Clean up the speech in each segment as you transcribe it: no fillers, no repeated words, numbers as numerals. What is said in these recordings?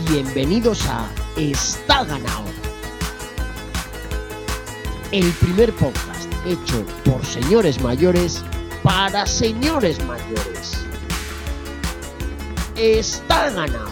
Bienvenidos a Está Ganao, el primer podcast hecho por señores mayores para señores mayores. Está Ganao.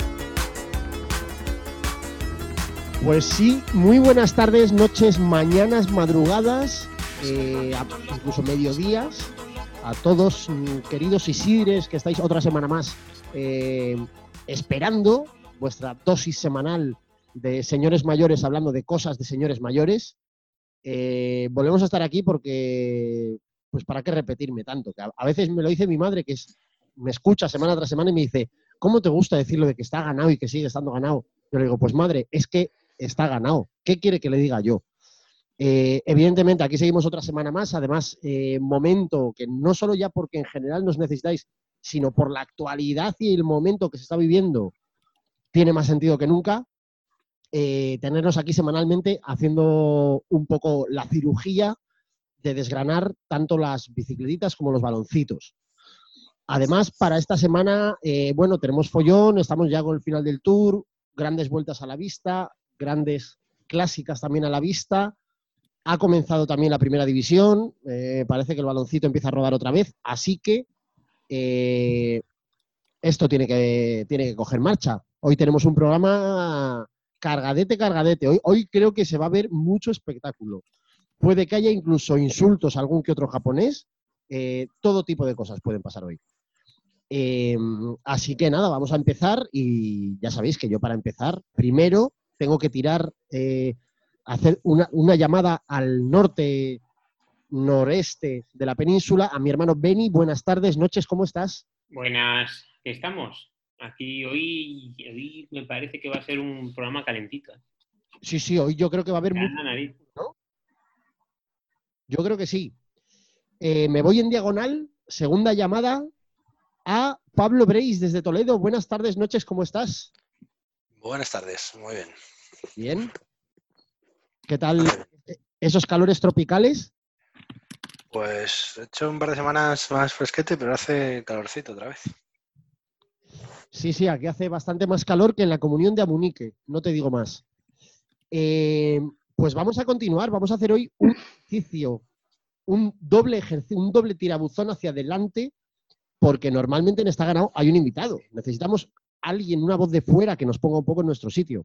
Pues sí, muy buenas tardes, noches, mañanas, madrugadas, incluso mediodías, a todos queridos Isidres que estáis otra semana más esperando vuestra dosis semanal de señores mayores hablando de cosas de señores mayores. Volvemos a estar aquí porque, pues para qué repetirme tanto, que a veces me lo dice mi madre, que me escucha semana tras semana y me dice, ¿cómo te gusta decirlo de que está ganado y que sigue estando ganado? Yo le digo, pues madre, es que está ganado. ¿Qué quiere que le diga yo? Evidentemente, aquí seguimos otra semana más. Además, momento que no solo ya porque en general nos necesitáis, sino por la actualidad y el momento que se está viviendo, tiene más sentido que nunca. Tenernos aquí semanalmente haciendo un poco la cirugía de desgranar tanto las bicicletitas como los baloncitos. Además, para esta semana, bueno, tenemos follón, estamos ya con el final del Tour, grandes vueltas a la vista, grandes clásicas también a la vista. Ha comenzado también la primera división, parece que el baloncito empieza a rodar otra vez, así que esto tiene que coger marcha. Hoy tenemos un programa cargadete. Hoy creo que se va a ver mucho espectáculo. Puede que haya incluso insultos a algún que otro japonés. Todo tipo de cosas pueden pasar hoy. Así que nada, vamos a empezar y ya sabéis que yo para empezar, primero tengo que hacer una llamada al noreste de la península, a mi hermano Beni. Buenas tardes, noches, ¿cómo estás? Buenas, ¿qué estamos? Aquí hoy me parece que va a ser un programa calentito. Sí, hoy yo creo que va a haber mucho, ¿no? Yo creo que sí. Me voy en diagonal, segunda llamada a Pablo Breis desde Toledo. Buenas tardes, noches, ¿cómo estás? Buenas tardes, muy bien. Bien. ¿Qué tal esos calores tropicales? Pues he hecho un par de semanas más fresquete, pero hace calorcito otra vez. Sí, aquí hace bastante más calor que en la comunión de Amunique, no te digo más. Pues vamos a continuar, vamos a hacer hoy un ejercicio, un doble tirabuzón hacia adelante, porque normalmente en Está Ganao hay un invitado. Necesitamos alguien, una voz de fuera que nos ponga un poco en nuestro sitio.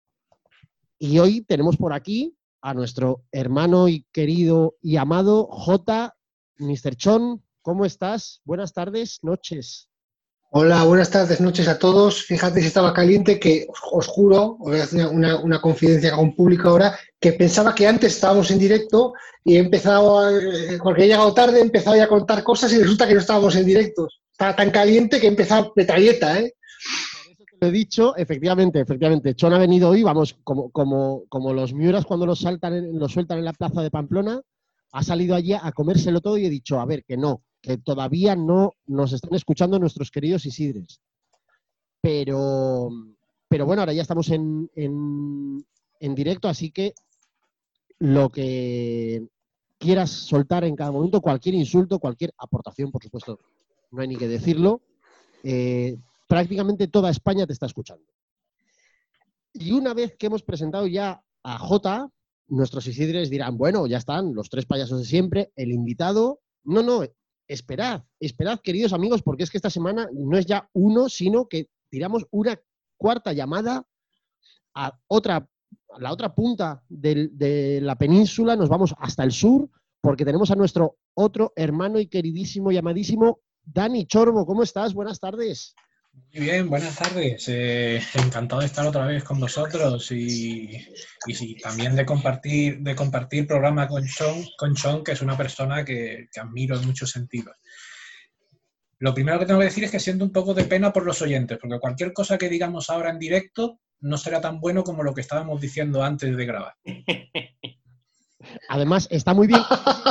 Y hoy tenemos por aquí a nuestro hermano y querido y amado J. Mr. Chon. ¿Cómo estás? Buenas tardes, noches. Hola, buenas tardes, noches a todos. Fíjate si estaba caliente que os juro, os voy a hacer una confidencia con público ahora, que pensaba que antes estábamos en directo y he empezado, porque he llegado tarde, he empezado ya a contar cosas y resulta que no estábamos en directo. Estaba tan caliente que he empezado metralleta, ¿eh? Por eso te lo he dicho, efectivamente. Chon ha venido hoy, vamos, como los Miuras cuando los sueltan en la plaza de Pamplona, ha salido allí a comérselo todo y he dicho, a ver, que todavía no nos están escuchando nuestros queridos Isidres. Pero bueno, ahora ya estamos en directo, así que lo que quieras soltar en cada momento, cualquier insulto, cualquier aportación, por supuesto, no hay ni que decirlo, prácticamente toda España te está escuchando. Y una vez que hemos presentado ya a Jota, nuestros Isidres dirán, bueno, ya están los tres payasos de siempre, el invitado. No, esperad, queridos amigos, porque es que esta semana no es ya uno, sino que tiramos una cuarta llamada a la otra punta de la península, nos vamos hasta el sur, porque tenemos a nuestro otro hermano y queridísimo y amadísimo Dani Chorbo. ¿Cómo estás? Buenas tardes. Muy bien, buenas tardes. Encantado de estar otra vez con vosotros y también de compartir programa con Chon, que es una persona que admiro en muchos sentidos. Lo primero que tengo que decir es que siento un poco de pena por los oyentes, porque cualquier cosa que digamos ahora en directo no será tan bueno como lo que estábamos diciendo antes de grabar. Además, está muy bien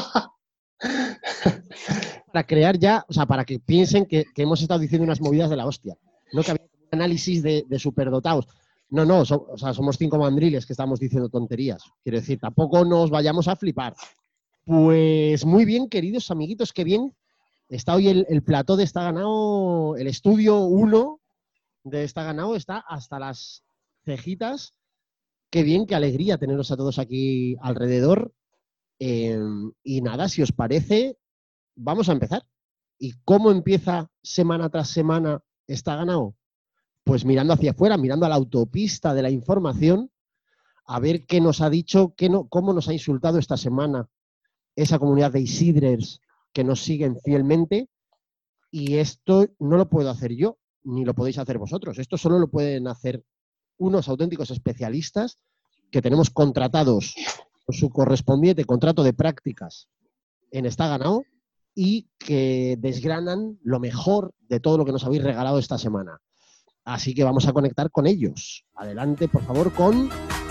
para crear ya, o sea, para que piensen que hemos estado diciendo unas movidas de la hostia. No que había un análisis de superdotados. No, somos 5 mandriles que estamos diciendo tonterías. Quiero decir, tampoco nos vayamos a flipar. Pues muy bien, queridos amiguitos, qué bien. Está hoy el plató de Está Ganao, el estudio 1, de Está Ganado está hasta las cejitas. Qué bien, qué alegría teneros a todos aquí alrededor. Y nada, si os parece, vamos a empezar. ¿Y cómo empieza semana tras semana Está Ganado? Pues mirando hacia afuera, mirando a la autopista de la información, a ver qué nos ha dicho, cómo nos ha insultado esta semana esa comunidad de Isidrers que nos siguen fielmente. Y esto no lo puedo hacer yo, ni lo podéis hacer vosotros. Esto solo lo pueden hacer unos auténticos especialistas que tenemos contratados con su correspondiente contrato de prácticas en Está Ganado y que desgranan lo mejor de todo lo que nos habéis regalado esta semana. Así que vamos a conectar con ellos. Adelante, por favor, con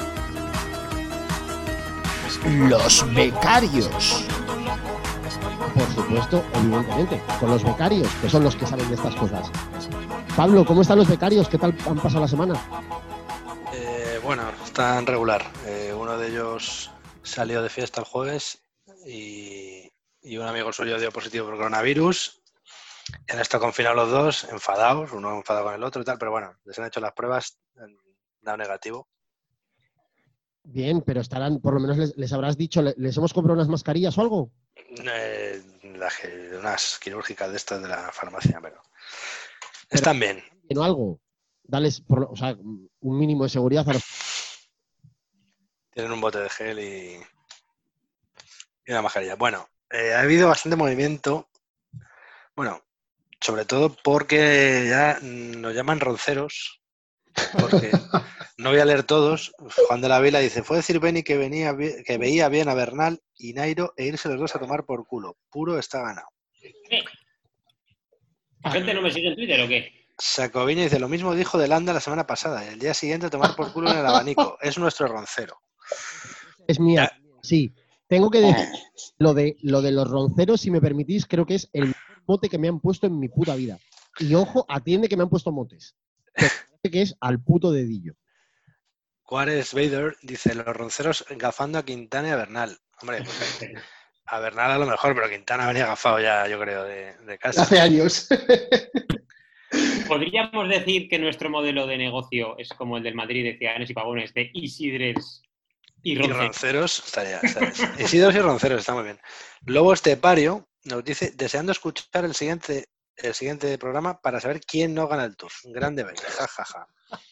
los becarios. Por supuesto, evidentemente, con los becarios, que son los que saben de estas cosas. Pablo, ¿cómo están los becarios? ¿Qué tal han pasado la semana? Bueno, están regular. Uno de ellos salió de fiesta el jueves y un amigo suyo dio positivo por coronavirus. Han estado confinados los dos, enfadados, uno enfadado con el otro y tal, pero bueno, les han hecho las pruebas, han dado negativo. Bien, pero estarán, por lo menos les habrás dicho, ¿les hemos comprado unas mascarillas o algo? Unas quirúrgicas de estas de la farmacia, pero están bien. ¿No algo? Dales, o sea, un mínimo de seguridad a los... Tienen un bote de gel y una mascarilla. Bueno, ha habido bastante movimiento. Bueno, sobre todo porque ya nos llaman ronceros. Porque no voy a leer todos. Juan de la Vila dice: fue decir Beni que veía bien a Bernal y Nairo e irse los dos a tomar por culo. Puro Está Ganado. ¿La gente no me sigue en Twitter o qué? Sacovini dice: lo mismo dijo de Landa la semana pasada. Y el día siguiente a tomar por culo en el abanico. Es nuestro roncero. Es mía, sí. Tengo que decir lo de los ronceros, si me permitís, creo que es el mejor mote que me han puesto en mi puta vida. Y ojo, atiende que me han puesto motes. Pero parece que es al puto dedillo. Juárez Vader dice: los ronceros gafando a Quintana y a Bernal. Hombre, pues a Bernal a lo mejor, pero Quintana venía gafado ya, yo creo, de casa. Hace años. ¿Podríamos decir que nuestro modelo de negocio es como el del Madrid de Ciudadanos y Pavones, de Isidres y ronceros? Estaría. Isidros y ronceros, está muy bien. Lobo Estepario nos dice: deseando escuchar el siguiente programa para saber quién no gana el Tour. Grande vez, jajaja.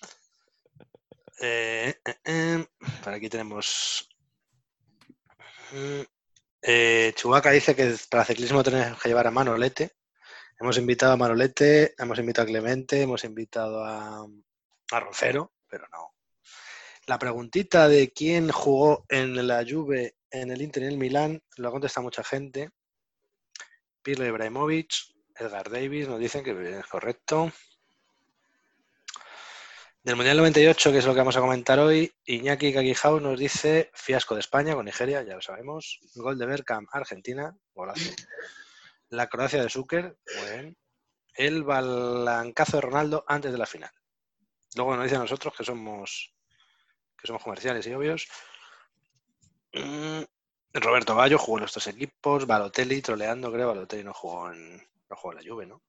Por aquí tenemos... Chubaca dice que para ciclismo tenemos que llevar a Manolete. Hemos invitado a Manolete, hemos invitado a Clemente, hemos invitado a Roncero, pero no. La preguntita de quién jugó en la Juve, en el Inter y en el Milán, lo ha contestado mucha gente. Pirlo Ibrahimovic, Edgar Davis nos dicen que es correcto. Del Mundial 98, que es lo que vamos a comentar hoy, Iñaki Kakijau nos dice: fiasco de España con Nigeria, ya lo sabemos. Gol de Bergkamp, Argentina, golazo. La Croacia de Zucker, muy bien. El balancazo de Ronaldo antes de la final. Luego nos dicen a nosotros que somos comerciales y obvios. Roberto Gallo jugó en los dos equipos. Balotelli troleando, creo. Balotelli no jugó en la Juve, ¿no?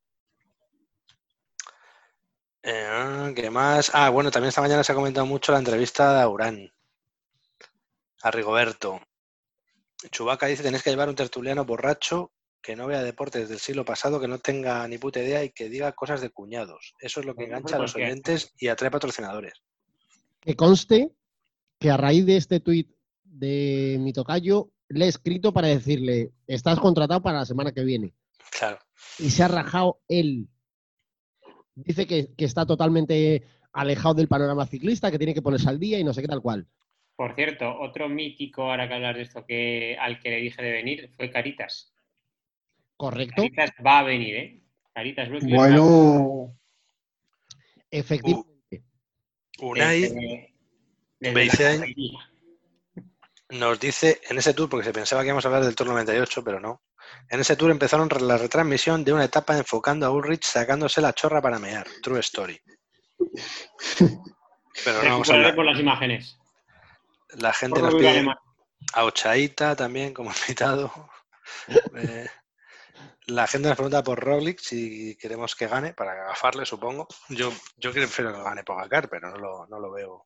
¿Qué más? Bueno, también esta mañana se ha comentado mucho la entrevista de Urán a Rigoberto. Chubaca dice: tenéis que llevar un tertuliano borracho que no vea deportes del siglo pasado, que no tenga ni puta idea y que diga cosas de cuñados. Eso es lo que engancha a los oyentes y atrae patrocinadores. Que conste que a raíz de este tuit de mi tocayo le he escrito para decirle: estás contratado para la semana que viene. Claro. Y se ha rajado él. Dice que está totalmente alejado del panorama ciclista, que tiene que ponerse al día y no sé qué tal cual. Por cierto, otro mítico, ahora que hablas de esto, al que le dije de venir, fue Caritas. Correcto. Caritas va a venir, ¿eh? Caritas Bueno. Efectivamente. Unai Beizain nos dice: en ese tour, porque se pensaba que íbamos a hablar del Tour 98, pero no. En ese tour empezaron la retransmisión de una etapa enfocando a Ulrich sacándose la chorra para mear. True story. Pero no vamos a hablar. Por las imágenes. La gente nos pide a Ochaíta también como invitado. La gente nos pregunta por Roglic si queremos que gane, para agafarle, supongo. Yo prefiero que gane Pogacar, pero no lo veo.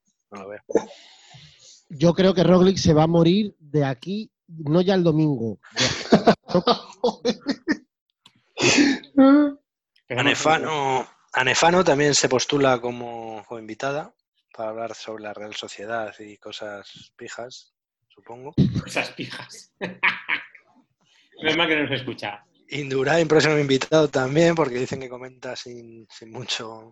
Yo creo que Roglic se va a morir de aquí, no ya el domingo. Anefano también se postula como invitada para hablar sobre la Real Sociedad y cosas pijas, supongo. Cosas pijas. No es mal que no nos escucha. Indurain, próximo invitado también, porque dicen que comenta sin mucho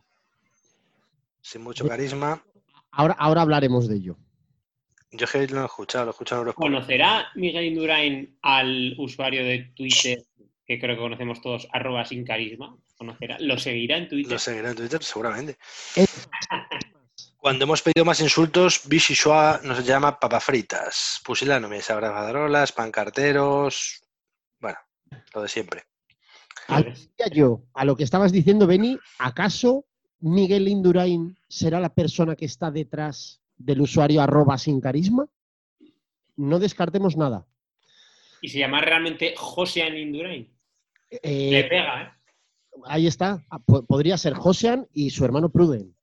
carisma. Ahora hablaremos de ello. Yo que lo he escuchado en Eurosport. ¿Conocerá Miguel Indurain al usuario de Twitter, que creo que conocemos todos, @sincarisma? ¿Conocerá? ¿Lo seguirá en Twitter? Lo seguirá en Twitter, seguramente. Cuando hemos pedido más insultos, Vichy Schwa nos llama papafritas, pusilánomes, abrazadrolas, pancarteros... Bueno, lo de siempre. A lo que estabas diciendo, Beni, ¿acaso Miguel Indurain será la persona que está detrás del usuario @sincarisma? No descartemos nada. ¿Y se llama realmente Josean Indurain? Le pega, ¿eh? Ahí está. Podría ser Josean y su hermano Pruden.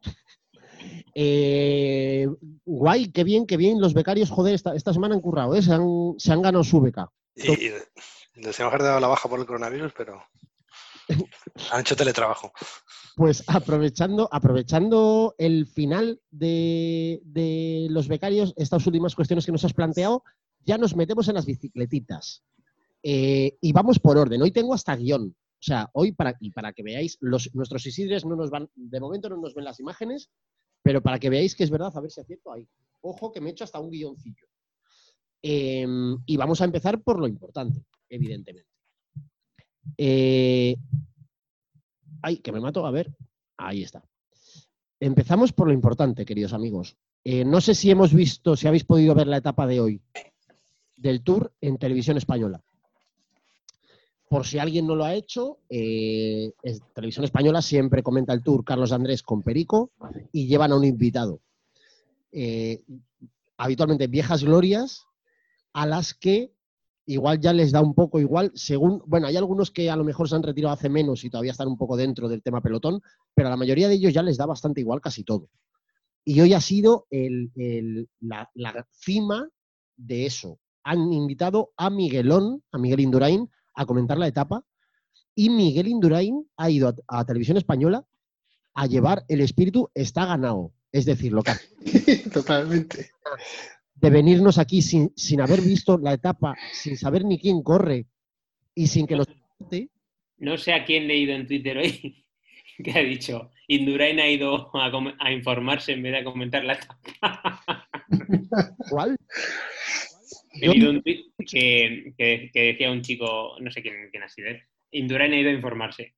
Guay, qué bien. Los becarios, joder, esta semana han currado, ¿eh? Se han ganado su beca. Y decíamos que dado la baja por el coronavirus, pero han hecho teletrabajo. Pues aprovechando el final de los becarios, estas últimas cuestiones que nos has planteado, ya nos metemos en las bicicletitas. Y vamos por orden. Hoy tengo hasta guión. O sea, hoy para que veáis, nuestros Isidres de momento no nos ven las imágenes, pero para que veáis que es verdad, a ver si acierto ahí. Ojo que me he hecho hasta un guioncillo. Y vamos a empezar por lo importante, evidentemente. Ay, que me mato, a ver. Ahí está. Empezamos por lo importante, queridos amigos. No sé si habéis podido ver la etapa de hoy del Tour en Televisión Española. Por si alguien no lo ha hecho, Televisión Española siempre comenta el Tour Carlos Andrés con Perico y llevan a un invitado. Habitualmente viejas glorias a las que igual ya les da un poco igual, bueno, hay algunos que a lo mejor se han retirado hace menos y todavía están un poco dentro del tema pelotón, pero a la mayoría de ellos ya les da bastante igual casi todo. Y hoy ha sido la cima de eso. Han invitado a Miguel Indurain, a comentar la etapa, y Miguel Indurain ha ido a Televisión Española a llevar el espíritu está ganado. Es decir, lo que Totalmente. de venirnos aquí sin haber visto la etapa, sin saber ni quién corre y sin que nos... No sé a quién he leído en Twitter hoy que ha dicho Indurain ha ido a informarse en vez de a comentar la etapa. ¿Cuál? He leído un tweet que decía un chico, no sé quién ha sido, Indurain ha ido a informarse.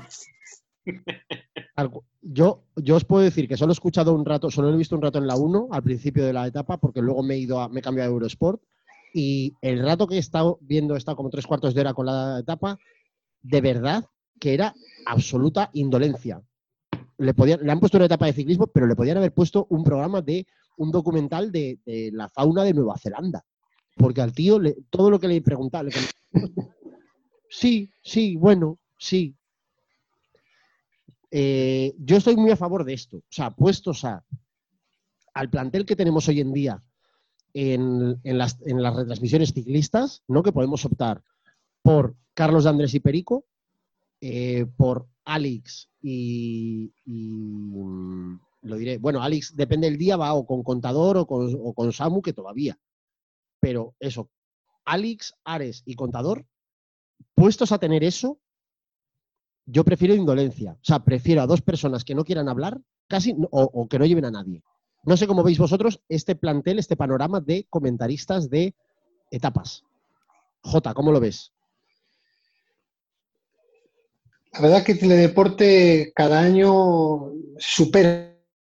Yo os puedo decir que solo he escuchado un rato, solo he visto un rato en la 1 al principio de la etapa, porque luego me he cambiado a Eurosport, y el rato que he estado viendo, he estado como 3/4 de hora con la etapa, de verdad que era absoluta indolencia. Le han puesto una etapa de ciclismo, pero le podían haber puesto un programa de un documental de la fauna de Nueva Zelanda. Porque al tío, todo lo que le preguntaba... Sí, bueno, sí. Yo estoy muy a favor de esto. O sea, puestos al plantel que tenemos hoy en día en las retransmisiones ciclistas, ¿no? Que podemos optar por Carlos Andrés y Perico, por Alex y lo diré. Bueno, Alex, depende del día, va o con Contador o con Samu, que todavía. Pero eso, Alex, Ares y Contador, puestos a tener eso, yo prefiero indolencia. O sea, prefiero a dos personas que no quieran hablar casi o que no lleven a nadie. No sé cómo veis vosotros este plantel, este panorama de comentaristas de etapas. Jota, ¿cómo lo ves? La verdad que Teledeporte cada año supera.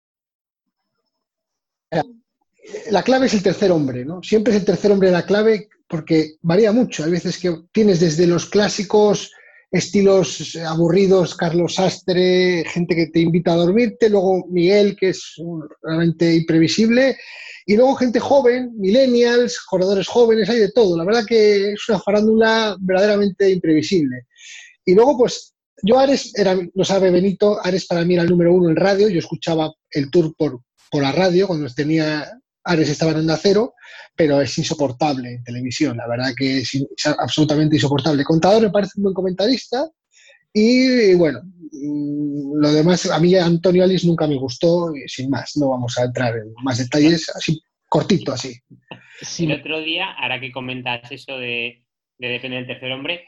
La clave es el tercer hombre, ¿no? Siempre es el tercer hombre la clave porque varía mucho. Hay veces que tienes desde los clásicos estilos aburridos, Carlos Sastre, gente que te invita a dormirte, luego Miguel, que es realmente imprevisible, y luego gente joven, millennials, corredores jóvenes, hay de todo. La verdad que es una farándula verdaderamente imprevisible. Y luego, pues, yo Ares, lo sabe Benito, Ares para mí era el número 1 en radio, yo escuchaba el Tour por la radio, cuando tenía Ares estaba en Onda Cero, pero es insoportable en televisión, la verdad que es absolutamente insoportable. Contador me parece un buen comentarista y bueno, lo demás, a mí Antonio Alix nunca me gustó, y sin más, no vamos a entrar en más detalles, así cortito así. Sí. El otro día, ahora que comentas eso de depende del tercer hombre,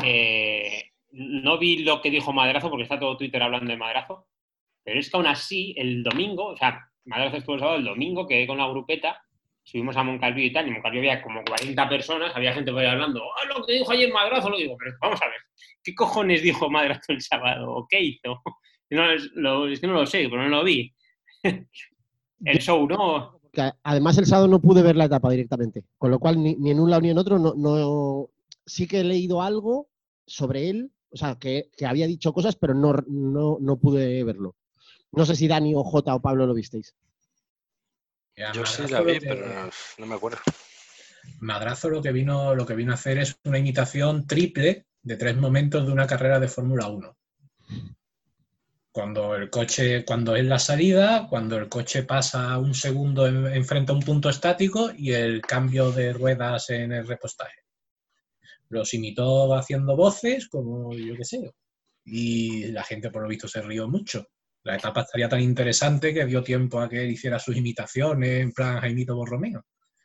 no vi lo que dijo Madrazo, porque está todo Twitter hablando de Madrazo, pero es que aún así, el domingo, o sea, Madrazo estuvo el sábado, el domingo quedé con la grupeta, subimos a Moncalvío y tal, y en Moncalvío había como 40 personas, había gente por ahí hablando, lo que dijo ayer Madrazo, lo digo, pero vamos a ver, ¿qué cojones dijo Madrazo el sábado? ¿O qué hizo? Es que no lo sé, pero no lo vi. El show, ¿no? Además, el sábado no pude ver la etapa directamente, con lo cual ni en un lado ni en otro no sí que he leído algo sobre él, o sea, que había dicho cosas, pero no pude verlo. No sé si Dani o Jota o Pablo lo visteis. Yo sí la vi, pero no me acuerdo. Madrazo lo que vino a hacer es una imitación triple de 3 momentos de una carrera de Fórmula 1. Cuando es la salida, cuando el coche pasa un segundo enfrente a un punto estático y el cambio de ruedas en el repostaje. Los imitó haciendo voces, como yo qué sé. Y la gente, por lo visto, se rió mucho. La etapa estaría tan interesante que dio tiempo a que él hiciera sus imitaciones, en plan Jaimito Borromeo.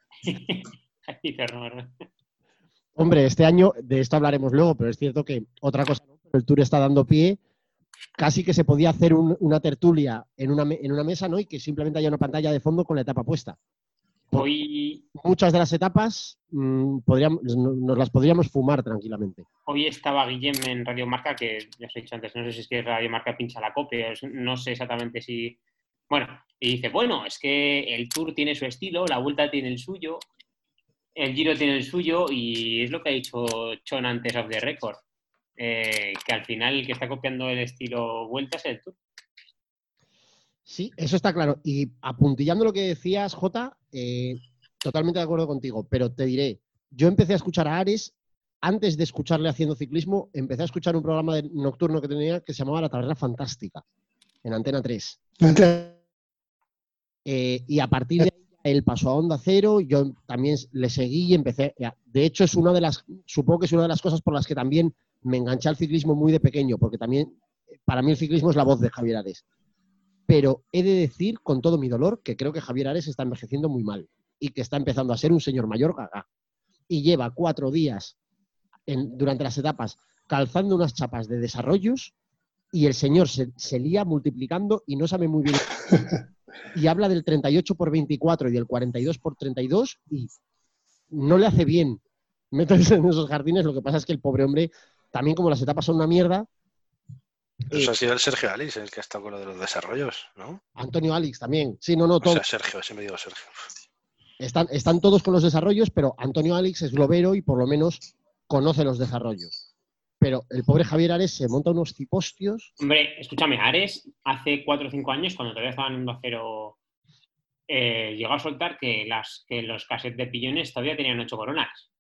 Hombre, este año, de esto hablaremos luego, pero es cierto que otra cosa, el Tour está dando pie, casi que se podía hacer una tertulia en una mesa, ¿no? Y que simplemente haya una pantalla de fondo con la etapa puesta. Hoy, muchas de las etapas nos las podríamos fumar tranquilamente. Hoy estaba Guillem en Radio Marca, que ya os he dicho antes, no sé si es que Radio Marca pincha la copia, no sé exactamente si... Bueno, y dice, bueno, es que el Tour tiene su estilo, la Vuelta tiene el suyo, el Giro tiene el suyo, y es lo que ha dicho Chon antes of the record, que al final el que está copiando el estilo Vuelta es el Tour. Sí, eso está claro. Y apuntillando lo que decías, Jota, totalmente de acuerdo contigo, pero te diré, yo empecé a escuchar a Ares, antes de escucharle haciendo ciclismo, empecé a escuchar un programa nocturno que tenía que se llamaba La Taberna Fantástica, en Antena 3. Y a partir de ahí él pasó a Onda Cero, yo también le seguí y empecé. De hecho, supongo que es una de las cosas por las que también me enganché al ciclismo muy de pequeño, porque también para mí el ciclismo es la voz de Javier Ares. Pero he de decir, con todo mi dolor, que creo que Javier Ares está envejeciendo muy mal y que está empezando a ser un señor mayor gaga. Y lleva 4 días durante las etapas calzando unas chapas de desarrollos y el señor se lía multiplicando y no sabe muy bien. Y habla del 38x24 y del 42x32 y no le hace bien meterse en esos jardines. Lo que pasa es que el pobre hombre, también como las etapas son una mierda... Eso ha sido el Sergio Alix, el que ha estado con lo de los desarrollos, ¿no? Antonio Alix también. Sí, no, todo. O sea, Sergio, siempre digo Sergio. Están todos con los desarrollos, pero Antonio Alix es globero y por lo menos conoce los desarrollos. Pero el pobre Javier Ares se monta unos cipostios. Hombre, escúchame, Ares hace 4 o 5 años, cuando todavía estaban en Onda Cero, llegó a soltar que los cassettes de pillones todavía tenían 8 coronas.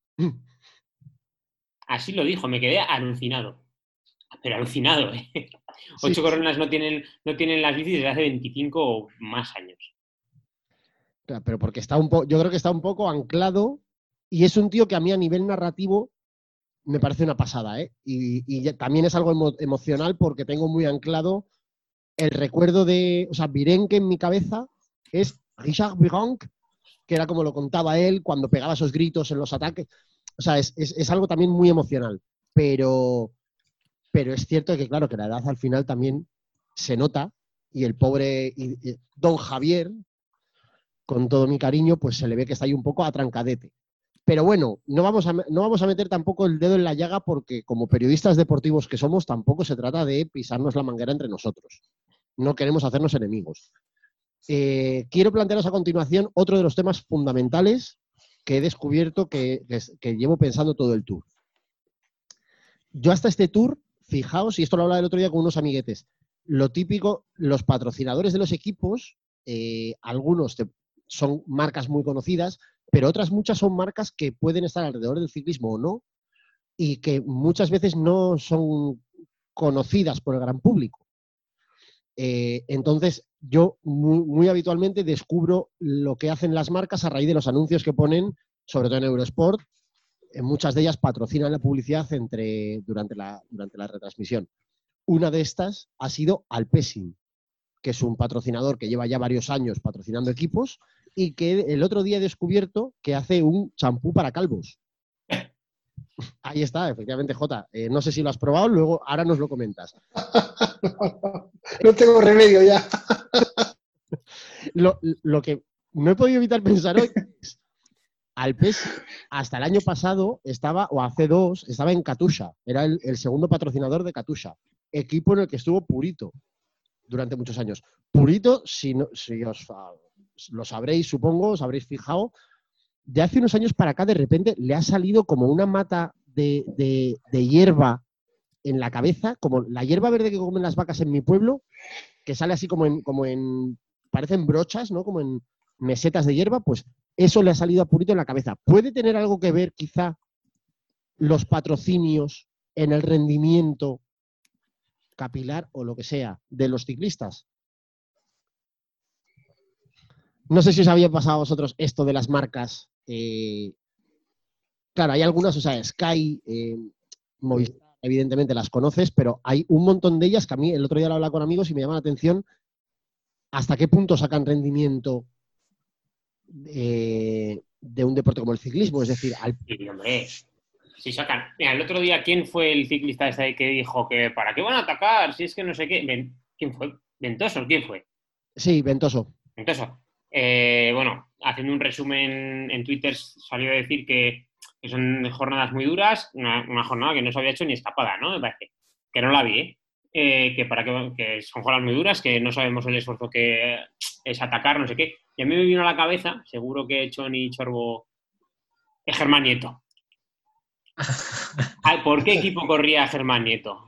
Así lo dijo, me quedé alucinado. Pero alucinado, ¿eh? 8 coronas no tienen las bicis desde hace 25 o más años. Claro, pero porque yo creo que está un poco anclado y es un tío que a mí a nivel narrativo me parece una pasada, ¿eh? Y también es algo emocional porque tengo muy anclado el recuerdo de... O sea, Virenque en mi cabeza es Richard Virenque, que era como lo contaba él cuando pegaba esos gritos en los ataques. O sea, es algo también muy emocional. Pero es cierto que, claro, que la edad al final también se nota y el pobre don Javier, con todo mi cariño, pues se le ve que está ahí un poco atrancadete. Pero bueno, no vamos a meter tampoco el dedo en la llaga porque como periodistas deportivos que somos, tampoco se trata de pisarnos la manguera entre nosotros. No queremos hacernos enemigos. Quiero plantearos a continuación otro de los temas fundamentales que he descubierto que llevo pensando todo el Tour. Yo hasta este Tour fijaos, y esto lo hablaba el otro día con unos amiguetes, lo típico, los patrocinadores de los equipos, algunos son marcas muy conocidas, pero otras muchas son marcas que pueden estar alrededor del ciclismo o no, y que muchas veces no son conocidas por el gran público. Entonces, yo muy habitualmente descubro lo que hacen las marcas a raíz de los anuncios que ponen, sobre todo en Eurosport. Muchas de ellas patrocinan la publicidad durante la retransmisión. Una de estas ha sido Alpecin, que es un patrocinador que lleva ya varios años patrocinando equipos y que el otro día he descubierto que hace un champú para calvos. Ahí está, efectivamente, Jota. No sé si lo has probado, luego ahora nos lo comentas. No tengo remedio ya. Lo que no he podido evitar pensar hoy es Alpecin hasta el año pasado estaba, o hace 2, estaba en Katusha. Era el segundo patrocinador de Katusha, equipo en el que estuvo Purito durante muchos años. Purito, si os lo sabréis, supongo, os habréis fijado, de hace unos años para acá de repente le ha salido como una mata de hierba en la cabeza, como la hierba verde que comen las vacas en mi pueblo, que sale así como en parecen brochas, ¿no? Como en mesetas de hierba, pues eso le ha salido a Purito en la cabeza. ¿Puede tener algo que ver quizá los patrocinios en el rendimiento capilar o lo que sea de los ciclistas? No sé si os había pasado a vosotros esto de las marcas. Claro, hay algunas, o sea, Sky, Movistar, evidentemente las conoces, pero hay un montón de ellas que a mí el otro día lo hablaba con amigos y me llama la atención hasta qué punto sacan rendimiento de un deporte como el ciclismo. Es decir, Sí, hombre, si sacan. Mira, el otro día, ¿quién fue el ciclista ese que dijo que ¿para qué van a atacar? Si es que no sé qué. ¿Quién fue? ¿Ventoso? ¿Quién fue? Sí, Ventoso. Ventoso. Bueno, haciendo un resumen en Twitter salió a decir que son jornadas muy duras, una jornada que no se había hecho ni escapada, ¿no? Me parece. Que no la vi, ¿eh? Que son jornadas muy duras, que no sabemos el esfuerzo que es atacar, no sé qué. Y a mí me vino a la cabeza, seguro que Choni Chorbo, es Germán Nieto. ¿Por qué equipo corría Germán Nieto?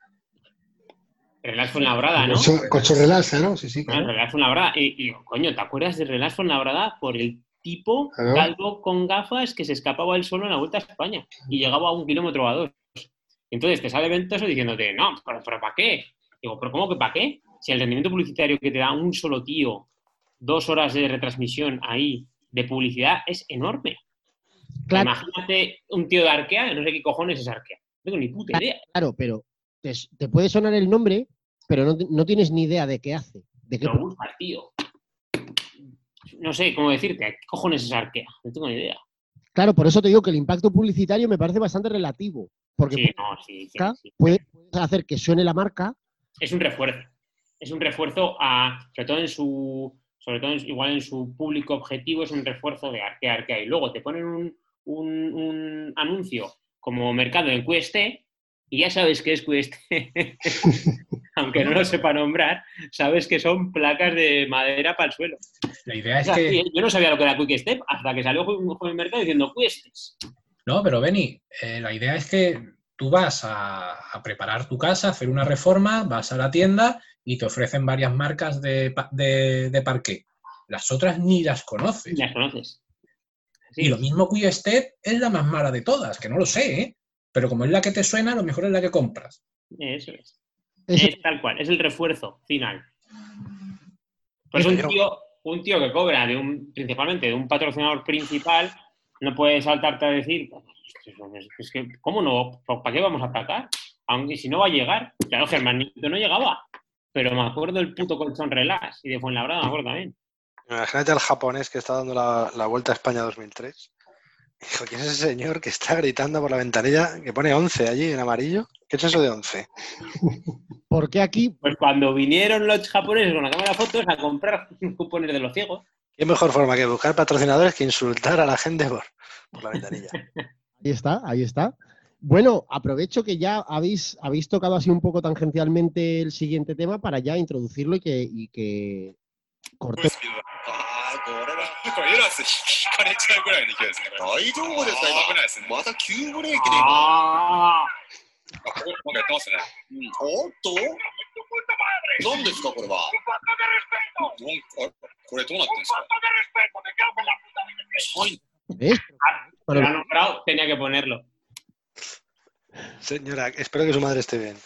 Relás Fuenlabrada, ¿no? Cocho Relás, ¿no? Sí, sí, claro. claro. Relás Fuenlabrada. Y, coño, ¿te acuerdas de Relás Fuenlabrada por el tipo calvo con gafas que se escapaba él solo en la Vuelta a España y llegaba a 1 kilómetro a 2? Entonces te sale Ventoso diciéndote, no, pero ¿para qué? Digo, ¿pero cómo que para qué? Si el rendimiento publicitario que te da un solo tío, 2 horas de retransmisión ahí de publicidad es enorme. Claro. Imagínate un tío de Arkea, no sé qué cojones es Arkea. No tengo ni puta idea. Claro, pero te puede sonar el nombre, pero no tienes ni idea de qué hace. De qué lo buscas, tío. No sé cómo decirte, ¿qué cojones es Arkea? No tengo ni idea. Claro, por eso te digo que el impacto publicitario me parece bastante relativo. Porque sí. Puedes hacer que suene la marca. Es un refuerzo. Es un refuerzo sobre todo igual en su público objetivo, es un refuerzo de Arkea. Y luego te ponen un anuncio como mercado en QST y ya sabes que es QST. Aunque no lo sepa nombrar, sabes que son placas de madera para el suelo. La idea es que... Yo no sabía lo que era Quick Step hasta que salió un joven mercado diciendo Questes. No, pero Beni, la idea es que tú vas a preparar tu casa, a hacer una reforma, vas a la tienda y te ofrecen varias marcas de parqué. Las otras ni las conoces. Ni las conoces. Sí. Y lo mismo Quick Step es la más mala de todas, que no lo sé, ¿eh? Pero como es la que te suena, a lo mejor es la que compras. Eso es. Es tal cual, es el refuerzo final. Pues un tío que cobra principalmente de un patrocinador principal no puede saltarte a decir, es que, ¿cómo no? ¿Para qué vamos a atacar? Aunque si no va a llegar. Claro, Germanito no llegaba. Pero me acuerdo del puto Colchón Relax y de Fuenlabrada, me acuerdo también. Imagínate al japonés que está dando la Vuelta a España 2003. Dijo, ¿quién es ese señor que está gritando por la ventanilla que pone 11 allí en amarillo? ¿Qué es eso de 11? ¿Por qué aquí? Pues cuando vinieron los japoneses con la cámara de fotos a comprar cupones de los ciegos. ¿Qué mejor forma que buscar patrocinadores que insultar a la gente por la ventanilla? Ahí está. Bueno, aprovecho que ya habéis tocado así un poco tangencialmente el siguiente tema para ya introducirlo y que cortemos. ¿Ves? Pero ha nombrado, tenía que ponerlo. Señora, espero que su madre esté bien.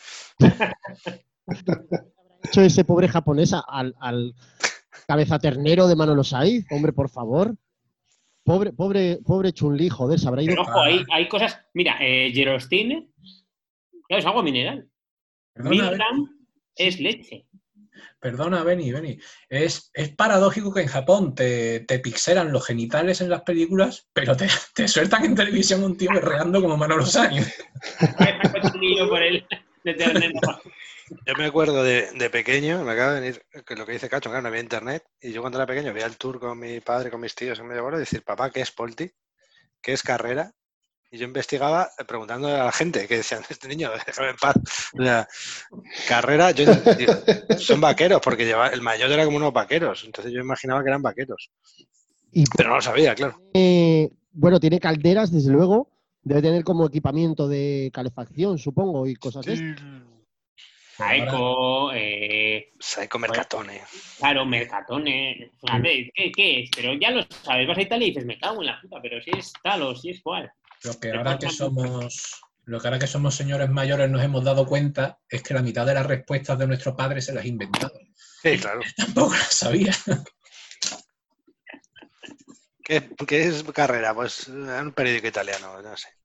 Hecho ese pobre japonés al cabeza ternero de Manolo Saiz, hombre, por favor. Pobre Chun-Li, joder, se habrá ido. Pero ojo, hay cosas. Mira, Gerostin, claro, es agua mineral. Perdona, Milgram es leche. Perdona, Beni. Es paradójico que en Japón te pixelan los genitales en las películas, pero te sueltan en televisión un tío berreando como Manolo Saiz. Por él de ternero. Yo me acuerdo de pequeño, me acaba de venir que lo que dice Cacho, claro, no había internet, y yo cuando era pequeño veía el tour con mi padre, con mis tíos en medio vuelo, y decir, papá, ¿qué es Polti? ¿Qué es carrera? Y yo investigaba preguntando a la gente, que decían, este niño, déjame en paz. O sea, carrera, son vaqueros, porque el mayor era como unos vaqueros, entonces yo imaginaba que eran vaqueros. Pero no lo sabía, claro. Bueno, tiene calderas, desde luego, debe tener como equipamiento de calefacción, supongo, y cosas así. Saeco, Saeco Mercatone. Claro, Mercatone. Fíjate, ¿qué es? Pero ya lo sabes, vas a Italia y dices, me cago en la puta, pero si es tal o si es cual. Lo que ahora que somos señores mayores nos hemos dado cuenta es que la mitad de las respuestas de nuestros padres se las inventaron. Sí, claro. Tampoco las sabía. ¿Qué es carrera? Pues un periódico italiano, no sé.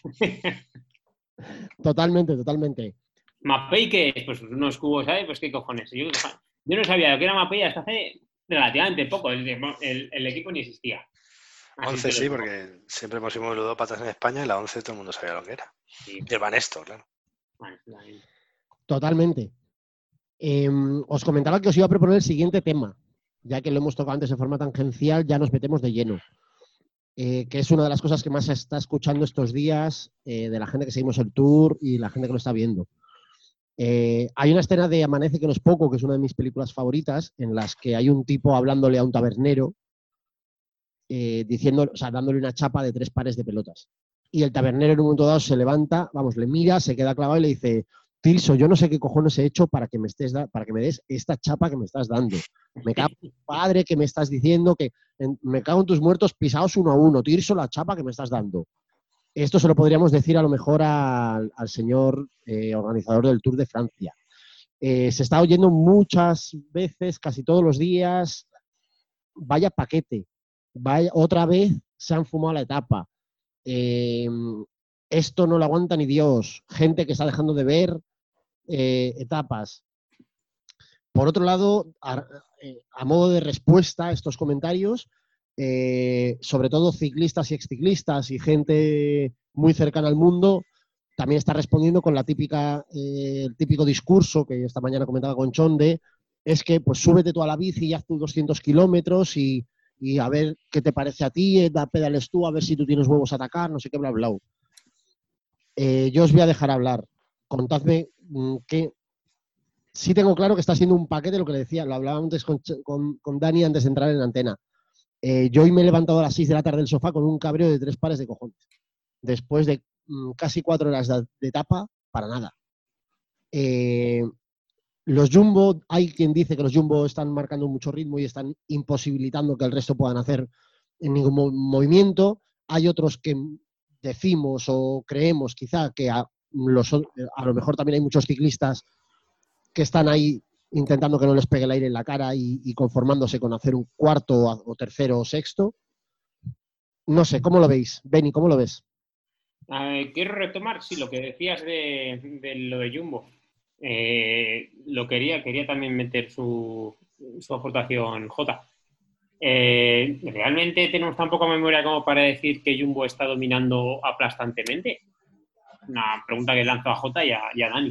Totalmente. ¿Mapei qué es? Pues unos cubos, ¿sabes? Pues qué cojones. Yo no sabía lo que era Mapei hasta hace relativamente poco. El equipo ni existía. Así 11 sí, porque siempre hemos sido ludópatas en España y la 11 todo el mundo sabía lo que era. Sí. Y el Banesto, claro. Totalmente. Os comentaba que os iba a proponer el siguiente tema. Ya que lo hemos tocado antes de forma tangencial, ya nos metemos de lleno. Que es una de las cosas que más se está escuchando estos días de la gente que seguimos el tour y la gente que lo está viendo. Hay una escena de Amanece que no es poco, que es una de mis películas favoritas, en las que hay un tipo hablándole a un tabernero, dándole una chapa de 3 pares de pelotas. Y el tabernero en un momento dado se levanta, le mira, se queda clavado y le dice: Tirso, yo no sé qué cojones he hecho para que me des esta chapa que me estás dando. Me cago en tu padre que me estás diciendo que me cago en tus muertos pisados uno a uno. Tirso, la chapa que me estás dando. Esto se lo podríamos decir a lo mejor al señor organizador del Tour de Francia. Se está oyendo muchas veces, casi todos los días, vaya paquete, otra vez se han fumado la etapa. Esto no lo aguanta ni Dios. Gente que está dejando de ver etapas. Por otro lado, a modo de respuesta a estos comentarios, sobre todo ciclistas y exciclistas y gente muy cercana al mundo, también está respondiendo con el típico discurso que esta mañana comentaba con Chonde, es que pues súbete tú a la bici y haz tus 200 kilómetros y a ver qué te parece a ti, pedales tú, a ver si tú tienes huevos a atacar, no sé qué, bla, bla. Yo os voy a dejar hablar. Contadme qué. Sí tengo claro que está siendo un paquete, lo que le decía, lo hablaba antes con Dani antes de entrar en antena. Yo hoy me he levantado a las 6 de la tarde del sofá con un cabreo de 3 pares de cojones. Después de casi 4 horas de etapa, para nada. Los Jumbo, hay quien dice que los Jumbo están marcando mucho ritmo y están imposibilitando que el resto puedan hacer en ningún movimiento. Hay otros que decimos o creemos quizá que a lo mejor también hay muchos ciclistas que están ahí intentando que no les pegue el aire en la cara y conformándose con hacer un cuarto o tercero o sexto. No sé, ¿cómo lo veis? Beni, ¿cómo lo ves? Quiero retomar, sí, lo que decías de lo de Jumbo. Quería también meter su aportación, Jota. ¿Realmente tenemos tan poca memoria como para decir que Jumbo está dominando aplastantemente? Una pregunta que lanzo a Jota y a Dani.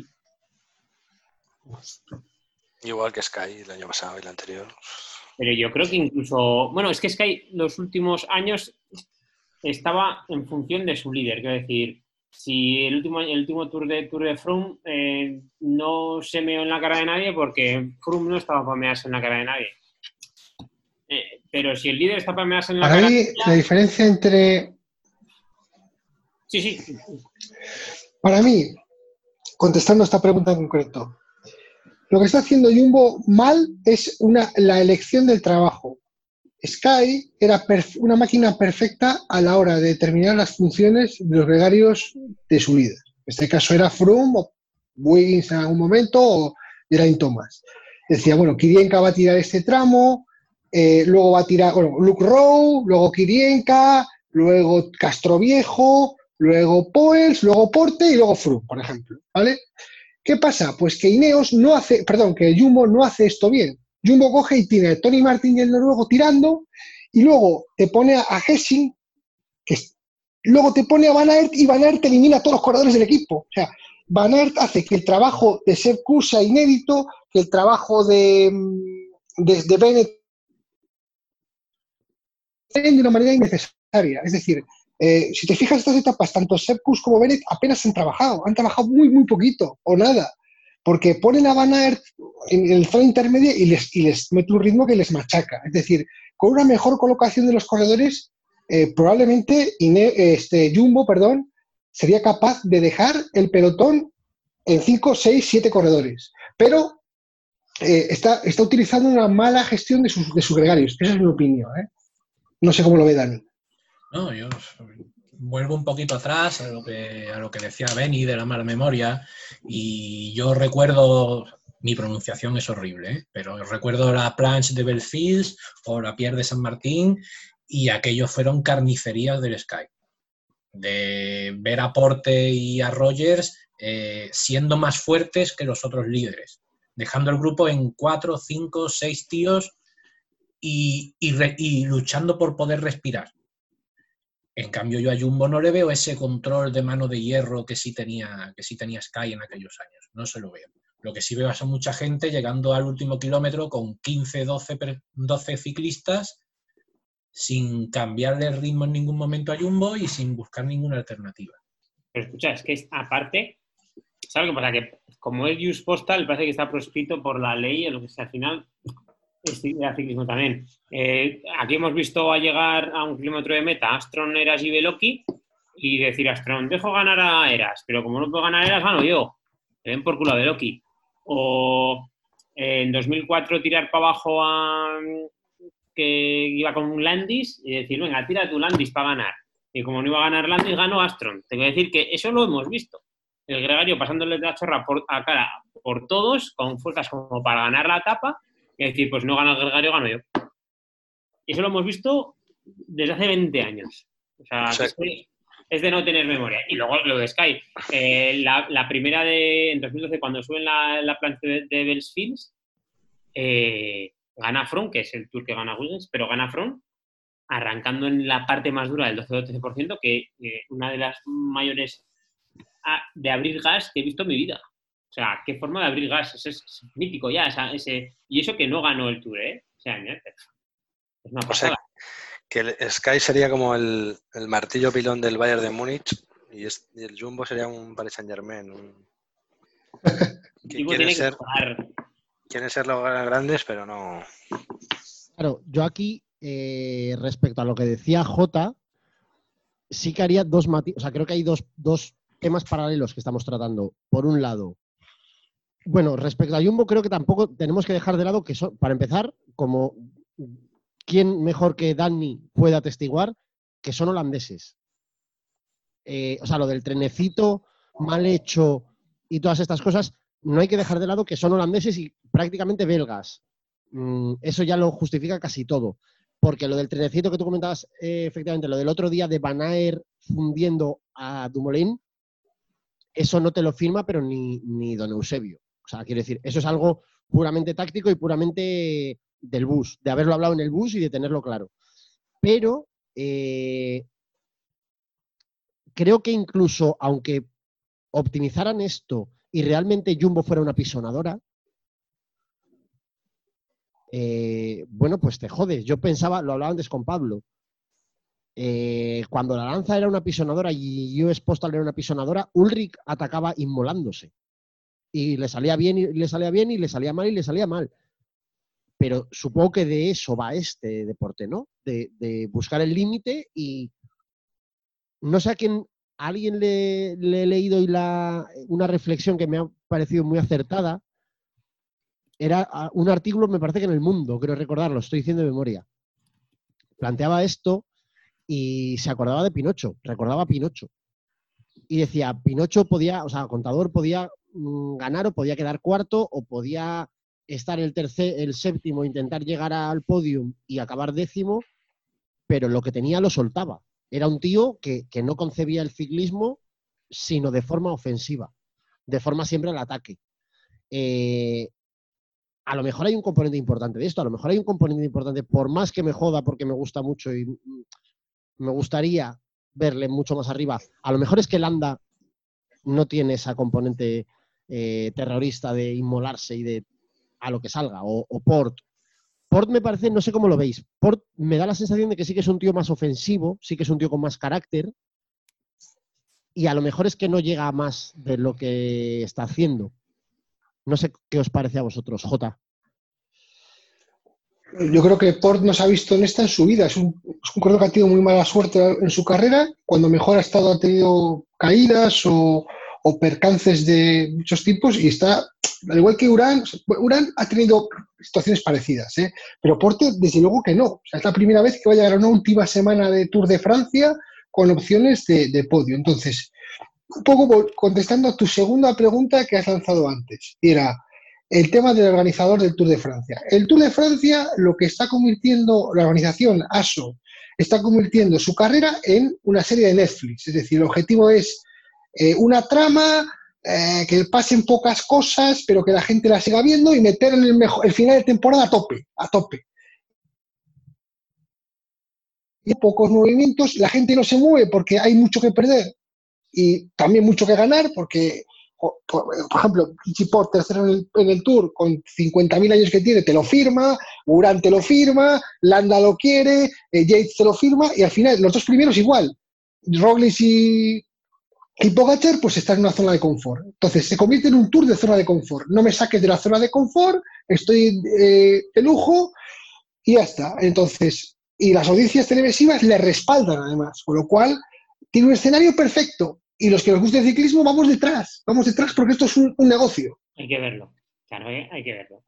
Igual que Sky el año pasado y el anterior. Pero yo creo que incluso... Bueno, es que Sky los últimos años estaba en función de su líder. Quiero decir, si el último Tour de Froome no se meó en la cara de nadie porque Froome no estaba para mearse en la cara de nadie. Pero si el líder está para mearse en la cara de nadie... La diferencia entre... Sí. Para mí, contestando a esta pregunta en concreto. Lo que está haciendo Jumbo mal es la elección del trabajo. Sky era una máquina perfecta a la hora de determinar las funciones de los gregarios de su líder. En este caso era Froome, o Wiggins en algún momento, o Geraint Thomas. Decía, bueno, Kirienka va a tirar este tramo, luego va a tirar, bueno, Luke Rowe, luego Kirienka, luego Castroviejo, luego Poels, luego Porte y luego Froome, por ejemplo, ¿vale? ¿Qué pasa? Pues que que Jumbo no hace esto bien. Jumbo coge y tiene a Tony Martin y el noruego tirando, y luego te pone a Hessing, luego te pone a Van Aert, y Van Aert elimina a todos los corredores del equipo. O sea, Van Aert hace que el trabajo de Sepp Kuss sea inédito, que el trabajo de Bennett de una manera innecesaria. Es decir, si te fijas, estas etapas, tanto Sepp Kuss como Bennett apenas han trabajado muy, muy poquito o nada, porque ponen a Van Aert en el zona intermedia y les mete un ritmo que les machaca. Es decir, con una mejor colocación de los corredores, probablemente Jumbo sería capaz de dejar el pelotón en 5, 6, 7 corredores. Pero está utilizando una mala gestión de sus gregarios. Esa es mi opinión, ¿eh? No sé cómo lo ve Dani. No, yo vuelvo un poquito atrás a lo que decía Benny de la mala memoria, y yo recuerdo, mi pronunciación es horrible, ¿eh? Pero recuerdo la Planche de Belfields o la Pierre de San Martín, y aquellos fueron carnicerías del Sky. De ver a Porte y a Rogers siendo más fuertes que los otros líderes, dejando el grupo en 4, 5, 6 tíos y luchando por poder respirar. En cambio, yo a Jumbo no le veo ese control de mano de hierro que sí tenía Sky en aquellos años. No se lo veo. Lo que sí veo es a mucha gente llegando al último kilómetro con 15, 12 ciclistas sin cambiarle el ritmo en ningún momento a Jumbo y sin buscar ninguna alternativa. Pero escucha, es que aparte, ¿sabes qué pasa? Que como es Just Postal, parece que está proscrito por la ley, lo que sea, al final es ciclismo también. Aquí hemos visto a llegar a un kilómetro de meta Astron, Eras y Beloki y decir, Astron, dejo ganar a Eras, pero como no puedo ganar a Eras, gano yo. Me ven por culo a Beloki. O en 2004 tirar para abajo a que iba con un Landis y decir, venga, tira tu Landis para ganar. Y como no iba a ganar Landis, ganó Astron. Tengo que decir que eso lo hemos visto. El gregario pasándole la chorra a cara por todos, con fuerzas como para ganar la etapa, y decir, pues no gana el gregario, gano yo. Y eso lo hemos visto desde hace 20 años. O sea, sí. Es de no tener memoria. Y luego lo de Sky. La primera en 2012, cuando suben la plancha de Belfields, gana Froome, que es el Tour que gana Wiggins, pero gana Froome arrancando en la parte más dura del 12-13%, que una de las mayores de abrir gas que he visto en mi vida. O sea, qué forma de abrir gas. Es mítico ya. Y eso que no ganó el Tour, ¿eh? O sea, es una pasada. O sea, que el Sky sería como el martillo pilón del Bayern de Múnich y el Jumbo sería un Paris Saint-Germain. Quieren ser los grandes, pero no... Claro, yo aquí, respecto a lo que decía Jota, sí que haría dos matices. O sea, creo que hay dos temas paralelos que estamos tratando. Por un lado, bueno, respecto a Jumbo, creo que tampoco tenemos que dejar de lado que para empezar, como quién mejor que Dani puede atestiguar, que son holandeses. O sea, lo del trenecito mal hecho y todas estas cosas, no hay que dejar de lado que son holandeses y prácticamente belgas. Eso ya lo justifica casi todo. Porque lo del trenecito que tú comentabas, efectivamente, lo del otro día de Van Aert fundiendo a Dumoulin, eso no te lo firma, pero ni don Eusebio. O sea, quiero decir, eso es algo puramente táctico y puramente del bus, de haberlo hablado en el bus y de tenerlo claro. Pero creo que incluso, aunque optimizaran esto y realmente Jumbo fuera una pisonadora, bueno, pues te jodes. Yo pensaba, lo hablaba antes con Pablo, cuando la Lanza era una pisonadora y US Postal era una pisonadora, Ullrich atacaba inmolándose. Y le salía bien, y le salía bien, y le salía mal, y le salía mal. Pero supongo que de eso va este deporte, ¿no? De buscar el límite y no sé a quién a alguien le he leído una reflexión que me ha parecido muy acertada. Era un artículo, me parece que en El Mundo, creo recordarlo, estoy diciendo de memoria. Planteaba esto y se acordaba de Pinocho, recordaba a Pinocho. Y decía, Pinocho podía, o sea, Contador podía ganar o podía quedar cuarto o podía estar el séptimo, intentar llegar al podium y acabar décimo, pero lo que tenía lo soltaba. Era un tío que no concebía el ciclismo sino de forma ofensiva, de forma siempre al ataque. A lo mejor hay un componente importante de esto, a lo mejor hay un componente importante, por más que me joda porque me gusta mucho y me gustaría verle mucho más arriba, a lo mejor es que Landa no tiene esa componente terrorista de inmolarse y de a lo que salga, o Port. Port me parece, no sé cómo lo veis, Port me da la sensación de que sí que es un tío más ofensivo, sí que es un tío con más carácter, y a lo mejor es que no llega a más de lo que está haciendo. No sé qué os parece a vosotros, Jota. Yo creo que Port no se ha visto en esta en su vida. Es un corredor que ha tenido muy mala suerte en su carrera. Cuando mejor ha estado ha tenido caídas o percances de muchos tipos y está, al igual que Urán ha tenido situaciones parecidas, ¿eh? Pero Port desde luego que no. O sea, es la primera vez que va a llegar a una última semana de Tour de Francia con opciones de podio. Entonces, un poco contestando a tu segunda pregunta que has lanzado antes, era el tema del organizador del Tour de Francia. El Tour de Francia lo que está convirtiendo, la organización ASO, está convirtiendo su carrera en una serie de Netflix. Es decir, el objetivo es una trama, que pasen pocas cosas, pero que la gente la siga viendo y meter en el final de temporada a tope. Y pocos movimientos, la gente no se mueve porque hay mucho que perder y también mucho que ganar porque, por ejemplo, Richie Port, tercero en el Tour, con 50.000 años que tiene, te lo firma, Urán te lo firma, Landa lo quiere, Yates te lo firma, y al final los dos primeros igual. Roglic y Pogačar pues están en una zona de confort. Entonces se convierte en un Tour de zona de confort. No me saques de la zona de confort, estoy de lujo y ya está. Entonces, y las audiencias televisivas le respaldan además, con lo cual tiene un escenario perfecto. Y los que nos gusta el ciclismo vamos detrás porque esto es un negocio. Hay que verlo, claro, hay que verlo.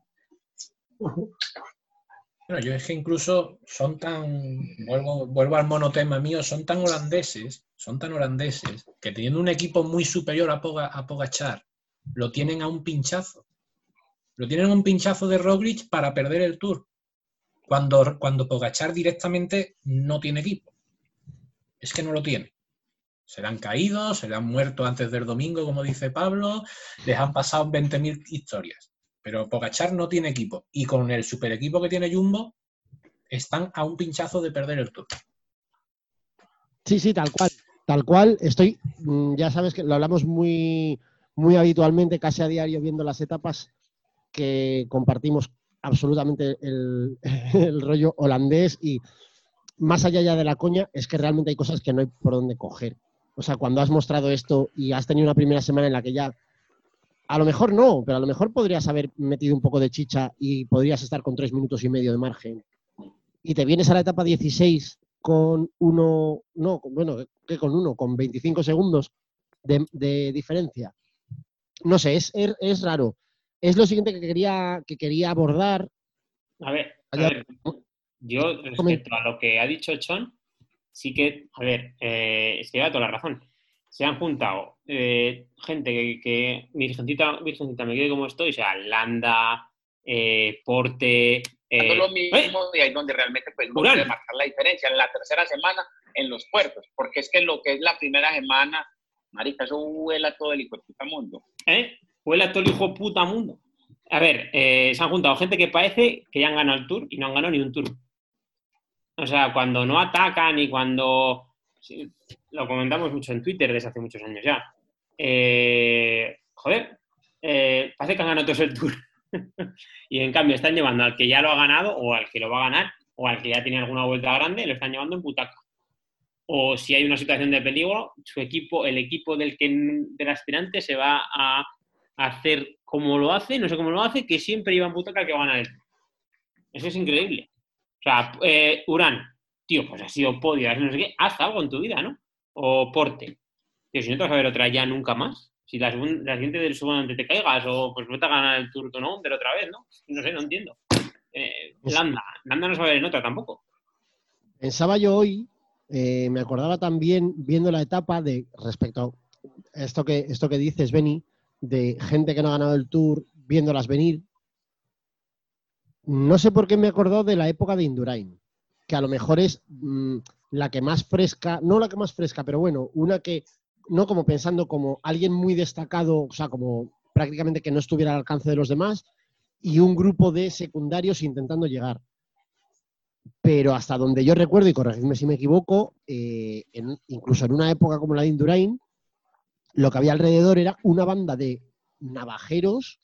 Bueno, yo es que incluso son tan, vuelvo al monotema mío, son tan holandeses, que teniendo un equipo muy superior a Pogačar, lo tienen a un pinchazo. Lo tienen a un pinchazo de Roglic para perder el Tour. Cuando Pogačar directamente no tiene equipo. Es que no lo tiene. Se le han caído, se le han muerto antes del domingo, como dice Pablo, les han pasado 20.000 historias. Pero Pogačar no tiene equipo. Y con el super equipo que tiene Jumbo, están a un pinchazo de perder el Tour. Sí, tal cual. Tal cual. Ya sabes que lo hablamos muy, muy habitualmente, casi a diario, viendo las etapas que compartimos absolutamente el rollo holandés y más allá ya de la coña, es que realmente hay cosas que no hay por dónde coger. O sea, cuando has mostrado esto y has tenido una primera semana en la que ya, a lo mejor no, pero a lo mejor podrías haber metido un poco de chicha y podrías estar con 3 minutos y medio de margen. Y te vienes a la etapa 16 con con 25 segundos de diferencia. No sé, es raro. Es lo siguiente que quería abordar. A ver, yo respecto a lo que ha dicho Chon, sí que, es que lleva toda la razón. Se han juntado gente que virgencita, me quede como estoy, o sea, Landa, Porte... no lo mismo y ahí donde realmente pues, no puede marcar la diferencia en la tercera semana en los puertos, porque es que lo que es la primera semana, marica, eso huela todo el hijo de puta mundo. Huela todo el hijo de puta mundo. A ver, se han juntado gente que parece que ya han ganado el Tour y no han ganado ni un Tour. O sea, cuando no atacan y cuando... Sí, lo comentamos mucho en Twitter desde hace muchos años ya. Parece que han ganado todos el Tour. Y en cambio están llevando al que ya lo ha ganado o al que lo va a ganar o al que ya tiene alguna vuelta grande, lo están llevando en butaca. O si hay una situación de peligro, el equipo del aspirante se va a hacer como lo hace, no sé cómo lo hace, que siempre lleva en butaca al que va a ganar el Tour. Eso es increíble. O sea, Urán, tío, pues ha sido podio, no sé qué, haz algo en tu vida, ¿no? O Porte. Tío, si no te vas a ver otra ya nunca más. Si la siguiente del segundo te caigas o pues vete a ganar el Tour de Under otra vez, ¿no? No sé, no entiendo. Landa no se va a ver en otra tampoco. Pensaba yo hoy, me acordaba también viendo la etapa de respecto a esto que dices, Beni, de gente que no ha ganado el Tour, viéndolas venir. No sé por qué me he acordado de la época de Indurain, que a lo mejor es la que más fresca, no la que más fresca, pero bueno, una que, no como pensando como alguien muy destacado, o sea, como prácticamente que no estuviera al alcance de los demás, y un grupo de secundarios intentando llegar. Pero hasta donde yo recuerdo, y corregidme si me equivoco, incluso en una época como la de Indurain, lo que había alrededor era una banda de navajeros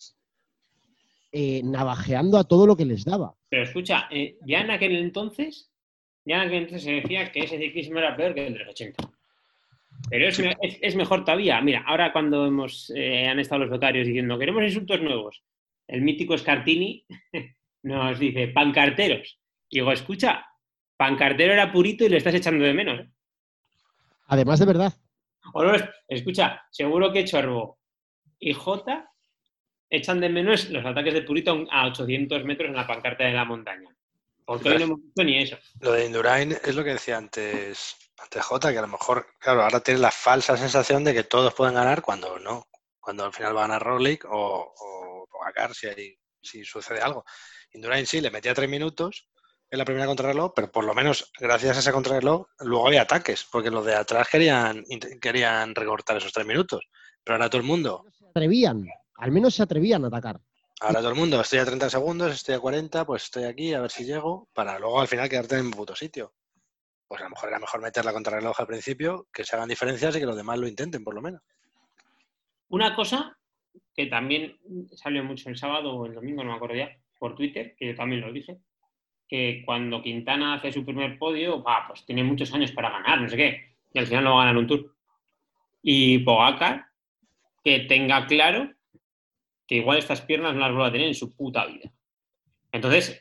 navajeando a todo lo que les daba. Pero escucha, ya en aquel entonces se decía que ese ciclismo era peor que el de los 80. Pero es mejor todavía. Mira, ahora cuando han estado los becarios diciendo queremos insultos nuevos, el mítico Scartini nos dice pancarteros. Y digo, escucha, pancartero era purito y le estás echando de menos. Además, de verdad. O no, escucha, seguro que Chorbo y Jota echan de menos los ataques de purito a 800 metros en la pancarta de la montaña. Porque hoy no hemos visto ni eso. Lo de Indurain es lo que decía antes Jota, que a lo mejor, claro, ahora tiene la falsa sensación de que todos pueden ganar cuando no. Cuando al final va a ganar Roglic o Pogačar si sucede algo. Indurain sí, le metía 3 minutos en la primera contrarreloj, pero por lo menos gracias a ese contrarreloj luego había ataques, porque los de atrás querían recortar esos 3 minutos. Pero ahora todo el mundo... Al menos se atrevían a atacar. Ahora todo el mundo, estoy a 30 segundos, estoy a 40, pues estoy aquí, a ver si llego, para luego al final quedarte en mi puto sitio. Pues a lo mejor era mejor meter la contrarreloj al principio, que se hagan diferencias y que los demás lo intenten, por lo menos. Una cosa que también salió mucho el sábado o el domingo, no me acuerdo ya, por Twitter, que yo también lo dije, que cuando Quintana hace su primer podio, pues tiene muchos años para ganar, no sé qué, y al final no va a ganar un Tour. Y Pogačar, que tenga claro que igual estas piernas no las vuelve a tener en su puta vida. Entonces...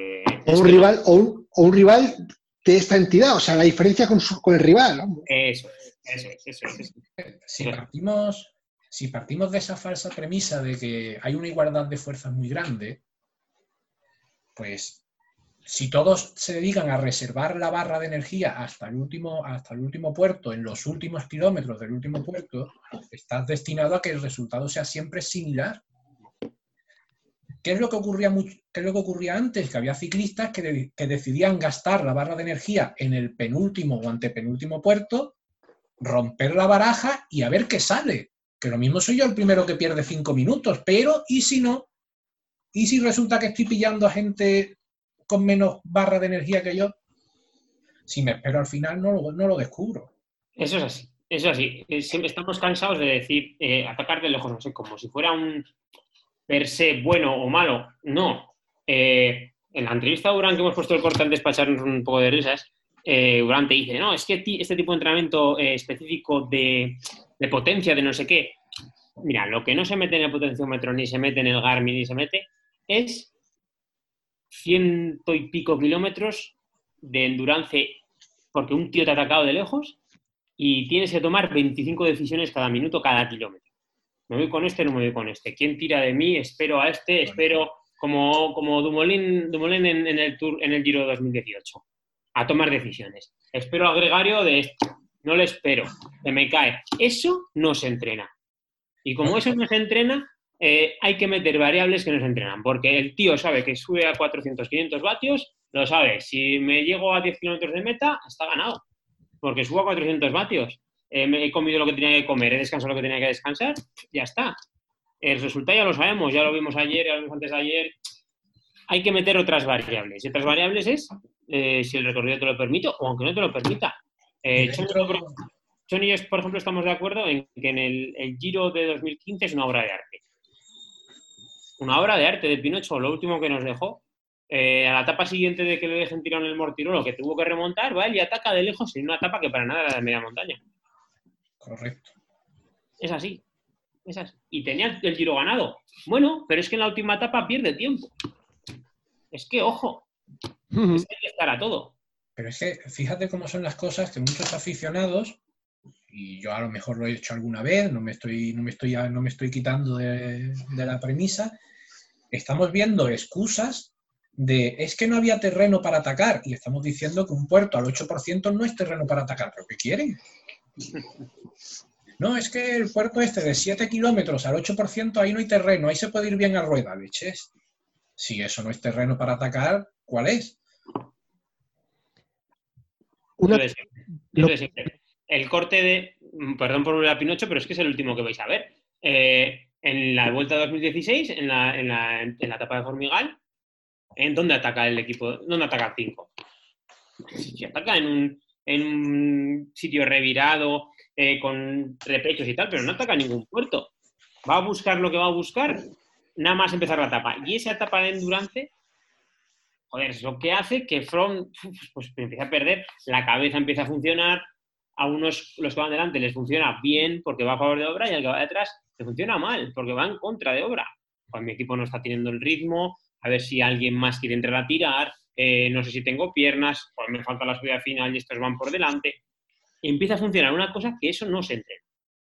un rival de esta entidad, o sea, la diferencia con el rival. ¿No? Eso. Si partimos de esa falsa premisa de que hay una igualdad de fuerzas muy grande, pues si todos se dedican a reservar la barra de energía hasta el último puerto, en los últimos kilómetros del último puerto, estás destinado a que el resultado sea siempre similar. ¿Qué es lo que ocurría antes? Que había ciclistas que decidían gastar la barra de energía en el penúltimo o antepenúltimo puerto, romper la baraja y a ver qué sale. Que lo mismo soy yo el primero que pierde 5 minutos, pero ¿y si no? ¿Y si resulta que estoy pillando a gente con menos barra de energía que yo? Si me espero al final no lo descubro. Eso es así. Siempre estamos cansados de decir atacar de lejos, no sé, como si fuera un per se bueno o malo. No. En la entrevista a Urán, que hemos puesto el corte antes para echarnos un poco de risas, Urán te dice, no, es que este tipo de entrenamiento específico de potencia, de no sé qué, mira, lo que no se mete en el potenciómetro, ni se mete en el Garmin, ni se mete, es 100 y pico kilómetros de endurance, porque un tío te ha atacado de lejos y tienes que tomar 25 decisiones cada minuto, cada kilómetro. Me voy con este, no me voy con este. ¿Quién tira de mí? Espero a este, espero como Dumoulin en el Tour, en el Giro de 2018. A tomar decisiones. Espero al gregario de este. No le espero. Se me cae. Eso no se entrena. Y como eso no se entrena, hay que meter variables que no se entrenan. Porque el tío sabe que sube a 400, 500 vatios, lo sabe. Si me llego a 10 kilómetros de meta, está ganado. Porque subo a 400 vatios. He comido lo que tenía que comer, he descansado lo que tenía que descansar, ya está. El resultado ya lo sabemos, ya lo vimos ayer, ya lo vimos antes de ayer. Hay que meter otras variables. Y otras variables es si el recorrido te lo permite o aunque no te lo permita. Chon y yo, por ejemplo, estamos de acuerdo en que en el Giro de 2015 es una obra de arte. Una obra de arte de Pinocho, lo último que nos dejó. A la etapa siguiente de que le dejen tirado en el Mortirolo, que tuvo que remontar, va él y ataca de lejos en una etapa que para nada era de media montaña. Correcto. Es así. Y tenía el Giro ganado. Bueno, pero es que en la última etapa pierde tiempo. Es que, ojo, es que hay que estar a todo. Pero es que fíjate cómo son las cosas que muchos aficionados y yo a lo mejor lo he hecho alguna vez, no me estoy quitando de la premisa, estamos viendo excusas de es que no había terreno para atacar y estamos diciendo que un puerto al 8% no es terreno para atacar. ¿Pero qué quieren? No, es que el puerto este de 7 kilómetros al 8% ahí no hay terreno, ahí se puede ir bien a rueda, leches. Si eso no es terreno para atacar, ¿cuál es? El corte de... Perdón por volver a Pinocho, pero es que es el último que vais a ver. En la Vuelta 2016, en la etapa de Formigal, ¿en dónde ataca el equipo? ¿Dónde ataca el 5? Si ataca en un sitio revirado, con repechos y tal, pero no ataca ningún puerto. Va a buscar lo que va a buscar, nada más empezar la etapa. Y esa etapa de endurance, joder, es lo que hace que Froome pues empieza a perder, la cabeza empieza a funcionar, a unos, los que van delante, les funciona bien porque va a favor de obra y al que va detrás le funciona mal porque va en contra de obra. Pues mi equipo no está teniendo el ritmo, a ver si alguien más quiere entrar a tirar, no sé si tengo piernas, pues me falta la subida final y estos van por delante. Y empieza a funcionar una cosa que eso no se entrena.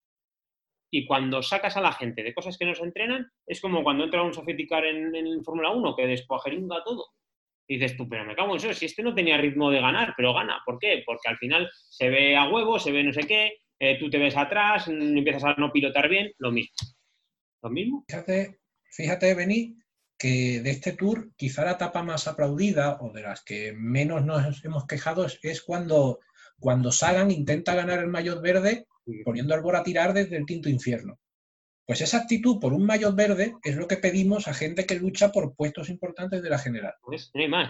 Y cuando sacas a la gente de cosas que no se entrenan, es como cuando entra un safety car en Fórmula 1 que descuajeringa todo. Y dices tú, pero me cago en eso, si este no tenía ritmo de ganar, pero gana. ¿Por qué? Porque al final se ve a huevo, se ve no sé qué, tú te ves atrás, empiezas a no pilotar bien, lo mismo. ¿Lo mismo? Fíjate, Beni, que de este Tour quizá la etapa más aplaudida o de las que menos nos hemos quejado es cuando Sagan intenta ganar el maillot verde poniendo al Bora a tirar desde el quinto infierno. Pues esa actitud por un maillot verde es lo que pedimos a gente que lucha por puestos importantes de la general. Pues no hay más,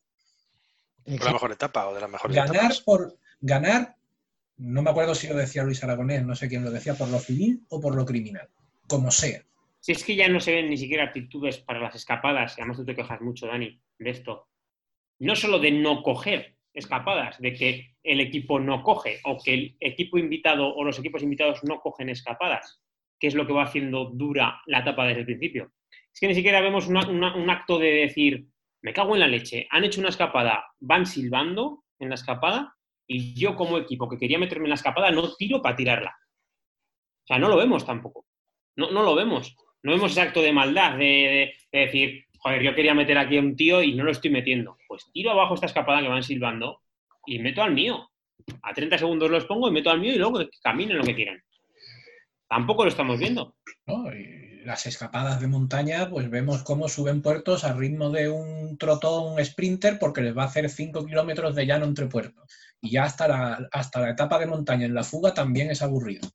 Por la mejor etapa o de las mejores etapas. Ganar, no me acuerdo si lo decía Luis Aragonés, no sé quién lo decía, por lo civil o por lo criminal, como sea. Si es que ya no se ven ni siquiera actitudes para las escapadas, y además tú te quejas mucho, Dani, de esto. No solo de no coger escapadas, de que el equipo no coge o que el equipo invitado o los equipos invitados no cogen escapadas, que es lo que va haciendo dura la etapa desde el principio. Es que ni siquiera vemos un acto de decir, me cago en la leche, han hecho una escapada, van silbando en la escapada y yo como equipo que quería meterme en la escapada no tiro para tirarla. O sea, no lo vemos tampoco. No lo vemos. No vemos ese acto de maldad de decir, joder, yo quería meter aquí a un tío y no lo estoy metiendo. Pues tiro abajo esta escapada que van silbando y meto al mío. A 30 segundos los pongo y meto al mío y luego que caminen lo que quieran. Tampoco lo estamos viendo. ¿No? Y las escapadas de montaña, pues vemos cómo suben puertos a ritmo de un trotón sprinter porque les va a hacer 5 kilómetros de llano entre puertos. Y ya hasta la etapa de montaña en la fuga también es aburrido.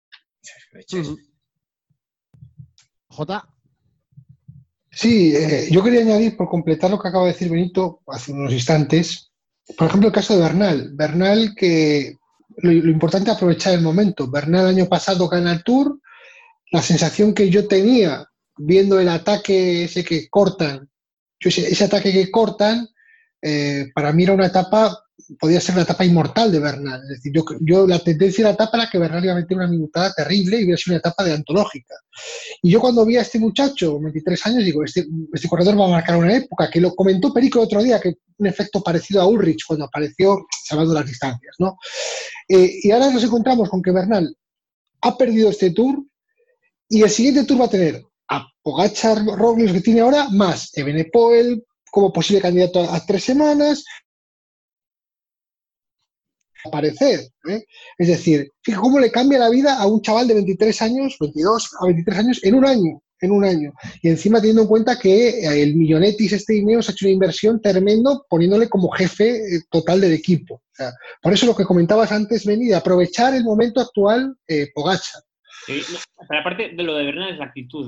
Jota. Sí, yo quería añadir, por completar lo que acaba de decir Benito hace unos instantes, por ejemplo, el caso de Bernal. Bernal, que lo importante es aprovechar el momento. Bernal el año pasado gana el Tour. La sensación que yo tenía viendo el ataque ese que cortan, ese ataque que cortan, para mí era una etapa, podía ser una etapa inmortal de Bernal. Es decir, yo la tendencia de la etapa era que Bernal iba a meter una minutada terrible y hubiera sido una etapa de antológica. Y yo cuando vi a este muchacho, 23 años, digo, este corredor va a marcar una época, que lo comentó Perico el otro día, que un efecto parecido a Ulrich cuando apareció salvando las distancias, ¿no? Y ahora nos encontramos con que Bernal ha perdido este Tour y el siguiente Tour va a tener a Pogačar, Roglic, que tiene ahora, más Evenepoel como posible candidato a 3 semanas, aparecer, ¿eh? Es decir, fíjate cómo le cambia la vida a un chaval de 23 años, 22 a 23 años en un año. Y encima teniendo en cuenta que el Millonetis este Ineos ha hecho una inversión tremendo poniéndole como jefe total del equipo. O sea, por eso lo que comentabas antes, Beni, de aprovechar el momento actual, Pogačar. Sí, no, pero aparte de lo de Bernal es la actitud.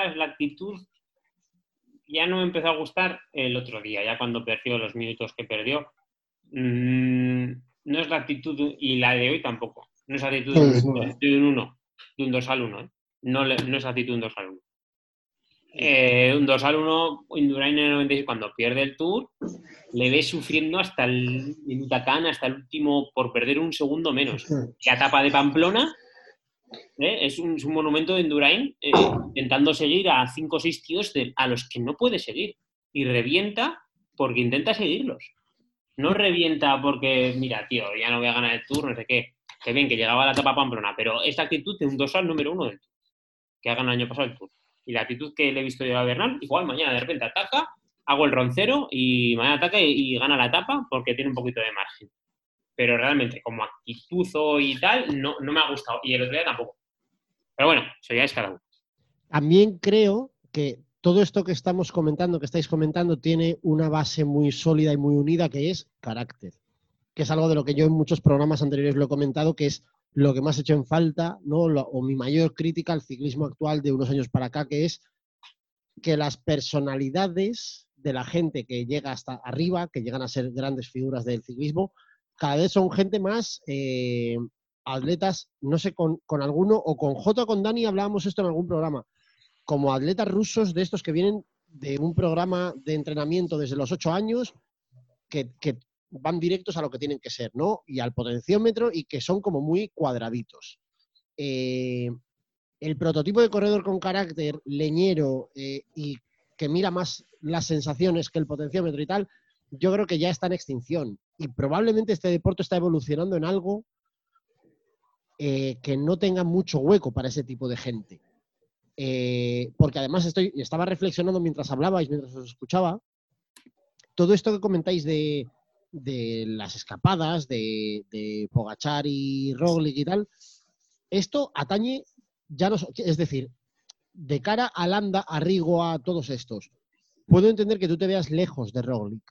Ya no me empezó a gustar el otro día, ya cuando perdió los minutos que perdió. No es la actitud, y la de hoy tampoco. No es la actitud de un 2 al 1. No es la actitud de un 2 al 1. Un 2 al 1, Indurain en el 96, cuando pierde el Tour, le ves sufriendo hasta el Minutacán, hasta el último, por perder un segundo menos. La etapa de Pamplona es un monumento de Indurain intentando seguir a 5 o 6 tíos a los que no puede seguir. Y revienta porque intenta seguirlos. No revienta porque, mira, tío, ya no voy a ganar el Tour, no sé qué. que bien, que llegaba a la etapa Pamplona, pero esta actitud de un dorsal número 1 del Tour, que ha ganado el año pasado el Tour. Y la actitud que le he visto yo a Bernal, igual mañana de repente ataca, hago el roncero y mañana ataca y gana la etapa porque tiene un poquito de margen. Pero realmente, como actitud y tal, no me ha gustado. Y el otro día tampoco. Pero bueno, eso ya es cada uno. También creo que todo esto que estamos comentando, que estáis comentando, tiene una base muy sólida y muy unida, que es carácter. Que es algo de lo que yo en muchos programas anteriores lo he comentado, que es lo que más he hecho en falta, ¿no? O mi mayor crítica al ciclismo actual de unos años para acá, que es que las personalidades de la gente que llega hasta arriba, que llegan a ser grandes figuras del ciclismo, cada vez son gente más atletas, no sé, con alguno, o con Jota o con Dani hablábamos esto en algún programa, como atletas rusos de estos que vienen de un programa de entrenamiento desde los 8 años, que van directos a lo que tienen que ser, ¿no? Y al potenciómetro, y que son como muy cuadraditos. El prototipo de corredor con carácter, leñero, y que mira más las sensaciones que el potenciómetro y tal, yo creo que ya está en extinción. Y probablemente este deporte está evolucionando en algo que no tenga mucho hueco para ese tipo de gente. Porque además estaba reflexionando mientras hablabais, mientras os escuchaba, todo esto que comentáis de las escapadas, de Pogačar y Roglic y tal, esto atañe, ya no, es decir, de cara a Landa, a Rigo, a todos estos, puedo entender que tú te veas lejos de Roglic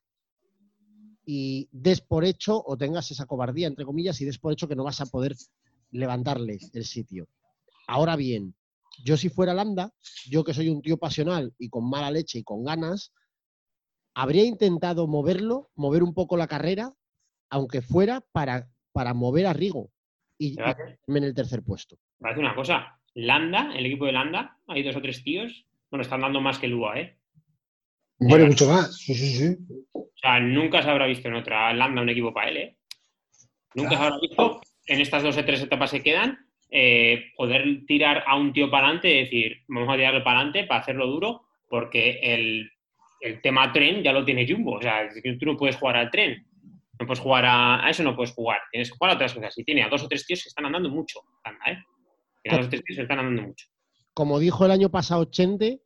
y des por hecho, o tengas esa cobardía, entre comillas, y des por hecho que no vas a poder levantarles el sitio. Ahora bien, yo si fuera Landa, yo que soy un tío pasional y con mala leche y con ganas, habría intentado mover un poco la carrera, aunque fuera para mover a Rigo y en el tercer puesto. Me parece una cosa. Landa, el equipo de Landa, hay 2 o 3 tíos. Bueno, están dando más que Lua, ¿eh? Bueno, mucho más. Sí. O sea, nunca se habrá visto en otra Landa un equipo para él, ¿eh? Nunca se habrá visto en estas 2 o 3 etapas que quedan poder tirar a un tío para adelante y decir, vamos a tirarlo para adelante para hacerlo duro, porque el tema tren ya lo tiene Jumbo. O sea, tú no puedes jugar al tren. No puedes jugar a eso, no puedes jugar. Tienes que jugar a otras cosas. Y tiene a 2 o 3 tíos que están andando mucho. Landa, ¿eh? Tiene a 2 o 3 tíos que están andando mucho. Como dijo el año pasado Chente,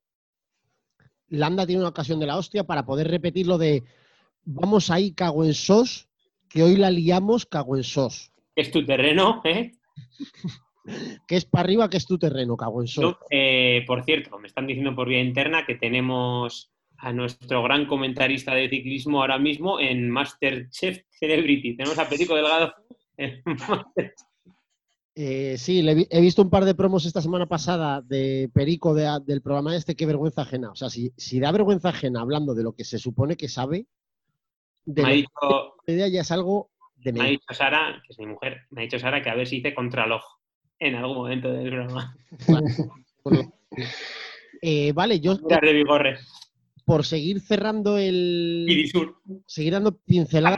Landa tiene una ocasión de la hostia para poder repetir lo de vamos ahí, cago en sos, que hoy la liamos, cago en sos. Es tu terreno, ¿eh? Que es para arriba, que es tu terreno, cago en sos. No, por cierto, me están diciendo por vía interna que tenemos a nuestro gran comentarista de ciclismo ahora mismo en Masterchef Celebrity. Tenemos a Perico Delgado en Masterchef. Sí, he visto un par de promos esta semana pasada de Perico del programa este, qué vergüenza ajena. O sea, si da vergüenza ajena hablando de lo que se supone que sabe, la idea ya es algo de me ha dicho Sara, que es mi mujer, me ha dicho Sara que a ver si hice contraloj en algún momento del programa. Vale, yo de Vigorre. Por seguir cerrando seguir dando pinceladas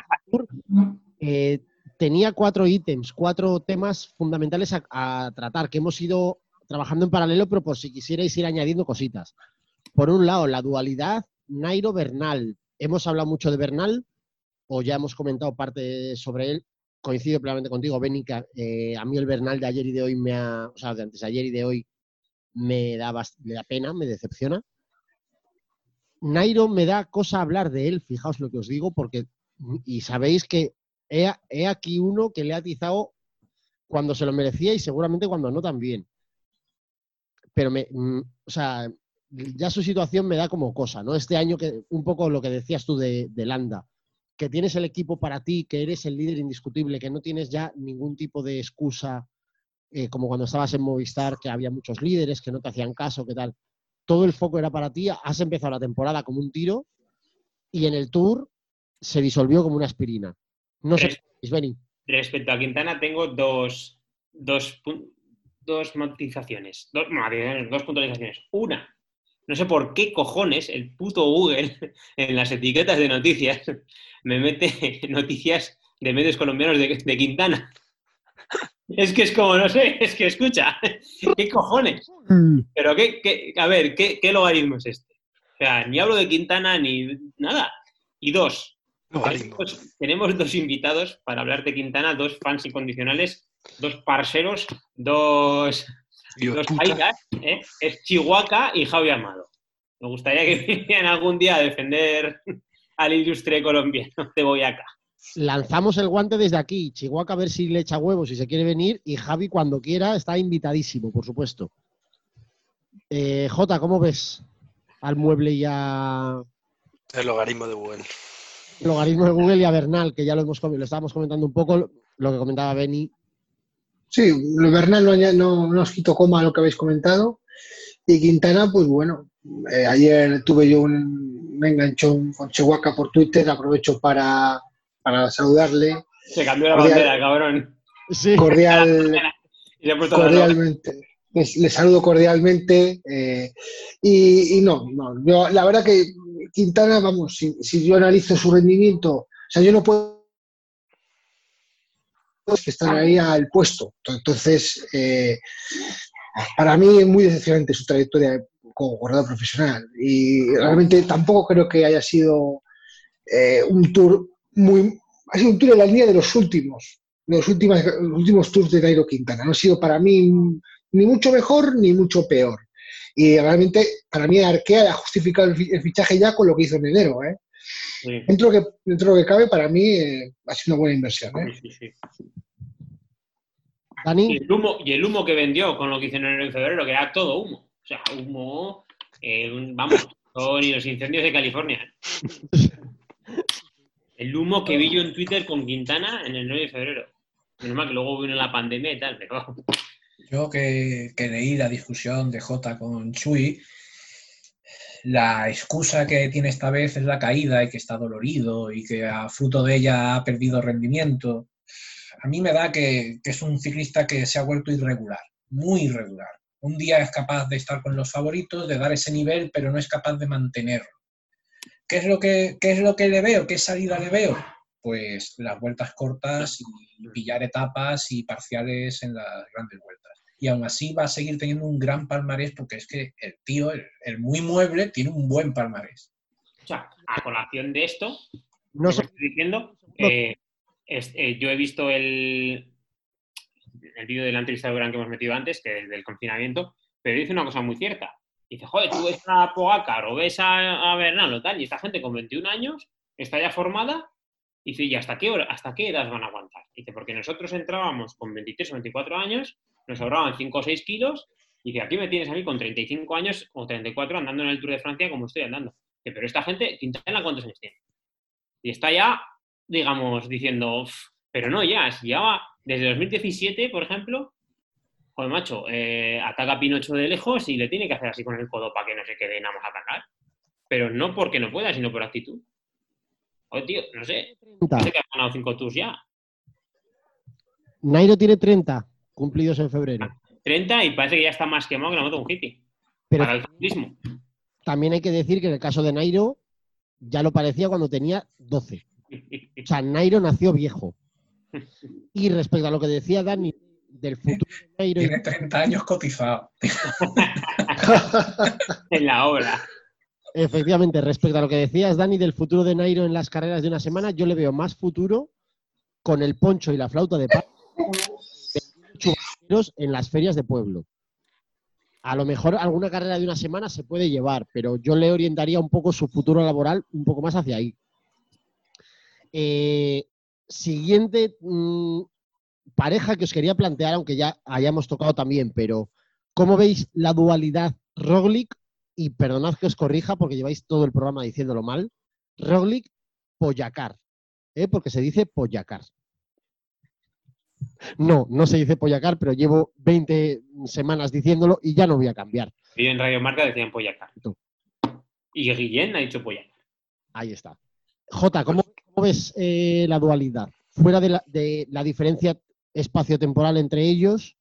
tenía 4 ítems, 4 temas fundamentales a tratar, que hemos ido trabajando en paralelo, pero por si quisierais ir añadiendo cositas. Por un lado, la dualidad Nairo-Bernal. Hemos hablado mucho de Bernal, o ya hemos comentado parte sobre él. Coincido plenamente contigo, Benny, que a mí el Bernal de ayer y de hoy de antes de ayer y de hoy me da pena, me decepciona. Nairo me da cosa hablar de él, fijaos lo que os digo, porque, y sabéis que he aquí uno que le ha atizado cuando se lo merecía y seguramente cuando no también. Pero o sea, ya su situación me da como cosa, ¿no? Este año, que un poco lo que decías tú de Landa, que tienes el equipo para ti, que eres el líder indiscutible, que no tienes ya ningún tipo de excusa, como cuando estabas en Movistar, que había muchos líderes que no te hacían caso, ¿qué tal? Todo el foco era para ti, has empezado la temporada como un tiro y en el Tour se disolvió como una aspirina. No sé, Benny. Respecto a Quintana tengo dos matizaciones, dos puntualizaciones. Una, no sé por qué cojones el puto Google en las etiquetas de noticias me mete noticias de medios colombianos de Quintana. Es que es como, no sé, es que escucha, ¿qué cojones? Pero a ver, ¿qué logaritmo es este? O sea, ni hablo de Quintana ni nada. Y 2, tenemos 2 invitados para hablar de Quintana, 2 fans incondicionales dos parceros, dos pailas, es Chihuahua y Javi Amado. Me gustaría que vinieran algún día a defender al ilustre colombiano de Boyacá. Lanzamos el guante desde aquí. Chihuahua a ver si le echa huevos si se quiere venir. Y Javi, cuando quiera, está invitadísimo, por supuesto. Jota, ¿cómo ves al mueble y a... El logaritmo de Google. El logaritmo de Google y a Bernal, que ya lo estábamos comentando un poco, lo que comentaba Beni. Sí, Bernal no os quito coma a lo que habéis comentado. Y Quintana, pues bueno, ayer tuve yo un enganchón con Chihuahua por Twitter, aprovecho para saludarle. Se cambió la bandera, cabrón. Sí. Cordialmente. Le saludo cordialmente. Y no, yo, la verdad que Quintana, vamos, si yo analizo su rendimiento, o sea, yo no puedo estar ahí al puesto. Entonces, para mí es muy decepcionante su trayectoria como corredor profesional y realmente tampoco creo que haya sido un tour ha sido un tour en la línea de los últimos tours de Nairo Quintana. No ha sido para mí ni mucho mejor ni mucho peor. Y realmente para mí Arkea ha justificado el fichaje ya con lo que hizo en enero. Sí. Dentro de lo que cabe, para mí ha sido una buena inversión. Sí. ¿Dani? Y el humo que vendió con lo que hizo en enero y febrero, que era todo humo. O sea, humo, vamos, ni los incendios de California. El humo que vi yo en Twitter con Quintana en enero y febrero. Menos mal que luego vino la pandemia y tal, pero... Yo que leí la discusión de Jota con Chuy, la excusa que tiene esta vez es la caída y que está dolorido y que a fruto de ella ha perdido rendimiento. A mí me da que es un ciclista que se ha vuelto irregular, muy irregular. Un día es capaz de estar con los favoritos, de dar ese nivel, pero no es capaz de mantenerlo. ¿Qué es lo que le veo? ¿Qué salida le veo? Pues las vueltas cortas y pillar etapas y parciales en las grandes vueltas. Y aún así va a seguir teniendo un gran palmarés porque es que el tío, el muy mueble, tiene un buen palmarés. O sea, a colación de esto, no sé. estoy diciendo, yo he visto el vídeo de la entrevista de Durán que hemos metido antes, que es del confinamiento, pero dice una cosa muy cierta. Dice, joder, tú ves a Pogacar o ves a Bernal o tal, y esta gente con 21 años está ya formada, y dice, ¿y hasta qué edad van a aguantar? Dice, porque nosotros entrábamos con 23 o 24 años, nos sobraban 5 o 6 kilos, y dice, aquí me tienes a mí con 35 años o 34 andando en el Tour de Francia como estoy andando. Dice, pero esta gente, Quintana, ¿cuántos años tiene? Y está ya, digamos, diciendo, pero no ya, si ya va desde 2017, por ejemplo, joder, macho, ataca a Pinocho de lejos y le tiene que hacer así con el codo para que no se quede nada más a atacar. Pero no porque no pueda, sino por actitud. Oye, tío, no sé. Parece que ha ganado 5 tours ya. Nairo tiene 30 cumplidos en febrero. 30 y parece que ya está más quemado que la moto de un hippie. Pero para el ciclismo. También hay que decir que en el caso de Nairo ya lo parecía cuando tenía 12. O sea, Nairo nació viejo. Y respecto a lo que decía Dani del futuro de Nairo... Tiene 30 años cotizado. En la obra. Efectivamente, respecto a lo que decías, Dani, del futuro de Nairo en las carreras de una semana, yo le veo más futuro con el poncho y la flauta de pan en las ferias de pueblo. A lo mejor alguna carrera de una semana se puede llevar, pero yo le orientaría un poco su futuro laboral un poco más hacia ahí. Siguiente pareja que os quería plantear, aunque ya hayamos tocado también, pero ¿cómo veis la dualidad Roglic? Y perdonad que os corrija porque lleváis todo el programa diciéndolo mal. Roglic, Pogacar. Porque se dice Pogacar. No se dice Pogacar, pero llevo 20 semanas diciéndolo y ya no voy a cambiar. Y en Radio Marca decían Pogacar. Y Guillén ha dicho Pogacar. Ahí está. Jota, ¿cómo ves la dualidad? Fuera de la diferencia espacio-temporal entre ellos.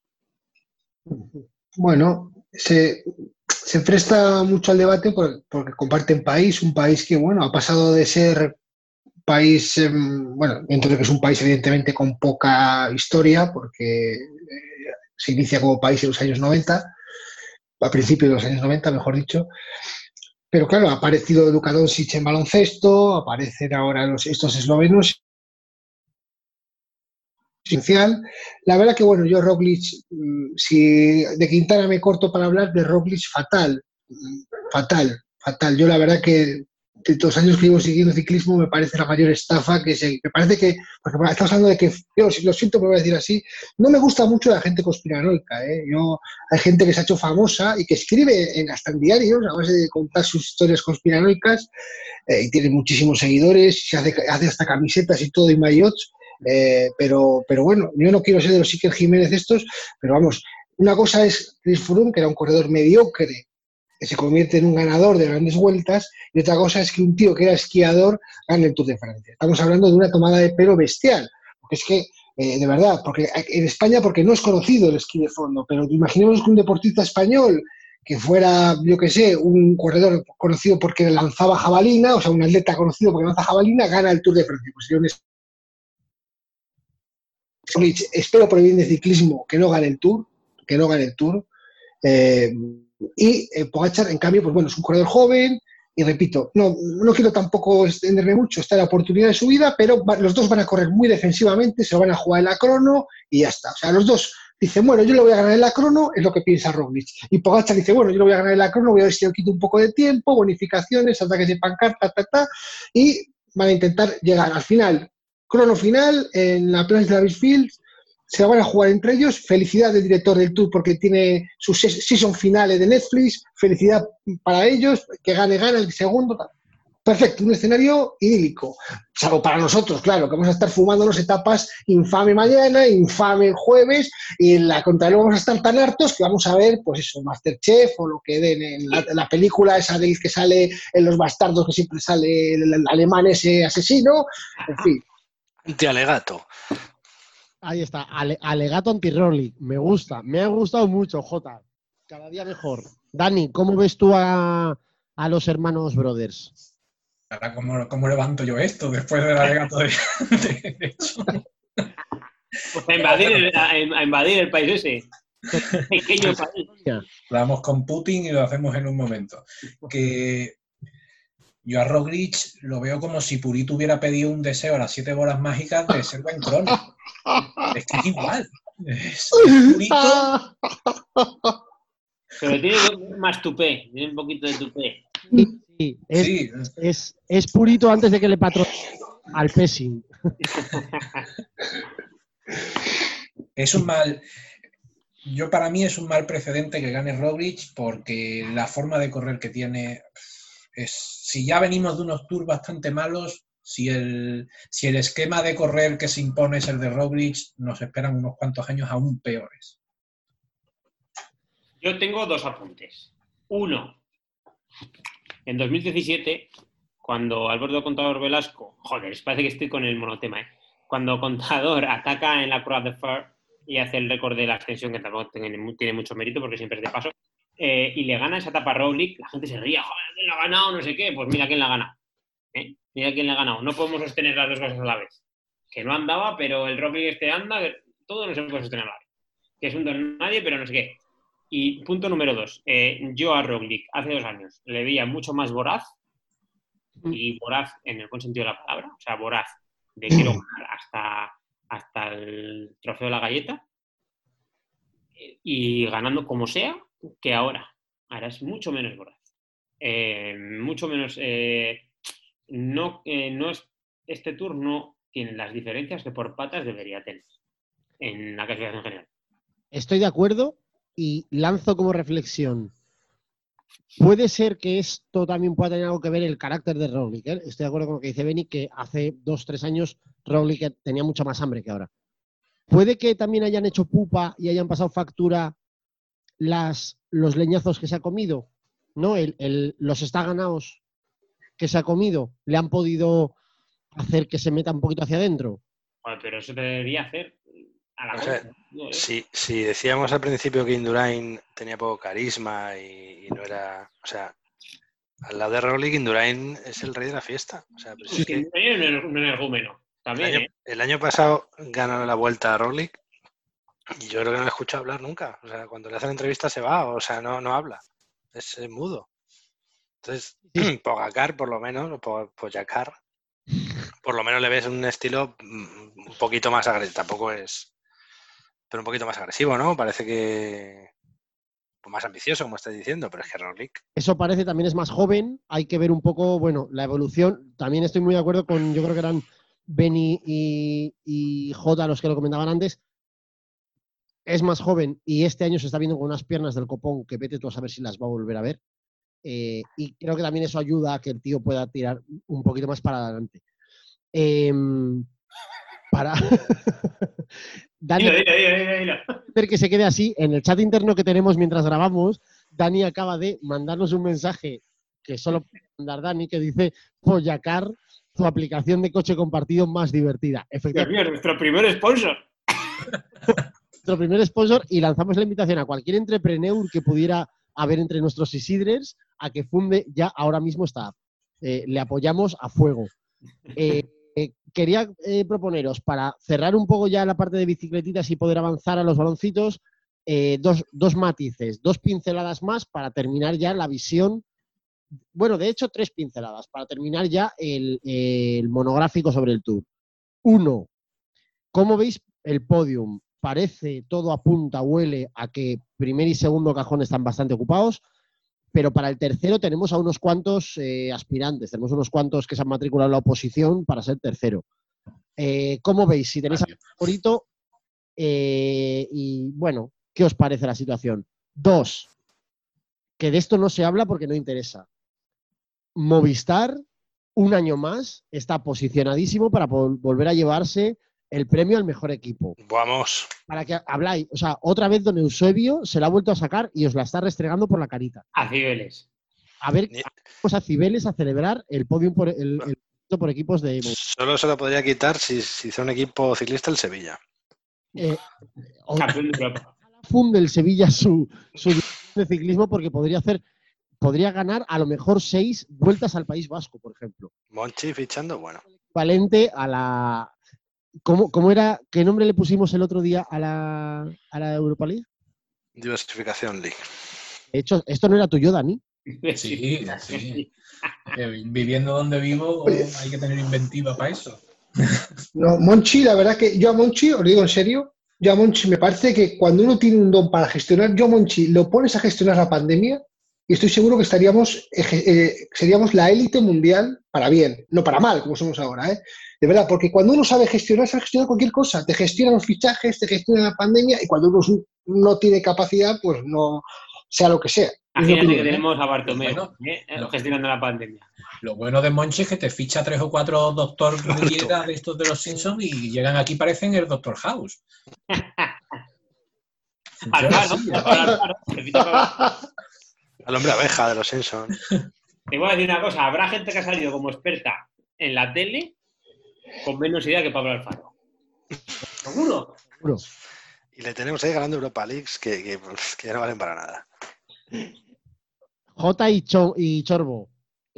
Bueno, se presta mucho al debate porque comparten país, un país que, bueno, ha pasado de ser país, bueno, dentro de que es un país evidentemente con poca historia, porque se inicia como país en los años 90, a principios de los años 90, mejor dicho, pero claro, ha aparecido Luka Doncic en baloncesto, aparecen ahora estos eslovenos, esencial. La verdad que, bueno, yo Roglic, si de Quintana me corto para hablar, de Roglic fatal. Yo la verdad que de todos los años que llevo siguiendo ciclismo me parece la mayor estafa me parece que, porque estamos hablando de que, yo lo siento, me voy a decir así, no me gusta mucho la gente conspiranoica, ¿eh? Hay gente que se ha hecho famosa y que escribe hasta en diarios a base de contar sus historias conspiranoicas, y tiene muchísimos seguidores, se hace hasta camisetas y todo y maillots, pero bueno, yo no quiero ser de los Iker Jiménez estos, pero vamos, una cosa es Chris Froome, que era un corredor mediocre, que se convierte en un ganador de grandes vueltas, y otra cosa es que un tío que era esquiador gane el Tour de Francia. Estamos hablando de una tomada de pelo bestial, porque es que, de verdad, porque en España, porque no es conocido el esquí de fondo, pero imaginemos que un deportista español que fuera, yo qué sé, un corredor conocido porque lanzaba jabalina, o sea, un atleta conocido porque lanza jabalina, gana el Tour de Francia. Pues yo espero por el bien de ciclismo que no gane el Tour, y Pogačar, en cambio, pues bueno, es un corredor joven y repito, no quiero tampoco extenderme mucho, está la oportunidad de su vida, pero los dos van a correr muy defensivamente, se van a jugar en la crono y ya está. O sea, los dos dicen, bueno, yo lo voy a ganar en la crono, es lo que piensa Roglic. Y Pogačar dice, bueno, yo lo voy a ganar en la crono, voy a ver si yo quito un poco de tiempo, bonificaciones, ataques de pancarta, y van a intentar llegar al final, crono final, en la Planche de la Bisfield. Se van a jugar entre ellos. Felicidad del director del Tour porque tiene su season finale de Netflix. Felicidad para ellos, que gane el segundo. Perfecto, un escenario idílico. Salvo para nosotros, claro, que vamos a estar fumándonos etapas infame mañana, infame el jueves, y en la contrarreloj vamos a estar tan hartos que vamos a ver, pues eso, Masterchef o lo que den en la película esa del que sale en Los Bastardos, que siempre sale el alemán ese asesino, en fin. Antialegato. Ahí está, alegato anti-Roglic. Me gusta, me ha gustado mucho, Jota. Cada día mejor. Dani, ¿cómo ves tú a los hermanos Brothers? Ahora, ¿cómo levanto yo esto después del alegato de hecho? Pues a invadir el país ese. Pequeño país. Vamos con Putin y lo hacemos en un momento. Que yo a Roglic lo veo como si Purito hubiera pedido un deseo a las 7 bolas mágicas de ser buen crono. Es que es igual. Es Purito. Pero tiene más tupé, tiene un poquito de tupé. Sí, es Purito antes de que le patrocine al Pessing. Es un mal... Para mí es un mal precedente que gane Roglic porque la forma de correr que tiene es... Si ya venimos de unos tours bastante malos, si el esquema de correr que se impone es el de Roglic, nos esperan unos cuantos años aún peores. Yo tengo dos apuntes. Uno, en 2017, cuando Alberto Contador Velasco, parece que estoy con el monotema, cuando Contador ataca en la Croix de Fer y hace el récord de la extensión, que tampoco tiene mucho mérito porque siempre es de paso, y le gana esa etapa a Roglic, la gente se ría, joder, ¿quién la ha ganado? No sé qué, pues mira quién la ha ganado. Mira quién la ha ganado. No podemos sostener las dos cosas a la vez. Que no andaba, pero el Roglic anda, todo no se puede sostener a la vez. Que es un don nadie, pero no sé qué. Y punto número 2. Yo a Roglic hace 2 años le veía mucho más voraz, y voraz en el buen sentido de la palabra, o sea, voraz de quiero ganar hasta el trofeo de la galleta, y ganando como sea, que ahora. Ahora es mucho menos voraz. Mucho menos... este Tour no tiene las diferencias que por patas debería tener en la clasificación general. Estoy de acuerdo y lanzo como reflexión. Puede ser que esto también pueda tener algo que ver el carácter de Roglic, ¿eh? Estoy de acuerdo con lo que dice Beni, que hace 2-3 años Roglic tenía mucha más hambre que ahora. Puede que también hayan hecho pupa y hayan pasado factura los leñazos que se ha comido, ¿no? Los está ganados que se ha comido, le han podido hacer que se meta un poquito hacia adentro. Bueno, pero eso debería hacer a la cosa. Si decíamos al principio que Indurain tenía poco carisma y no era... O sea, al lado de Roglic, Indurain es el rey de la fiesta. O sea, pero es que Indurain es un energúmeno. También, el año pasado ganó la Vuelta a Roglic y yo creo que no le he escuchado hablar nunca. O sea, cuando le hacen entrevistas se va, o sea, no habla. Es mudo. Entonces, Pogačar, por lo menos, o Pogačar, Por lo menos le ves un estilo un poquito más agresivo. Tampoco es... Pero un poquito más agresivo, ¿no? Parece que... Pues más ambicioso, como estás diciendo, pero es que Roglic... Eso parece, también es más joven. Hay que ver un poco, bueno, la evolución. También estoy muy de acuerdo con, yo creo que eran Benny y Jota los que lo comentaban antes. Es más joven y este año se está viendo con unas piernas del copón que vete tú a saber si las va a volver a ver. Y creo que también eso ayuda a que el tío pueda tirar un poquito más para adelante. Para... Dani, Dilo. ver que se quede así. En el chat interno que tenemos mientras grabamos, Dani acaba de mandarnos un mensaje que solo puede mandar Dani, que dice: Poyacar, tu aplicación de coche compartido más divertida. Dios mío, nuestro primer sponsor. Nuestro primer sponsor, y lanzamos la invitación a cualquier entrepreneur que pudiera haber entre nuestros Isidres a que funde ya ahora mismo esta app. Le apoyamos a fuego. Quería proponeros, para cerrar un poco ya la parte de bicicletitas y poder avanzar a los baloncitos, dos matices, 2 pinceladas más para terminar ya la visión. Bueno, de hecho, 3 pinceladas para terminar ya el monográfico sobre el Tour. 1. ¿Cómo veis el podium? Parece, todo apunta, huele a que primer y segundo cajón están bastante ocupados, pero para el tercero tenemos a unos cuantos aspirantes, tenemos unos cuantos que se han matriculado en la oposición para ser tercero. ¿Cómo veis? Si tenéis algún favorito, y bueno, ¿qué os parece la situación? 2, que de esto no se habla porque no interesa. Movistar, un año más, está posicionadísimo para volver a llevarse el premio al mejor equipo. Vamos. Para que habláis, o sea, otra vez don Eusebio se la ha vuelto a sacar y os la está restregando por la carita. A Cibeles. A ver, vamos a Cibeles a celebrar el podium por equipos de... Solo se lo podría quitar si hizo un equipo ciclista el Sevilla. Campeón de Europa. Funde el Sevilla su de ciclismo porque podría ganar a lo mejor 6 vueltas al País Vasco, por ejemplo. Monchi fichando, bueno. Equivalente a la... ¿Cómo era? ¿Qué nombre le pusimos el otro día a la Europa League? Diversificación League. De hecho, esto no era tuyo, Dani. Sí. Viviendo donde vivo hay que tener inventiva para eso. No, Monchi, la verdad que yo a Monchi, os digo en serio, yo a Monchi me parece que cuando uno tiene un don para gestionar, yo a Monchi lo pones a gestionar la pandemia y estoy seguro que seríamos la élite mundial para bien, no para mal, como somos ahora, ¿eh? De verdad, porque cuando uno sabe gestionar cualquier cosa, te gestiona los fichajes, te gestiona la pandemia, y cuando uno no tiene capacidad, pues no, sea lo que sea. Imagínate que tenemos a Bartomeu gestionando la pandemia. Lo bueno de Monchi es que te ficha 3 o 4 Doctor Riera de estos de los Simpsons y llegan aquí, parecen el Doctor House. Al hombre abeja de los Simpsons. Te voy a decir una cosa, habrá gente que ha salido como experta en la tele con menos idea que Pablo Alfaro. ¿Seguro? Y le tenemos ahí ganando Europa Leagues que ya no valen para nada. Jota y Chorbo.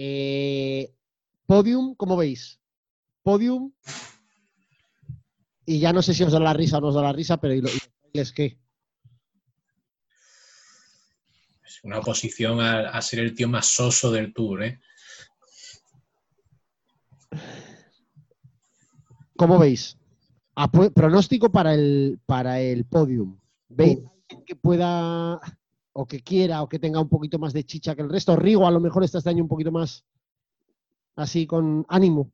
Podium, ¿cómo veis? Podium. Y ya no sé si os da la risa o no os da la risa, pero ¿es qué? Es una oposición a ser el tío más soso del Tour, ¿eh? ¿Cómo veis? Pronóstico para el podium. ¿Veis que pueda, o que quiera, o que tenga un poquito más de chicha que el resto? Rigo a lo mejor está este año un poquito más así con ánimo.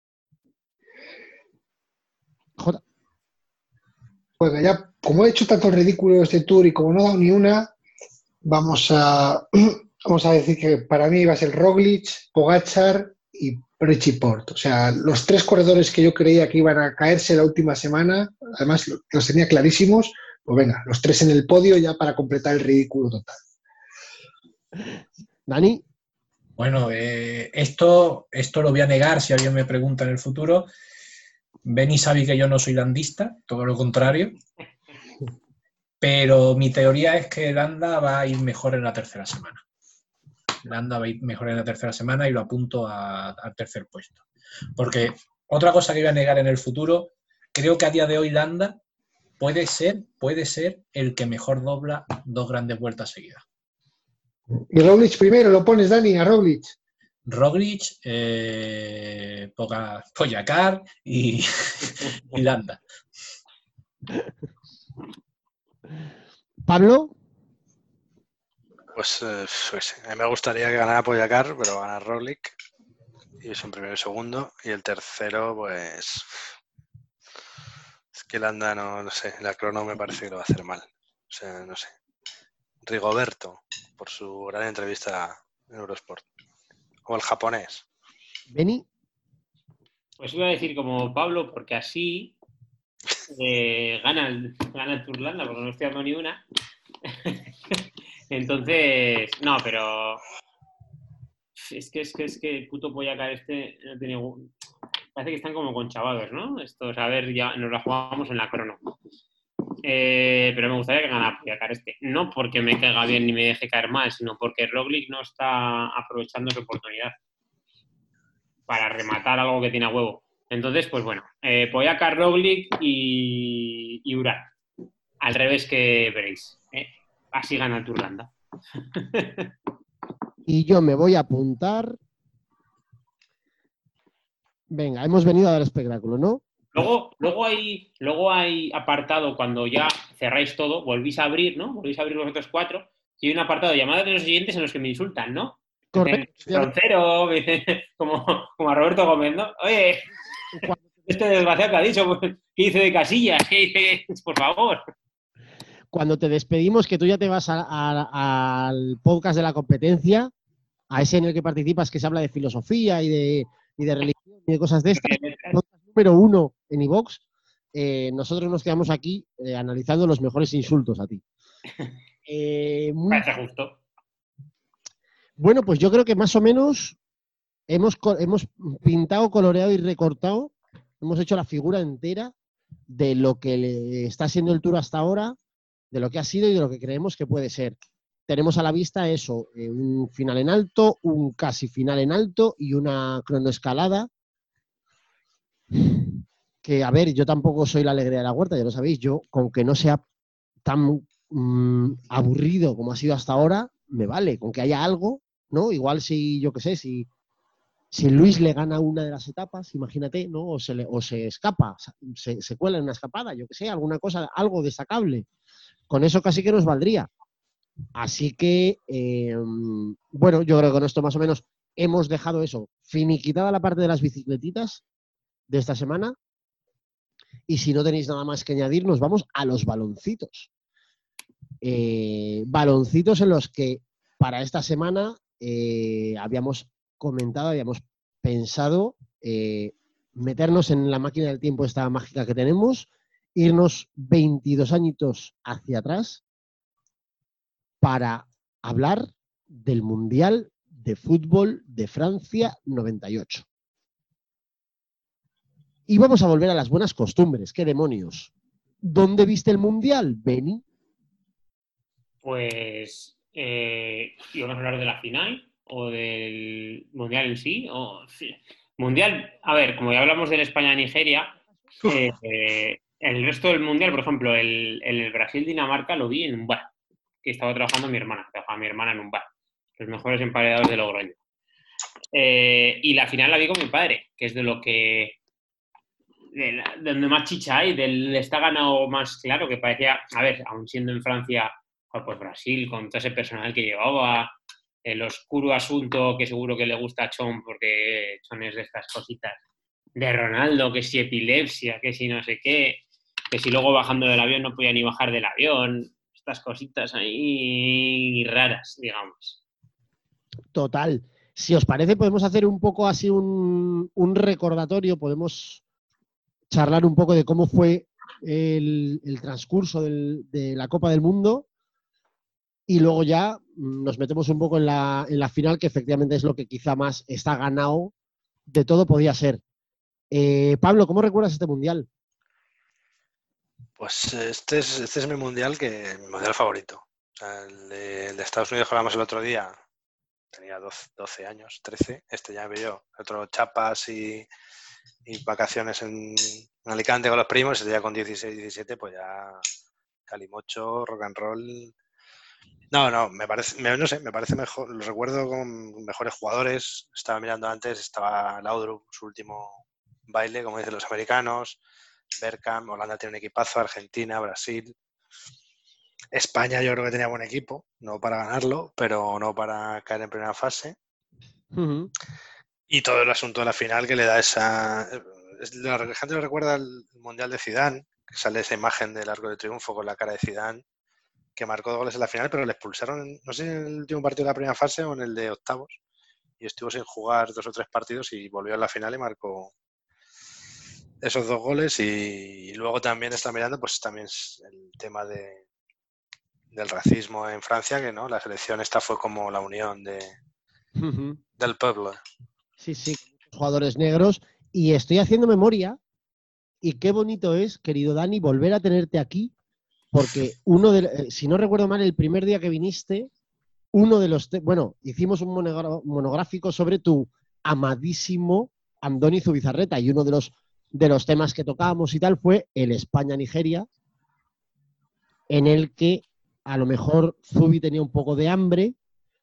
Jota. Pues ya, como he hecho tanto ridículo este Tour y como no he dado ni una, vamos a decir que para mí va a ser Roglic, Pogačar y Richie Porte. O sea, los 3 corredores que yo creía que iban a caerse la última semana, además los tenía clarísimos, pues venga, los 3 en el podio ya para completar el ridículo total. Dani. Bueno, esto lo voy a negar si alguien me pregunta en el futuro. Benny sabe que yo no soy landista, todo lo contrario. Pero mi teoría es que Landa va a ir mejor en la tercera semana. Landa va a ir mejor en la tercera semana y lo apunto al tercer puesto. Porque otra cosa que voy a negar en el futuro, creo que a día de hoy Landa puede ser el que mejor dobla 2 grandes vueltas seguidas. Y Roglic primero, lo pones, Dani, a Roglic. Roglic, Pogačar y Landa. ¿Pablo? Pues a mí me gustaría que ganara Pogačar, pero gana Roglic. Y es un primero y segundo. Y el tercero, pues... Es que Landa, no sé, la crono me parece que lo va a hacer mal. O sea, no sé. Rigoberto, por su gran entrevista en Eurosport. O el japonés. ¿Beni? Pues iba a decir como Pablo, porque así gana el Tour Landa, porque no estoy dando ni una. Entonces, no, pero es que el puto Pogačar no tiene... Parece que están como conchavados, ¿no? Estos, a ver, ya nos la jugamos en la crono. Pero me gustaría que ganara Pogačar este. No porque me caiga bien ni me deje caer mal, sino porque Roglic no está aprovechando su oportunidad para rematar algo que tiene a huevo. Entonces, pues bueno, Pogačar, Roglic y Uran. Al revés que veréis. Así gana el Tour Landa. Y yo me voy a apuntar. Venga, hemos venido a dar espectáculo, ¿no? Luego hay apartado cuando ya cerráis todo, volvís a abrir, ¿no? Volvís a abrir los otros 4 y hay un apartado de llamadas de los siguientes en los que me insultan, ¿no? Correcto. Roncero, como a Roberto Gómez, ¿no? Oye, este desgraciado que ha dicho, ¿qué dice de Casillas? ¿Qué dice? Por favor. Cuando te despedimos, que tú ya te vas al podcast de la competencia, a ese en el que participas, que se habla de filosofía y de religión y de cosas de estas, podcast número 1 en iVoox, nosotros nos quedamos aquí analizando los mejores insultos a ti. Parece justo. Bueno, pues yo creo que más o menos hemos pintado, coloreado y recortado, hemos hecho la figura entera de lo que está siendo el Tour hasta ahora, de lo que ha sido y de lo que creemos que puede ser. Tenemos a la vista eso, un final en alto, un casi final en alto y una cronoescalada. Que, a ver, yo tampoco soy la alegría de la huerta, ya lo sabéis, yo, con que no sea tan aburrido como ha sido hasta ahora, me vale, con que haya algo, ¿no? Igual si, yo qué sé, si Luis le gana una de las etapas, imagínate, ¿no? O se escapa, se cuela en una escapada, yo qué sé, alguna cosa, algo destacable. Con eso casi que nos valdría. Así que, bueno, yo creo que con esto más o menos hemos dejado eso, finiquitada la parte de las bicicletitas de esta semana. Y si no tenéis nada más que añadir, nos vamos a los baloncitos. Baloncitos en los que para esta semana habíamos comentado, habíamos pensado meternos en la máquina del tiempo esta mágica que tenemos, irnos 22 añitos hacia atrás para hablar del Mundial de Fútbol de Francia 98. Y vamos a volver a las buenas costumbres. ¿Qué demonios? ¿Dónde viste el Mundial, Beni? Pues íbamos a hablar de la final o del Mundial en sí. Mundial, a ver, como ya hablamos del España-Nigeria, el resto del Mundial, por ejemplo, el Brasil-Dinamarca lo vi en un bar, que estaba trabajando mi hermana. Trabajaba mi hermana en un bar. Los mejores emparedados de Logroño. Y la final la vi con mi padre, que es de lo que... de donde más chicha hay, está ganado más claro, que parecía, a ver, aún siendo en Francia, pues Brasil, con todo ese personal que llevaba, el oscuro asunto que seguro que le gusta a Chon, porque Chon es de estas cositas, de Ronaldo, que si epilepsia, que si no sé qué, que si luego bajando del avión no podía ni bajar del avión, estas cositas ahí raras, digamos. Total. Si os parece, podemos hacer un poco así un recordatorio, podemos charlar un poco de cómo fue el transcurso de la Copa del Mundo y luego ya nos metemos un poco en la final, que efectivamente es lo que quizá más está ganado de todo podía ser. Pablo, ¿cómo recuerdas este Mundial? Pues este es mi mundial favorito. O sea, el de Estados Unidos que hablamos el otro día, tenía 12 años, 13. Este ya me vio otro chapas y vacaciones en Alicante con los primos. Este ya con 16, 17, pues ya calimocho, rock and roll No, me parece, no sé, me parece mejor, lo recuerdo con mejores jugadores. Estaba mirando antes, estaba Laudrup, su último baile, como dicen los americanos, Bergkamp, Holanda tiene un equipazo, Argentina, Brasil. España yo creo que tenía buen equipo, no para ganarlo, pero no para caer en primera fase. Uh-huh. Y todo el asunto de la final que le da esa... La gente lo recuerda al Mundial de Zidane, que sale esa imagen del Arco de Triunfo con la cara de Zidane, que marcó 2 goles en la final, pero le expulsaron, no sé si en el último partido de la primera fase o en el de octavos, y estuvo sin jugar 2 o 3 partidos y volvió a la final y marcó esos 2 goles. Y luego también está mirando, pues también el tema del racismo en Francia, que no, la selección esta fue como la unión Uh-huh. del pueblo. Sí, muchos jugadores negros. Y estoy haciendo memoria, y qué bonito es, querido Dani, volver a tenerte aquí, porque si no recuerdo mal, el primer día que viniste, hicimos un monográfico sobre tu amadísimo Andoni Zubizarreta, y uno de los temas que tocábamos y tal fue el España-Nigeria, en el que a lo mejor Zubi tenía un poco de hambre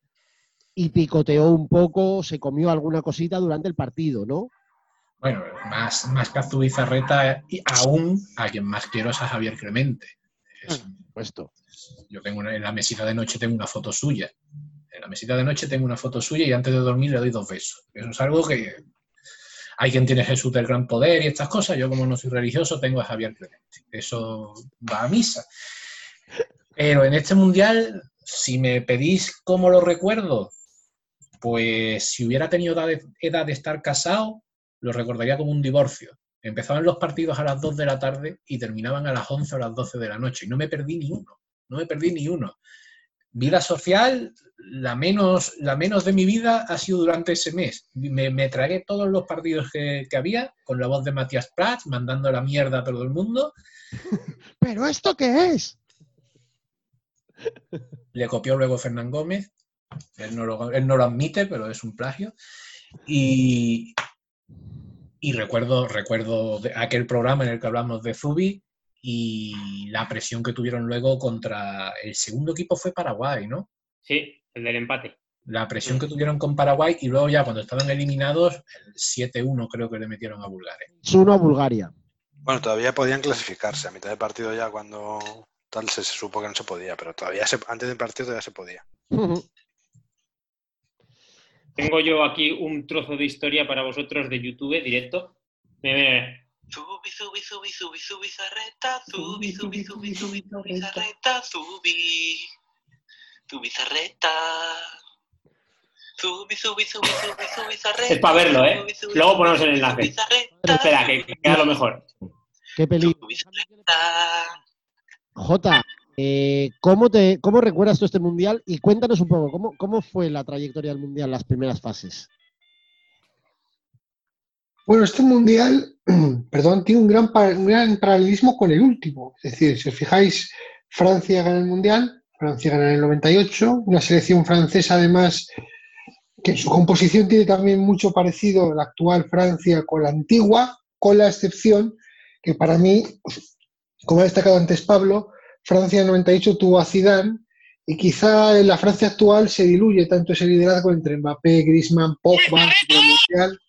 y picoteó un poco, se comió alguna cosita durante el partido, ¿no? Bueno, más que a Zubizarreta, y aún a quien más quiero es a Javier Clemente. Puesto. Yo en la mesita de noche tengo una foto suya. En la mesita de noche tengo una foto suya y antes de dormir le doy 2 besos. Eso es algo que hay quien tiene Jesús del gran poder y estas cosas. Yo, como no soy religioso, tengo a Javier Clemente. Eso va a misa. Pero en este mundial, si me pedís cómo lo recuerdo, pues si hubiera tenido edad de estar casado, lo recordaría como un divorcio. Empezaban los partidos a las 2 de la tarde y terminaban a las 11 o las 12 de la noche. Y no me perdí ni uno. Vida social, la menos de mi vida ha sido durante ese mes. Me tragué todos los partidos que había, con la voz de Matías Prats, mandando la mierda a todo el mundo. ¿Pero esto qué es? Le copió luego Fernán Gómez. Él no lo admite, pero es un plagio. Y recuerdo aquel programa en el que hablamos de Zubi y la presión que tuvieron luego contra el segundo equipo fue Paraguay, ¿no? Sí, el del empate. La presión que tuvieron con Paraguay y luego ya cuando estaban eliminados, el 7-1 creo que le metieron a Bulgaria. 1 a Bulgaria. Bueno, todavía podían clasificarse. A mitad del partido ya cuando tal se supo que no se podía, pero todavía antes del partido todavía se podía. Tengo yo aquí un trozo de historia para vosotros de YouTube directo. Zubi, Zubi, Zubi, Zubi, Zubizarreta, Zubi, Zubi, Zubi, Zubi, Zubizarreta, Zubi, Zubizarreta. Zubi, Zubi, Zubi, Zubi, Zubizarreta. Es para verlo, ¿eh? Luego ponemos el enlace. Espera, que queda lo mejor. Qué peligro. Jota, ¿cómo recuerdas tú este mundial? Y cuéntanos un poco, ¿cómo fue la trayectoria del mundial, las primeras fases? Bueno, este mundial, tiene un gran paralelismo con el último. Es decir, si os fijáis, Francia gana el mundial, Francia gana en el 98, una selección francesa además que en su composición tiene también mucho parecido la actual Francia con la antigua, con la excepción que para mí, como ha destacado antes Pablo, Francia en el 98 tuvo a Zidane y quizá en la Francia actual se diluye tanto ese liderazgo entre Mbappé, Griezmann, Pogba, mundial.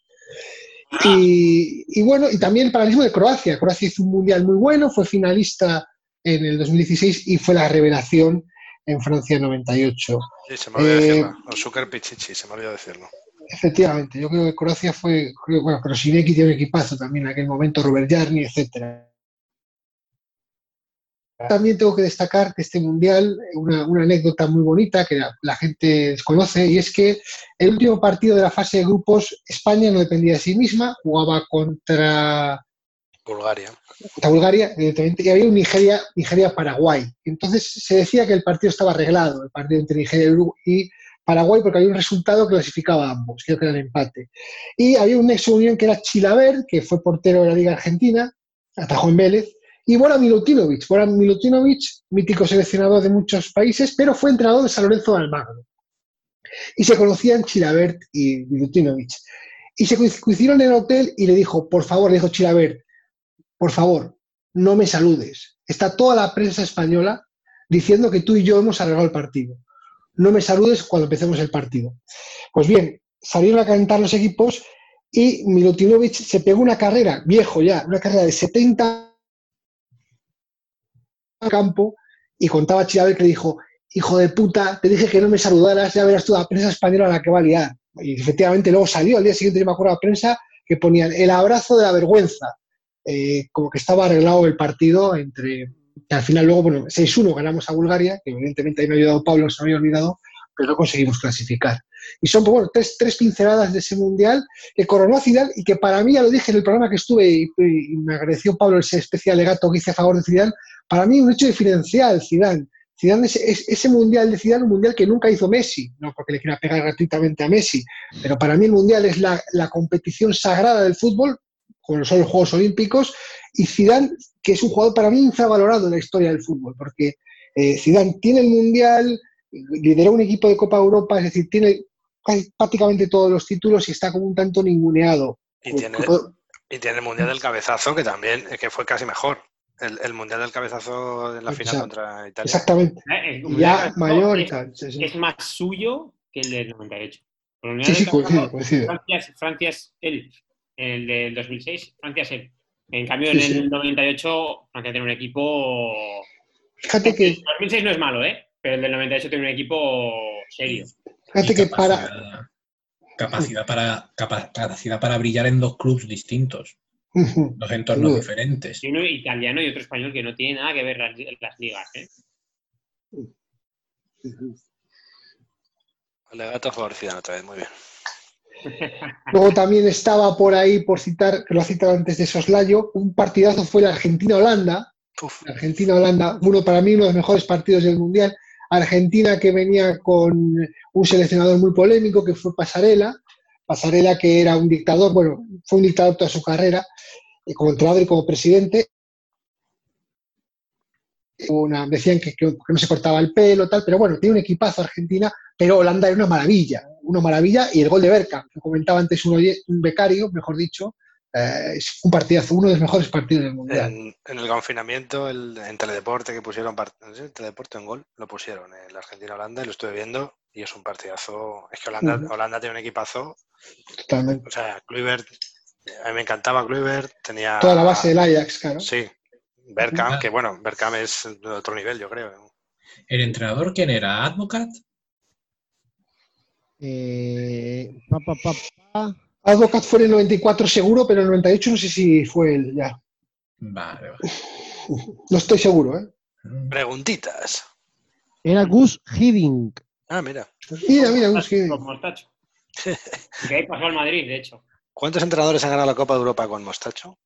Y bueno, y también el paralelismo de Croacia. Croacia hizo un mundial muy bueno, fue finalista en el 2016 y fue la revelación en Francia en 98. Sí, se me olvidó decirlo. Osuker Pichichi, se me olvidó decirlo. Efectivamente, yo creo que Croacia fue, bueno, Krasniqi tiene un equipazo también en aquel momento, Robert Jarni, etcétera. También tengo que destacar que este mundial, una anécdota muy bonita que la gente desconoce, y es que el último partido de la fase de grupos, España no dependía de sí misma, jugaba contra Bulgaria, evidentemente, y había un Nigeria-Paraguay. Entonces se decía que el partido estaba arreglado, el partido entre Nigeria y Paraguay, porque había un resultado que clasificaba a ambos, creo que era el empate. Y había un nexo unión que era Chilavert, que fue portero de la Liga Argentina, atajó en Vélez, y Boran Milutinovic, mítico seleccionador de muchos países, pero fue entrenador de San Lorenzo de Almagro. Y se conocían Chilavert y Milutinovic. Y se coincidieron en el hotel y le dijo Chilavert, por favor, no me saludes. Está toda la prensa española diciendo que tú y yo hemos arreglado el partido. No me saludes cuando empecemos el partido. Pues bien, salieron a calentar los equipos y Milutinovic se pegó una carrera, viejo ya, una carrera de 70 al campo, y contaba Chilaver que le dijo: hijo de puta, te dije que no me saludaras, ya verás tú la prensa española a la que va a liar. Y efectivamente luego salió, al día siguiente yo me acuerdo de la prensa que ponían el abrazo de la vergüenza, como que estaba arreglado el partido entre, que al final luego, bueno, 6-1 ganamos a Bulgaria, que evidentemente ahí me ha ayudado Pablo, se me había olvidado, pero no conseguimos clasificar. Y son, pues, bueno, tres pinceladas de ese mundial que coronó a Zidane y que para mí, ya lo dije en el programa que estuve y me agradeció Pablo ese especial legato que hice a favor de Zidane, para mí un hecho diferencial Zidane. Zidane es ese mundial de Zidane, un mundial que nunca hizo Messi, no porque le quiera pegar gratuitamente a Messi, pero para mí el mundial es la competición sagrada del fútbol, como son los Juegos Olímpicos, y Zidane, que es un jugador para mí infravalorado en la historia del fútbol, porque Zidane tiene el mundial, lideró un equipo de Copa Europa, es decir, tiene prácticamente todos los títulos y está como un tanto ninguneado. Y tiene el mundial del cabezazo, que también que fue casi mejor. El mundial del cabezazo en la final contra Italia. Exactamente. Ya mayor y tal. Es más suyo que el del 98. Sí, coincido. Francia es él. El del 2006, Francia es él. En cambio, en el 98, Francia tiene un equipo... Fíjate que... El 2006 no es malo, pero el del 98 tiene un equipo serio. Fíjate que capacidad para brillar en dos clubes distintos. Dos entornos diferentes. Y uno italiano y otro español que no tiene nada que ver las ligas. Legato favorecido otra vez, muy bien. Luego también estaba por ahí, por citar, que lo ha citado antes de Soslayo, un partidazo fue la Argentina-Holanda. Argentina-Holanda, para mí uno de los mejores partidos del Mundial. Argentina, que venía con un seleccionador muy polémico, que fue Pasarela, que era un dictador, bueno, fue un dictador toda su carrera, como entrenador y como presidente. Decían que no se cortaba el pelo, tal, pero bueno, tiene un equipazo Argentina, pero Holanda era una maravilla, y el gol de Bergkamp, que comentaba antes un becario, mejor dicho, es un partidazo, uno de los mejores partidos del Mundial. En el confinamiento, en Teledeporte que pusieron, Teledeporte en Gol, lo pusieron en la Argentina-Holanda y lo estuve viendo y es un partidazo. Es que Holanda tiene un equipazo. Totalmente. O sea, Kluivert, a mí me encantaba Kluivert, tenía... Toda la base del Ajax, claro. Sí. Bergkamp, que bueno, Bergkamp es de otro nivel, yo creo. ¿El entrenador quién era? ¿Advocat? Advocat fue en el 94 seguro, pero en el 98 no sé si fue él ya. Vale. No estoy seguro, Preguntitas. Era Gus Hiddink. Ah, mira. Mira, Gus Hiddink. Con mostacho. De ahí pasó al Madrid, de hecho. ¿Cuántos entrenadores han ganado la Copa de Europa con mostacho?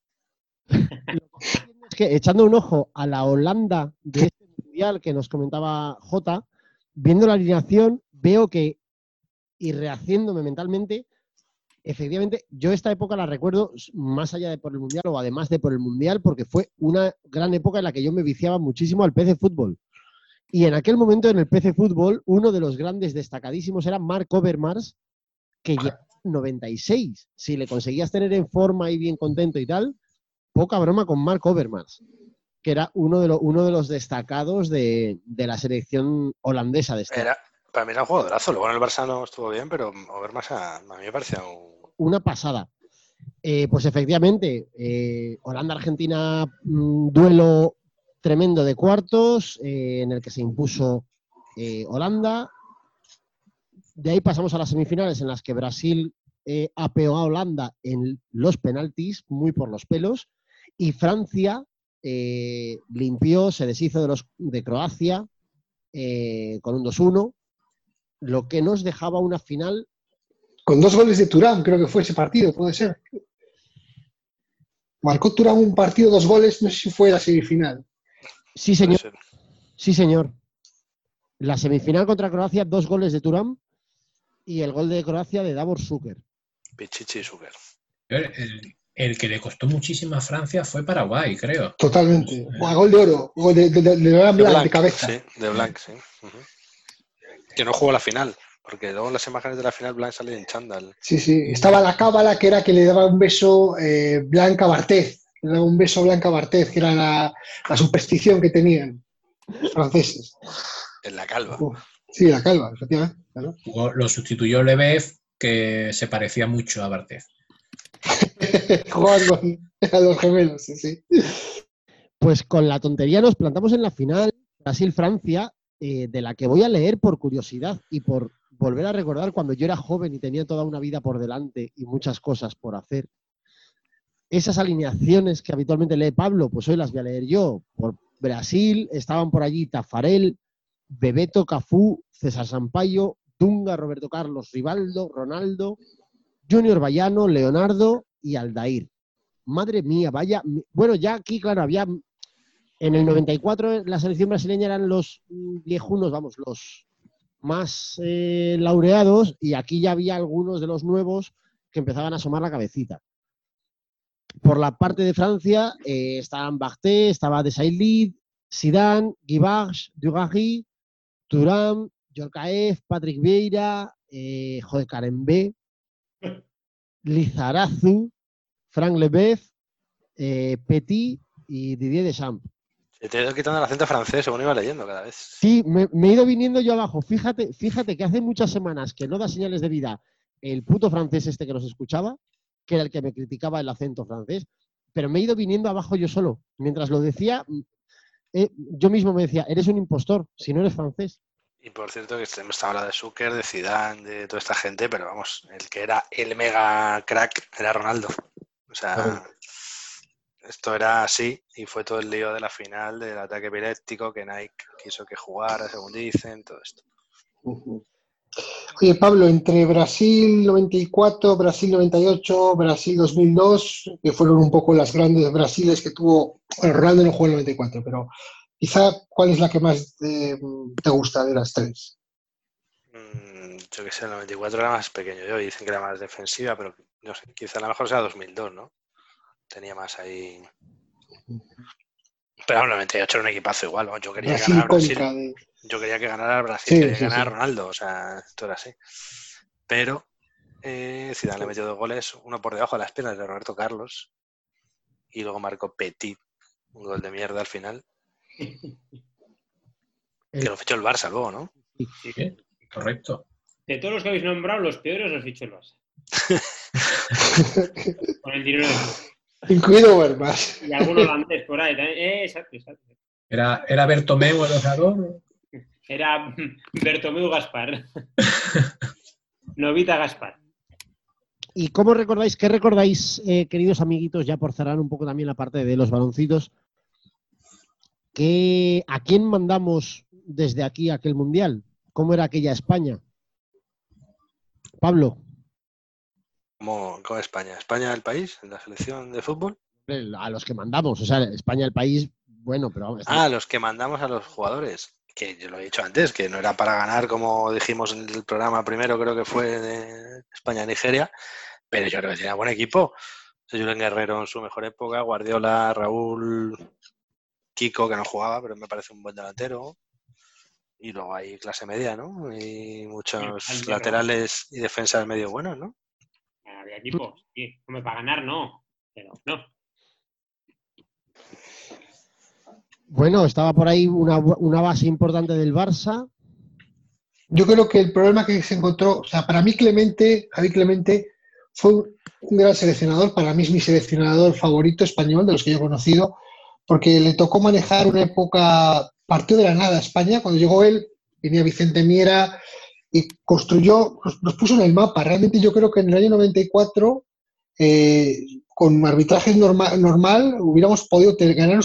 Es que echando un ojo a la Holanda de este mundial que nos comentaba Jota, viendo la alineación, veo que, y rehaciéndome mentalmente, efectivamente, yo esta época la recuerdo más allá de por el mundial o además de por el mundial, porque fue una gran época en la que yo me viciaba muchísimo al PC Fútbol. Y en aquel momento en el PC Fútbol, uno de los grandes destacadísimos era Marc Overmars, que llegó en 96. Si le conseguías tener en forma y bien contento y tal, poca broma con Marc Overmars, que era uno de los destacados de la selección holandesa de este. Para mí era un jugadorazo. Luego en el Barça no estuvo bien, pero Overmars a mí me parecía una pasada. Pues efectivamente, Holanda-Argentina, duelo tremendo de cuartos, en el que se impuso Holanda. De ahí pasamos a las semifinales, en las que Brasil apeó a Holanda en los penaltis, muy por los pelos, y Francia limpió, se deshizo de Croacia con un 2-1, lo que nos dejaba una final... Con 2 goles de Thuram, creo que fue ese partido, puede ser. Marcó Thuram un partido, 2 goles, no sé si fue la semifinal. Sí, señor. Sí, señor. La semifinal contra Croacia, 2 goles de Thuram y el gol de Croacia de Davor Šuker. Pichichi Šuker. El que le costó muchísimo a Francia fue Paraguay, creo. Totalmente. Gol de oro, gol de Blanc, de cabeza. Sí, de Blanc, sí. Que no jugó la final, porque luego en las imágenes de la final Blanc salía en chándal. Sí. Estaba la cábala, que era que le daba un beso Blanc a Barthez. Le daba un beso Blanc a Barthez, que era la superstición que tenían. franceses. En la calva. Sí, la calva, efectivamente. Claro. Lo sustituyó Lebev, que se parecía mucho a Barthez. Jugaban a los gemelos, sí. Pues con la tontería nos plantamos en la final Brasil-Francia, de la que voy a leer por curiosidad y por volver a recordar cuando yo era joven y tenía toda una vida por delante y muchas cosas por hacer. Esas alineaciones que habitualmente lee Pablo, pues hoy las voy a leer yo. Por Brasil estaban por allí Tafarel, Bebeto, Cafú, César Sampaio, Dunga, Roberto Carlos, Rivaldo, Ronaldo, Junior Bayano, Leonardo y Aldair. Madre mía, vaya... Bueno, ya aquí, claro, había... En el 94 la selección brasileña eran los viejunos, vamos, los más laureados, y aquí ya había algunos de los nuevos que empezaban a asomar la cabecita. Por la parte de Francia estaban Barthez, estaba Desailly, Zidane, Guivarch, Dugarry, Thuram, Djorkaeff, Patrick Vieira, Karembé, Lizarazu, Frank Leboeuf, Petit y Didier Deschamps. Se te ha ido quitando el acento francés según iba leyendo cada vez. Sí, me he ido viniendo yo abajo. Fíjate que hace muchas semanas que no da señales de vida el puto francés este que nos escuchaba, que era el que me criticaba el acento francés, pero me he ido viniendo abajo yo solo. Mientras lo decía, yo mismo me decía, eres un impostor, si no eres francés. Y por cierto que hemos hablado de Zucker, de Zidane, de toda esta gente, pero vamos, el que era el mega crack era Ronaldo. O sea, esto era así y fue todo el lío de la final, del ataque epiléptico, que Nike quiso que jugara, según dicen, todo esto. Oye, Pablo, entre Brasil 94, Brasil 98, Brasil 2002, que fueron un poco las grandes Brasiles que tuvo, bueno, Ronaldo no jugó en el 94, pero quizá, ¿cuál es la que más te gusta de las tres? Yo que sé, el 94 era más pequeño yo, y dicen que era más defensiva, pero no sé, quizá a lo mejor sea 2002, ¿no? Tenía más ahí... Pero el 98 era un equipazo igual, ¿no? Yo quería ganar Brasil. Yo quería que ganara Brasil, quería ganar Ronaldo, o sea, esto era así. Pero Zidane le metió 2 goles, uno por debajo de las piernas de Roberto Carlos, y luego marcó Petit, un gol de mierda al final. Que lo fichó el Barça luego, ¿no? Sí, correcto. De todos los que habéis nombrado, los peores los fichó el Barça. Con el dinero de club. Incluido Verbas. Y algún holandés por ahí también. Exacto. ¿Era Bertomeu el orador? Era Bertomeu Gaspar. Novita Gaspar. ¿Y qué recordáis, queridos amiguitos, ya por cerrar un poco también la parte de los baloncitos, a quién mandamos desde aquí a aquel mundial? ¿Cómo era aquella España? Pablo. ¿Cómo España? ¿España el país? ¿La selección de fútbol? A los que mandamos, o sea, España el país, bueno, pero... A los que mandamos a los jugadores, que yo lo he dicho antes, que no era para ganar como dijimos en el programa primero, creo que fue de España-Nigeria, pero yo creo que tenía buen equipo. Julen Guerrero en su mejor época, Guardiola, Raúl, Kiko, que no jugaba, pero me parece un buen delantero. Y luego hay clase media, ¿no? Y muchos laterales y defensas medio buenos, ¿no? Había equipo, sí. Hombre, para ganar no, pero no. Bueno, estaba por ahí una base importante del Barça. Yo creo que el problema que se encontró, o sea, para mí Javi Clemente fue un gran seleccionador, para mí es mi seleccionador favorito español de los que yo he conocido, porque le tocó manejar una época, partió de la nada a España, cuando llegó él, venía Vicente Miera y construyó, nos puso en el mapa. Realmente yo creo que en el año 94, con arbitraje normal, hubiéramos podido ganar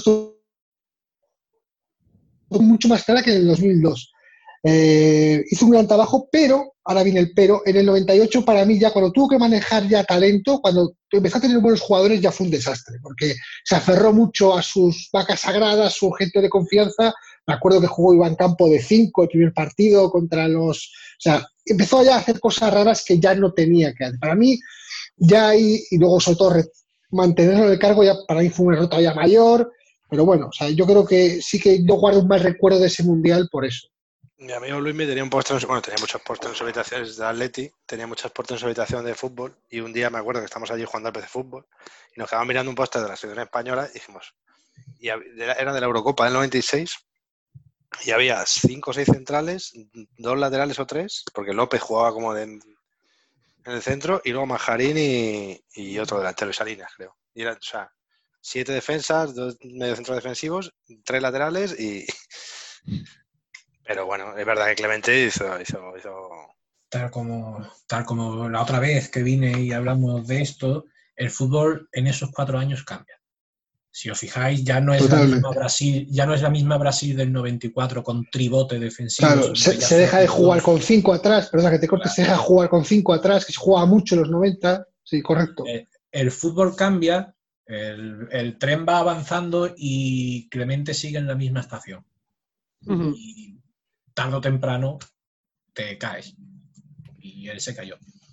mucho más clara que en el 2002. Hizo un gran trabajo, pero, ahora viene el pero, en el 98 para mí ya cuando tuvo que manejar ya talento, cuando empezó a tener buenos jugadores ya fue un desastre, porque se aferró mucho a sus vacas sagradas, su gente de confianza. Me acuerdo que jugó Iván Campo de 5 el primer partido contra los... O sea, empezó ya a hacer cosas raras que ya no tenía que hacer. Para mí, ya ahí, y luego sobre todo mantenerlo en el cargo, ya para mí fue un error todavía mayor, pero bueno, o sea, yo creo que sí que yo guardo un mal recuerdo de ese Mundial por eso. Mi amigo Luis me tenía un póster, bueno, tenía muchos pósters en su habitación de Atleti, tenía muchos pósters en su habitación de fútbol, y un día me acuerdo que estamos allí jugando al PC Fútbol y nos quedamos mirando un póster de la selección española y dijimos, y era de la Eurocopa del 96, y había 5 o 6 centrales, 2 laterales o 3, porque López jugaba como en el centro, y luego Majarín y otro delantero, Salinas, creo. Y eran, o sea, 7 defensas, 2 mediocentros defensivos, 3 laterales y... Pero bueno, es verdad que Clemente hizo... Tal como la otra vez que vine y hablamos de esto, el fútbol en esos 4 años cambia. Si os fijáis, ya no es la misma Brasil del 94 con tribote defensivo. Claro, se deja de jugar con 5 atrás, perdón que te cortes, se deja de jugar con 5 atrás, que se jugaba mucho en los 90. Sí, correcto. El fútbol cambia, el tren va avanzando y Clemente sigue en la misma estación. Uh-huh. Y tarde o temprano te caes. Y él se cayó.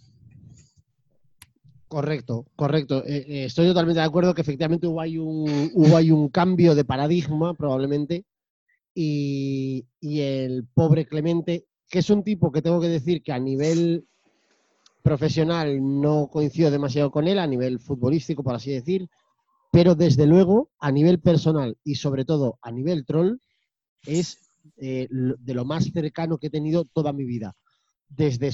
Correcto. Estoy totalmente de acuerdo que efectivamente hubo ahí un cambio de paradigma, probablemente, y el pobre Clemente, que es un tipo que tengo que decir que a nivel profesional no coincido demasiado con él, a nivel futbolístico, por así decir, pero desde luego, a nivel personal y sobre todo a nivel troll, es de lo más cercano que he tenido toda mi vida. Desde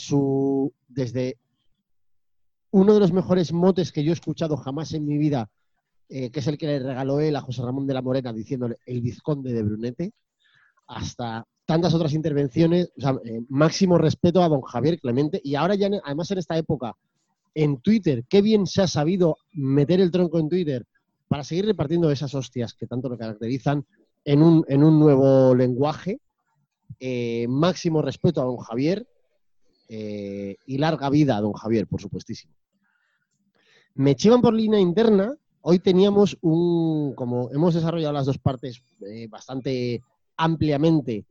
uno de los mejores motes que yo he escuchado jamás en mi vida, que es el que le regaló él a José Ramón de la Morena diciéndole el vizconde de Brunete, hasta tantas otras intervenciones. O sea, máximo respeto a don Javier Clemente. Y ahora ya, además en esta época, en Twitter, qué bien se ha sabido meter el tronco en Twitter para seguir repartiendo esas hostias que tanto lo caracterizan en un nuevo lenguaje. Máximo respeto a don Javier y larga vida a don Javier, por supuestísimo. Me chivan por línea interna. Hoy teníamos como hemos desarrollado las dos partes bastante ampliamente,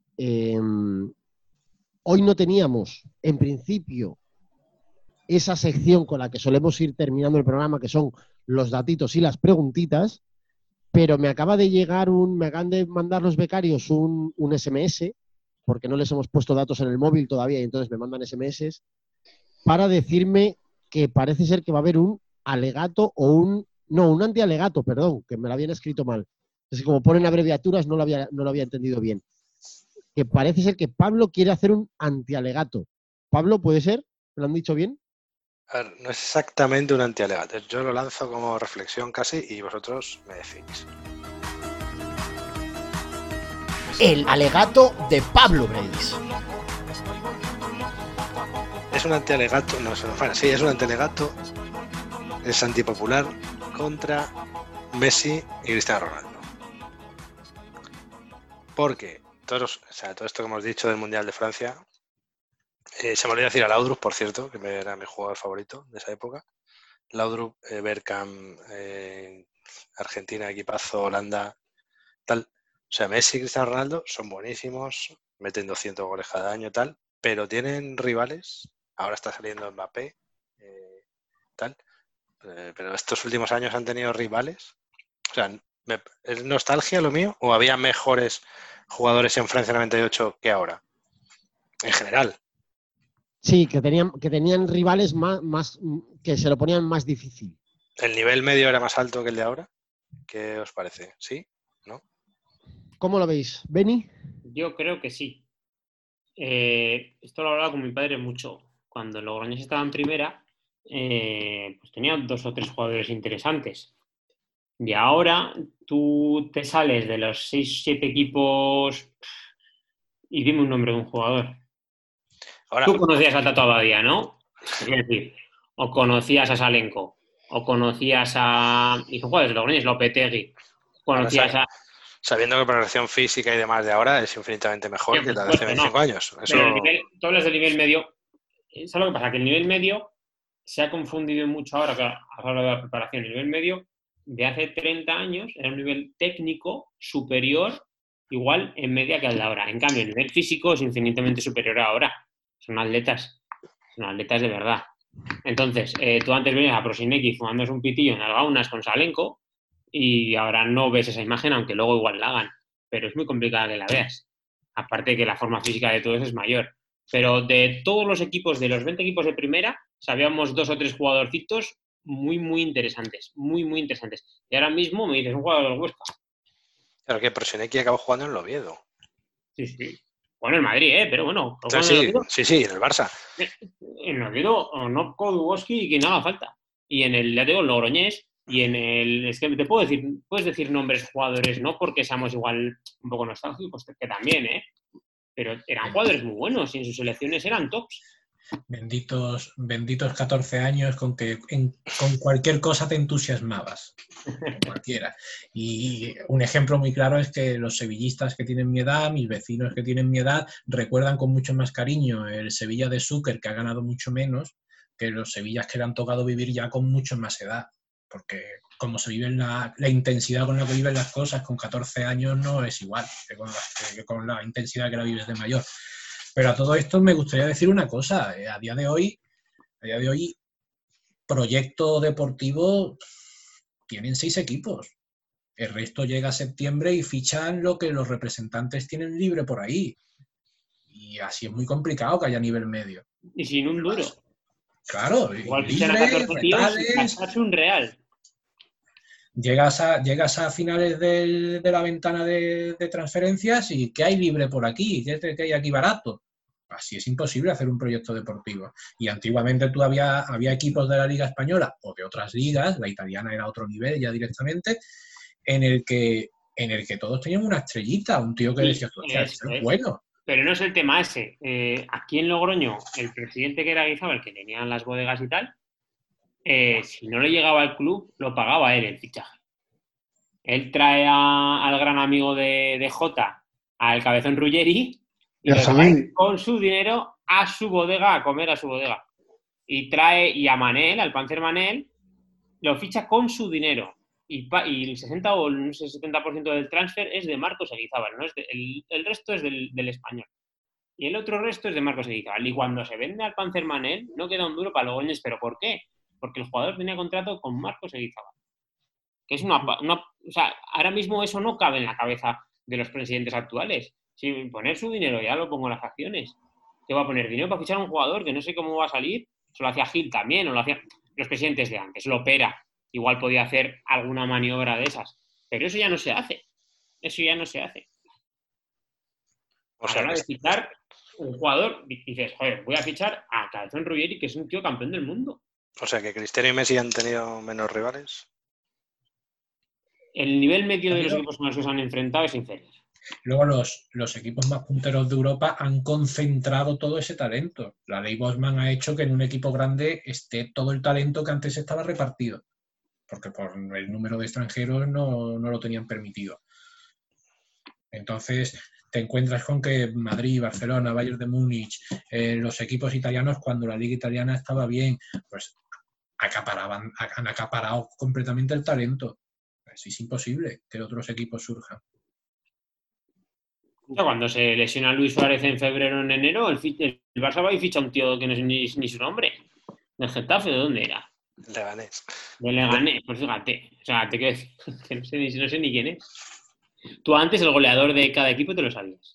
hoy no teníamos, en principio, esa sección con la que solemos ir terminando el programa, que son los datitos y las preguntitas, pero me acaban de mandar los becarios un SMS, porque no les hemos puesto datos en el móvil todavía, y entonces me mandan SMS, para decirme que parece ser que va a haber un alegato o un antialegato, perdón, que me lo habían escrito mal. Entonces, como ponen abreviaturas, no lo había entendido bien. Que parece ser que Pablo quiere hacer un antialegato. ¿Pablo, puede ser? ¿Me lo han dicho bien? A ver, no es exactamente un antialegato. Yo lo lanzo como reflexión casi y vosotros me decís. El alegato de Pablo Breis. Es un antialegato, sí, es un antialegato, es antipopular contra Messi y Cristiano Ronaldo. Porque todo esto que hemos dicho del Mundial de Francia, se me olvidó decir a Laudrup, por cierto, que era mi jugador favorito de esa época. Laudrup, Bergkamp, Argentina, equipazo, Holanda, tal. O sea, Messi y Cristiano Ronaldo son buenísimos, meten 200 goles cada año, tal, pero tienen rivales. Ahora está saliendo Mbappé, tal. Pero estos últimos años han tenido rivales. O sea, ¿es nostalgia lo mío? ¿O había mejores jugadores en Francia 98 que ahora? En general. Sí, que tenían rivales más que se lo ponían más difícil. ¿El nivel medio era más alto que el de ahora? ¿Qué os parece? ¿Sí? ¿No? ¿Cómo lo veis? ¿Beni? Yo creo que sí. Esto lo hablaba con mi padre mucho. Cuando el Logroñés estaba en primera, pues tenía 2 o 3 jugadores interesantes. Y ahora tú te sales de los 6-7 equipos y dime un nombre de un jugador. Ahora, tú conocías a Tato Abadía, ¿no? Es decir, o conocías a Salenko, o conocías a... Y son jugadores de Logroñés, Lopetegui. Conocías a... Sabiendo que la preparación física y demás de ahora es infinitamente mejor que la de hace 25 años. Eso... Pero tú hablas del nivel medio. ¿Sabes lo que pasa? Que el nivel medio se ha confundido mucho ahora, claro, a la hora de la preparación. El nivel medio de hace 30 años era un nivel técnico superior, igual en media que al de ahora. En cambio, el nivel físico es infinitamente superior a ahora. Son atletas de verdad. Entonces, tú antes venías a Prosinecki fumándose un pitillo en las gaunas con Salenko y ahora no ves esa imagen, aunque luego igual la hagan. Pero es muy complicada que la veas. Aparte que la forma física de todos es mayor. Pero de todos los equipos, de los 20 equipos de primera, sabíamos 2 o 3 jugadorcitos muy, muy interesantes. Muy, muy interesantes. Y ahora mismo me dices un jugador del Huesca. Claro que Prosinecki acabó jugando en el Oviedo. Sí. Bueno, el Madrid, pero bueno. Sí, en el Barça. En el Oviedo, no Kodubowski y quien haga falta. Y en el, ya te digo, el Logroñés, y en el... Es que te puedes decir nombres jugadores, no porque seamos igual un poco nostálgicos, que también, pero eran jugadores muy buenos y en sus selecciones eran tops. Benditos 14 años con que con cualquier cosa te entusiasmabas. Cualquiera. Y un ejemplo muy claro es que los sevillistas que tienen mi edad, mis vecinos que tienen mi edad, recuerdan con mucho más cariño el Sevilla de Zúcar, que ha ganado mucho menos, que los Sevillas que le han tocado vivir ya con mucho más edad. Porque como se vive la intensidad con la que viven las cosas con 14 años no es igual que con la intensidad que la vives de mayor. Pero a todo esto me gustaría decir una cosa. A día de hoy, proyecto deportivo tienen 6 equipos. El resto llega a septiembre y fichan lo que los representantes tienen libre por ahí. Y así es muy complicado que haya nivel medio. Y sin un duro. Claro. Igual fichan a 14 tíos y gastarse un real. Llegas a finales de la ventana de transferencias y ¿qué hay libre por aquí? ¿Qué hay aquí barato? Así es imposible hacer un proyecto deportivo. Y antiguamente había equipos de la Liga Española o de otras ligas, la italiana era otro nivel ya directamente, en el que todos tenían una estrellita, un tío que decía, es bueno. Pero no es el tema ese. Aquí en Logroño, el presidente que era Guizaba, el que tenía las bodegas y tal, si no le llegaba al club, lo pagaba él el fichaje. Él trae al gran amigo de Jota, al Cabezón Ruggeri, y lo trae con su dinero a su bodega, a comer a su bodega. Y a Manel, al Panzer Manel, lo ficha con su dinero. Y el 60 o el 70% del transfer es de Marcos Eguizábal, ¿no? El resto es del español. Y el otro resto es de Marcos Eguizábal. Y cuando se vende al Panzer Manel, no queda un duro para Logroñés. ¿Pero por qué? Porque el jugador tenía contrato con Marcos Eguizábal. Que es o sea, ahora mismo eso no cabe en la cabeza de los presidentes actuales. Sin poner su dinero, ya lo pongo en las acciones. ¿Qué va a poner dinero para fichar a un jugador que no sé cómo va a salir? Eso lo hacía Gil también, o lo hacían los presidentes de antes. Lopera igual podía hacer alguna maniobra de esas. Pero eso ya no se hace. O sea, a la hora de fichar un jugador, dices, joder, voy a fichar a Cabezón Ruggeri, que es un tío campeón del mundo. O sea, que Cristiano y Messi han tenido menos rivales. El nivel medio de los equipos con los que se han enfrentado es inferior. Luego los equipos más punteros de Europa han concentrado todo ese talento. La ley Bosman ha hecho que en un equipo grande esté todo el talento que antes estaba repartido. Porque por el número de extranjeros no lo tenían permitido. Entonces te encuentras con que Madrid, Barcelona, Bayern de Múnich, los equipos italianos, cuando la liga italiana estaba bien, pues han acaparado completamente el talento. Es imposible que otros equipos surjan. Cuando se lesiona Luis Suárez en febrero o en enero, el Barça va y ficha a un tío que no es ni su nombre. ¿Del Getafe? ¿De dónde era? Leganés. De Leganés, pues fíjate. O sea, te quiero decir que no sé ni quién es. Tú antes el goleador de cada equipo te lo sabías.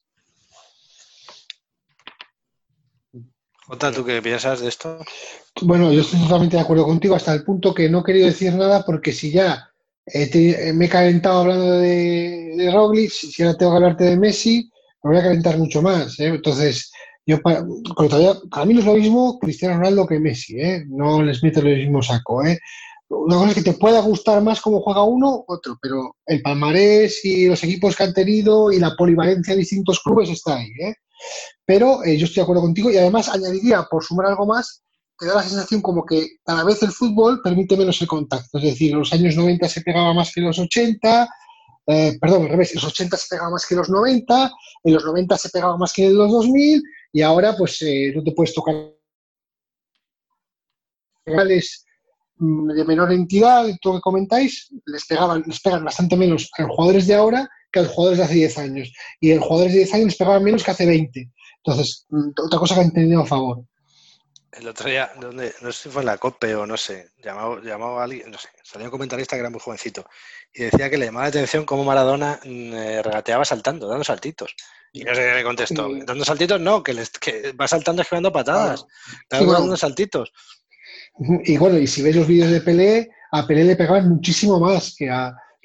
Jota, ¿tú qué piensas de esto? Bueno, yo estoy totalmente de acuerdo contigo hasta el punto que no he querido decir nada porque si ya me he calentado hablando de Roglic, si ahora tengo que hablarte de Messi, me voy a calentar mucho más. Entonces, a mí no es lo mismo Cristiano Ronaldo que Messi, no les meto en el mismo saco. Una cosa es que te pueda gustar más cómo juega uno, otro, pero el palmarés y los equipos que han tenido y la polivalencia de distintos clubes está ahí. Pero yo estoy de acuerdo contigo y además añadiría, por sumar algo más, te da la sensación como que cada vez el fútbol permite menos el contacto. Es decir, en los años 90 se pegaba más que en los 80, perdón, al revés, en los 80 se pegaba más que en los 90, en los 90 se pegaba más que en los 2000 y ahora pues no te puedes tocar de menor entidad, todo lo que comentáis, les pegan bastante menos a los jugadores de ahora que a los jugadores de hace 10 años. Y a los jugadores de 10 años les pegaban menos que hace 20. Entonces, otra cosa que han tenido a favor. El otro día, no sé si fue en la COPE o no sé, llamaba a alguien, no sé, salió un comentarista que era muy jovencito y decía que le llamaba la atención cómo Maradona regateaba saltando, dando saltitos. Y no sé qué le contestó, dando saltitos no, que va saltando esquivando patadas, dando saltitos. Y bueno, y si ves los vídeos de Pelé, a Pelé le pegaban muchísimo más que a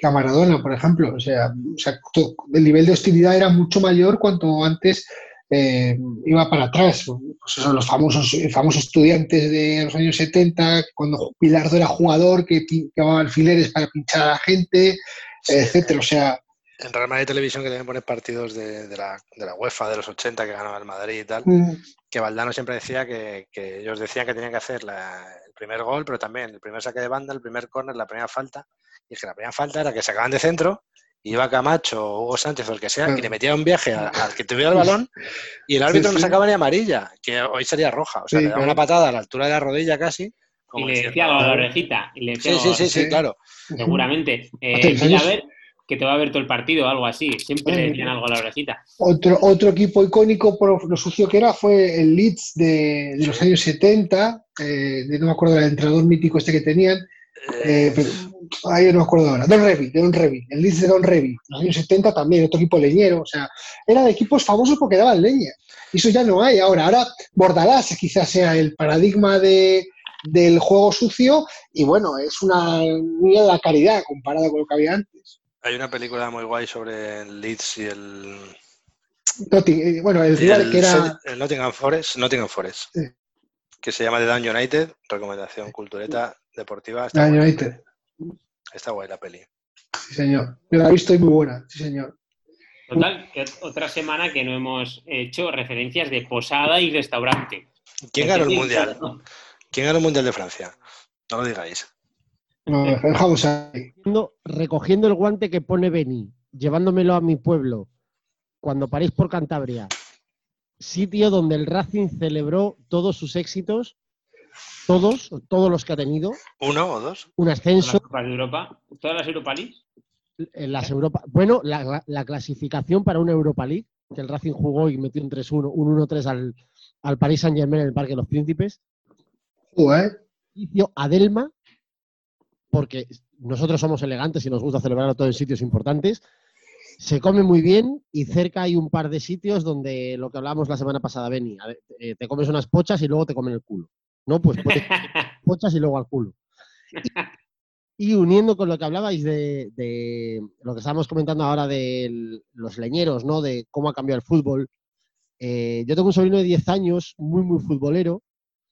que a Maradona, por ejemplo. O sea, el nivel de hostilidad era mucho mayor cuanto antes iba para atrás. Pues eso, los famosos estudiantes de los años 70, cuando Bilardo era jugador, que llevaba alfileres para pinchar a la gente, etcétera. O sea, en Real Madrid Televisión, que también ponen partidos de la UEFA de los 80 que ganaba el Madrid y tal, que Valdano siempre decía que ellos decían que tenían que hacer el primer gol, pero también el primer saque de banda, el primer córner, la primera falta, y que la primera falta era que sacaban de centro, iba Camacho o Hugo Sánchez o el que sea, y le metía un viaje al que tuviera el balón, y el árbitro no sacaba ni amarilla, que hoy sería roja, o sea, le daba una patada a la altura de la rodilla casi. Y le decía algo a la orejita. Y le decía sí, claro. Seguramente. Mira, a ver, que te va a ver todo el partido o algo así. Siempre le decían algo a la orejita. Otro equipo icónico por lo sucio que era fue el Leeds de los años 70. No me acuerdo del entrenador mítico este que tenían. Pero, no me acuerdo ahora. Don Revy. El Leeds de Don Revy. En los años 70 también, otro equipo leñero. O sea, era de equipos famosos porque daban leña. Y eso ya no hay ahora. Ahora Bordalás quizás sea el paradigma del juego sucio y bueno, es una niña de la caridad comparado con lo que había antes. Hay una película muy guay sobre el Leeds y el rival que era el Nottingham Forest, sí, que se llama The Down United, recomendación cultureta deportiva. Está Down United. Está guay la peli. Sí, señor. Yo la he visto y muy buena, sí, señor. Total, que otra semana que no hemos hecho referencias de posada y restaurante. ¿Quién ganó el Mundial? ¿Quién ganó el Mundial de Francia? No lo digáis. No, dejamos ahí. Recogiendo el guante que pone Beni, llevándomelo a mi pueblo, cuando parís por Cantabria, sitio donde el Racing celebró todos sus éxitos, todos los que ha tenido. ¿Uno o dos? Un ascenso. ¿Las Copas de Europa? ¿Todas las Europa League? La clasificación para una Europa League, que el Racing jugó y metió un 3-1, un 1-3 al Paris Saint-Germain en el Parque de los Príncipes. Sitio Adelma, porque nosotros somos elegantes y nos gusta celebrarlo todo en sitios importantes. Se come muy bien y cerca hay un par de sitios donde lo que hablábamos la semana pasada, Beni, te comes unas pochas y luego te comen el culo. ¿No? Pues pochas y luego al culo. Y uniendo con lo que hablabais de lo que estábamos comentando ahora de los leñeros, ¿no? De cómo ha cambiado el fútbol. Yo tengo un sobrino de 10 años, muy, muy futbolero.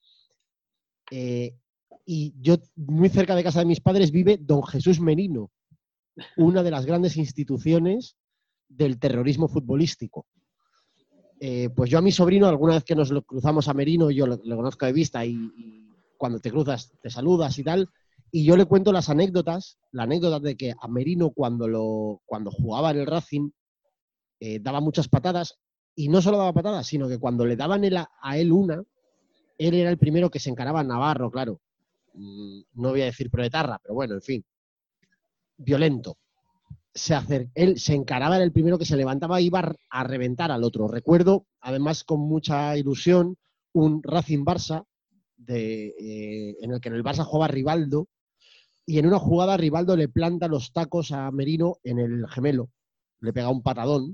Y yo, muy cerca de casa de mis padres, vive Don Jesús Merino, una de las grandes instituciones del terrorismo futbolístico. Pues yo a mi sobrino, alguna vez que nos lo cruzamos a Merino, yo lo conozco de vista y cuando te cruzas te saludas y tal, y yo le cuento las anécdotas, la anécdota de que a Merino cuando jugaba en el Racing daba muchas patadas, y no solo daba patadas, sino que cuando le daban a él una, él era el primero que se encaraba a Navarro, claro. No voy a decir proetarra, pero bueno, en fin. Violento. Él se encaraba, era el primero que se levantaba e iba a reventar al otro. Recuerdo, además, con mucha ilusión, un Racing-Barça en el que en el Barça jugaba Rivaldo, y en una jugada Rivaldo le planta los tacos a Merino en el gemelo. Le pega un patadón.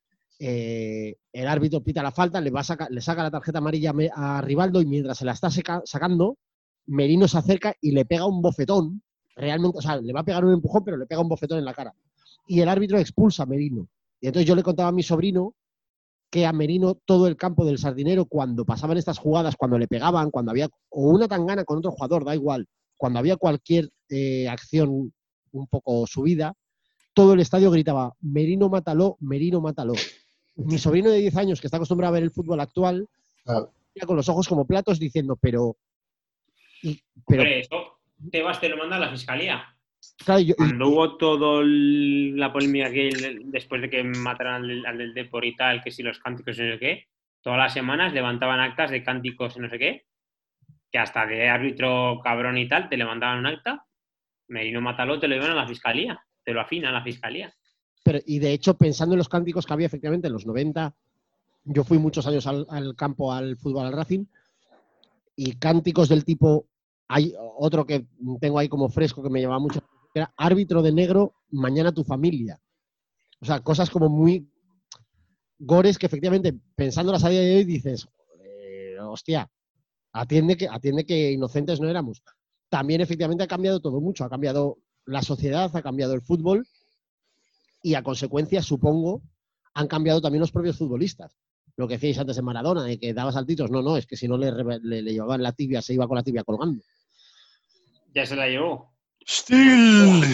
El árbitro pita la falta, le saca la tarjeta amarilla a Rivaldo y mientras se la está sacando, Merino se acerca y le pega un bofetón. Realmente, o sea, le va a pegar un empujón, pero le pega un bofetón en la cara. Y el árbitro expulsa a Merino. Y entonces yo le contaba a mi sobrino que a Merino todo el campo del Sardinero, cuando pasaban estas jugadas, cuando le pegaban, cuando había o una tangana con otro jugador, da igual, cuando había cualquier acción un poco subida, todo el estadio gritaba, Merino mátalo, Merino mátalo. Mi sobrino de 10 años, que está acostumbrado a ver el fútbol actual, con los ojos como platos diciendo, pero... Hombre, eso Tebas te lo manda a la fiscalía. Claro, cuando hubo todo la polémica que después de que mataran al del Depor y tal, que si los cánticos y no sé qué, todas las semanas levantaban actas de cánticos y no sé qué, que hasta de árbitro cabrón y tal, te levantaban un acta, Merino mátalo, te lo llevan a la fiscalía, te lo afinan a la fiscalía. Y de hecho, pensando en los cánticos que había efectivamente en los 90, yo fui muchos años al campo, al fútbol, al Racing, y cánticos del tipo, hay otro que tengo ahí como fresco que me llevaba mucho, que era árbitro de negro, mañana tu familia. O sea, cosas como muy gores que efectivamente, pensándolas a día de hoy, dices, hostia, atiende que inocentes no éramos. También efectivamente ha cambiado todo mucho, ha cambiado la sociedad, ha cambiado el fútbol y a consecuencia, supongo, han cambiado también los propios futbolistas. Lo que decíais antes de Maradona, de que daba saltitos. No, es que si no le llevaban la tibia, se iba con la tibia colgando. Ya se la llevó. ¡Still!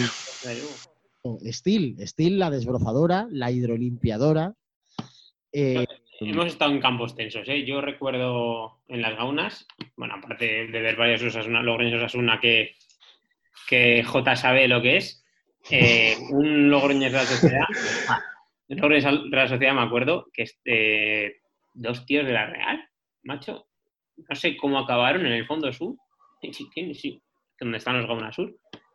Steel, la desbrozadora, la hidrolimpiadora. Hemos estado en campos tensos, ¿eh? Yo recuerdo en las Gaunas, bueno, aparte de ver varios Logroñés Osasuna que J sabe lo que es, un Logroñés Real Sociedad, Real Sociedad, me acuerdo, que dos tíos de la Real, macho, no sé cómo acabaron en el fondo sur, sí, donde están los Gaunas Sur,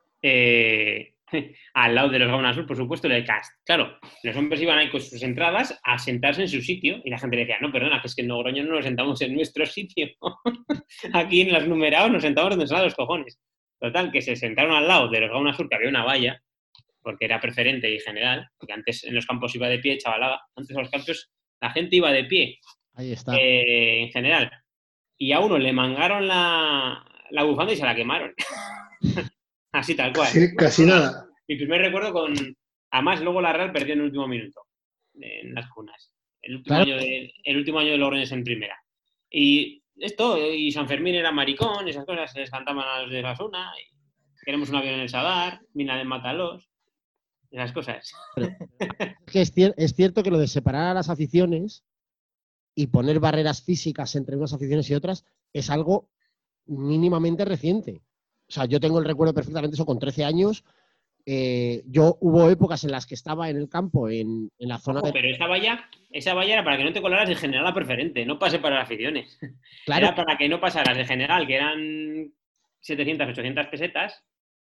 al lado de los Gaunas Sur, por supuesto, el cast. Claro, los hombres iban ahí con sus entradas a sentarse en su sitio y la gente le decía, no, perdona, que es que en Logroño no nos sentamos en nuestro sitio. Aquí en los numerados nos sentamos donde están los cojones. Total, que se sentaron al lado de los Gaunas Sur, que había una valla, porque era preferente y general, porque antes en los campos iba de pie, chavalada. Antes en los campos la gente iba de pie. Ahí está. En general. Y a uno le mangaron la bufanda y se la quemaron. Así tal cual. Sí, casi nada. Mi primer recuerdo Además, luego la Real perdió en el último minuto en las cunas. El último año de Logroñés en primera. Y San Fermín era maricón, esas cosas se les cantaban a los de la zona. Queremos un avión en el Sadar, mina de Mátalos. Esas cosas. Es cierto que lo de separar a las aficiones y poner barreras físicas entre unas aficiones y otras es algo mínimamente reciente. O sea, yo tengo el recuerdo perfectamente eso con 13 años. Hubo épocas en las que estaba en el campo, en la zona de... Pero esa valla era para que no te colaras de general a preferente, no pase para las aficiones. Claro. Era para que no pasaras de general, que eran 700, 800 pesetas,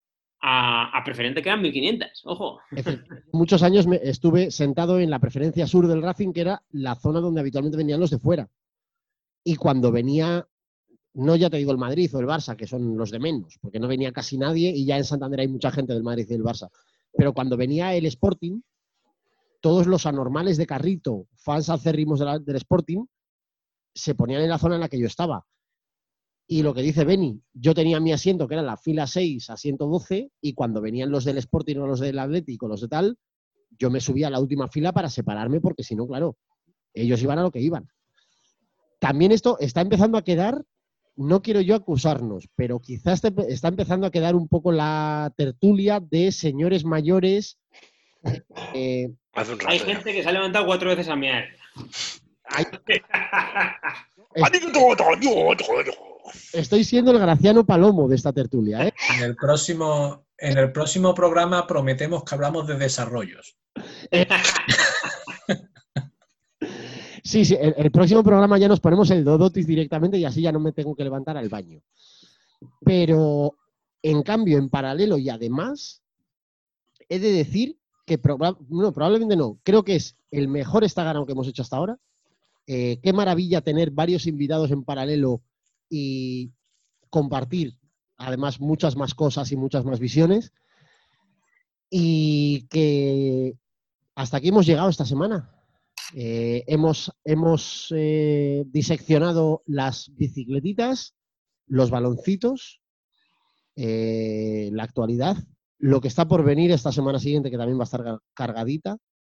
a preferente, que eran 1500. Ojo. Muchos años estuve sentado en la preferencia sur del Racing, que era la zona donde habitualmente venían los de fuera. Y cuando venía... No ya te digo el Madrid o el Barça, que son los de menos, porque no venía casi nadie y ya en Santander hay mucha gente del Madrid y del Barça. Pero cuando venía el Sporting, todos los anormales de Carrito, fans acérrimos del Sporting, se ponían en la zona en la que yo estaba. Y lo que dice Beni, yo tenía mi asiento, que era la fila 6 a 112, y cuando venían los del Sporting o los del Atlético o los de tal, yo me subía a la última fila para separarme, porque si no, claro, ellos iban a lo que iban. También esto está empezando a quedar... No quiero yo acusarnos, pero quizás está empezando a quedar un poco la tertulia de señores mayores. Hay gente que se ha levantado 4 veces a mear. Estoy siendo el Graciano Palomo de esta tertulia, ¿eh? En el próximo programa prometemos que hablamos de desarrollos. Sí, el próximo programa ya nos ponemos el Dodotis directamente y así ya no me tengo que levantar al baño. Pero, en cambio, en paralelo y además, he de decir que probablemente no, creo que es el mejor Estaganao que hemos hecho hasta ahora. Qué maravilla tener varios invitados en paralelo y compartir, además, muchas más cosas y muchas más visiones. Y que hasta aquí hemos llegado esta semana. Hemos diseccionado las bicicletitas, los baloncitos, la actualidad, lo que está por venir esta semana siguiente, que también va a estar cargadita.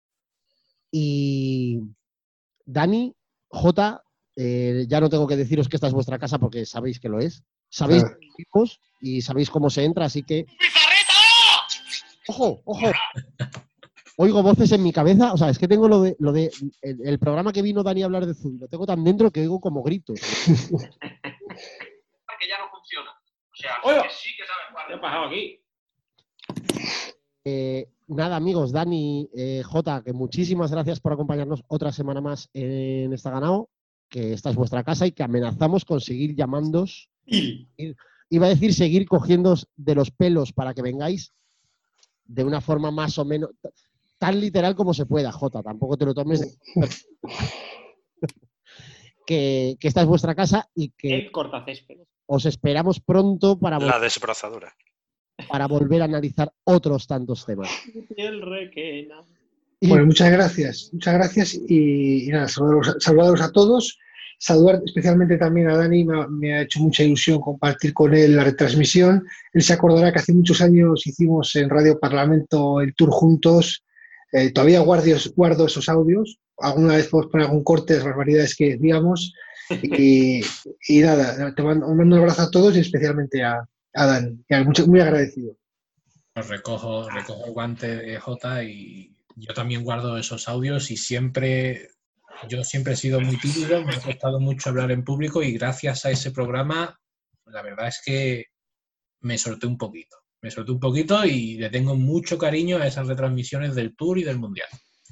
Y Dani, Jota, ya no tengo que deciros que esta es vuestra casa porque sabéis que lo es. Sabéis y sabéis cómo se entra, así que... ¡Ojo! Oigo voces en mi cabeza, o sea, es que tengo lo de el programa que vino Dani a hablar de Zubi, lo tengo tan dentro que oigo como gritos. Que ya no funciona. O sea, que sí que saben cuál. ¿Qué ha pasado aquí? Nada, amigos, Dani, Jota, que muchísimas gracias por acompañarnos otra semana más en Estaganao, que esta es vuestra casa y que amenazamos con seguir llamándoos. Iba a decir seguir cogiéndoos de los pelos para que vengáis de una forma más o menos... Tan literal como se pueda, Jota, tampoco te lo tomes que esta es vuestra casa y que el cortacésped. Os esperamos pronto para la desbrozadora. Para volver a analizar otros tantos temas. El requena. Bueno, muchas gracias y nada, saludaros a todos saludar especialmente también a Dani, me ha hecho mucha ilusión compartir con él la retransmisión. Él se acordará que hace muchos años hicimos en Radio Parlamento el tour juntos. Todavía guardo esos audios. Alguna vez podemos poner algún corte de las barbaridades que decíamos. Y nada, te mando un abrazo a todos y especialmente a Dani. Muy agradecido. Os recojo el guante, Jota, y yo también guardo esos audios y yo siempre he sido muy tímido, me ha costado mucho hablar en público y gracias a ese programa, la verdad es que me solté un poquito. Y le tengo mucho cariño a esas retransmisiones del Tour y del Mundial.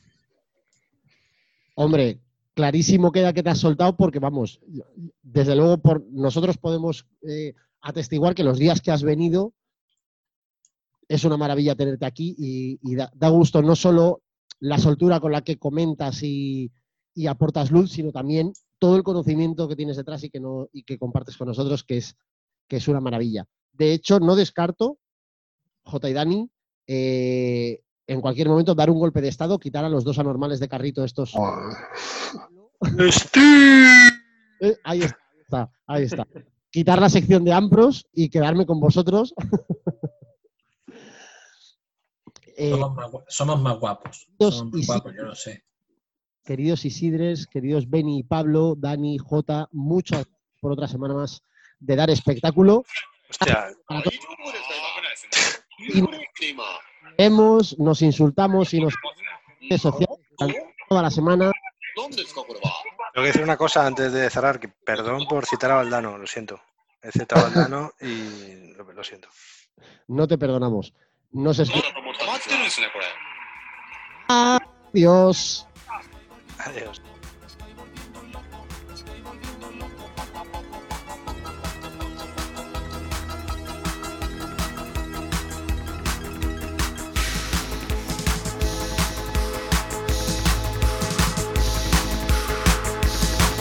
Hombre, clarísimo queda que te has soltado porque, vamos, desde luego nosotros podemos atestiguar que los días que has venido es una maravilla tenerte aquí y da gusto no solo la soltura con la que comentas y aportas luz, sino también todo el conocimiento que tienes detrás y que compartes con nosotros, que es una maravilla. De hecho, no descarto, Jota y Dani, en cualquier momento dar un golpe de estado, quitar a los dos anormales de carrito estos. Ahí está. Quitar la sección de Ampros y quedarme con vosotros. Somos más guapos. Somos más guapos, yo lo sé. Queridos Isidres, queridos Beni y Pablo, Dani, Jota, muchas por otra semana más de dar espectáculo. Hostia. Y nos insultamos y nos redes sociales toda la semana. Tengo que decir una cosa antes de cerrar, que perdón por citar a Valdano, lo siento. He citado a Valdano y lo siento. No te perdonamos. Nos escuchamos. Adiós. Adiós.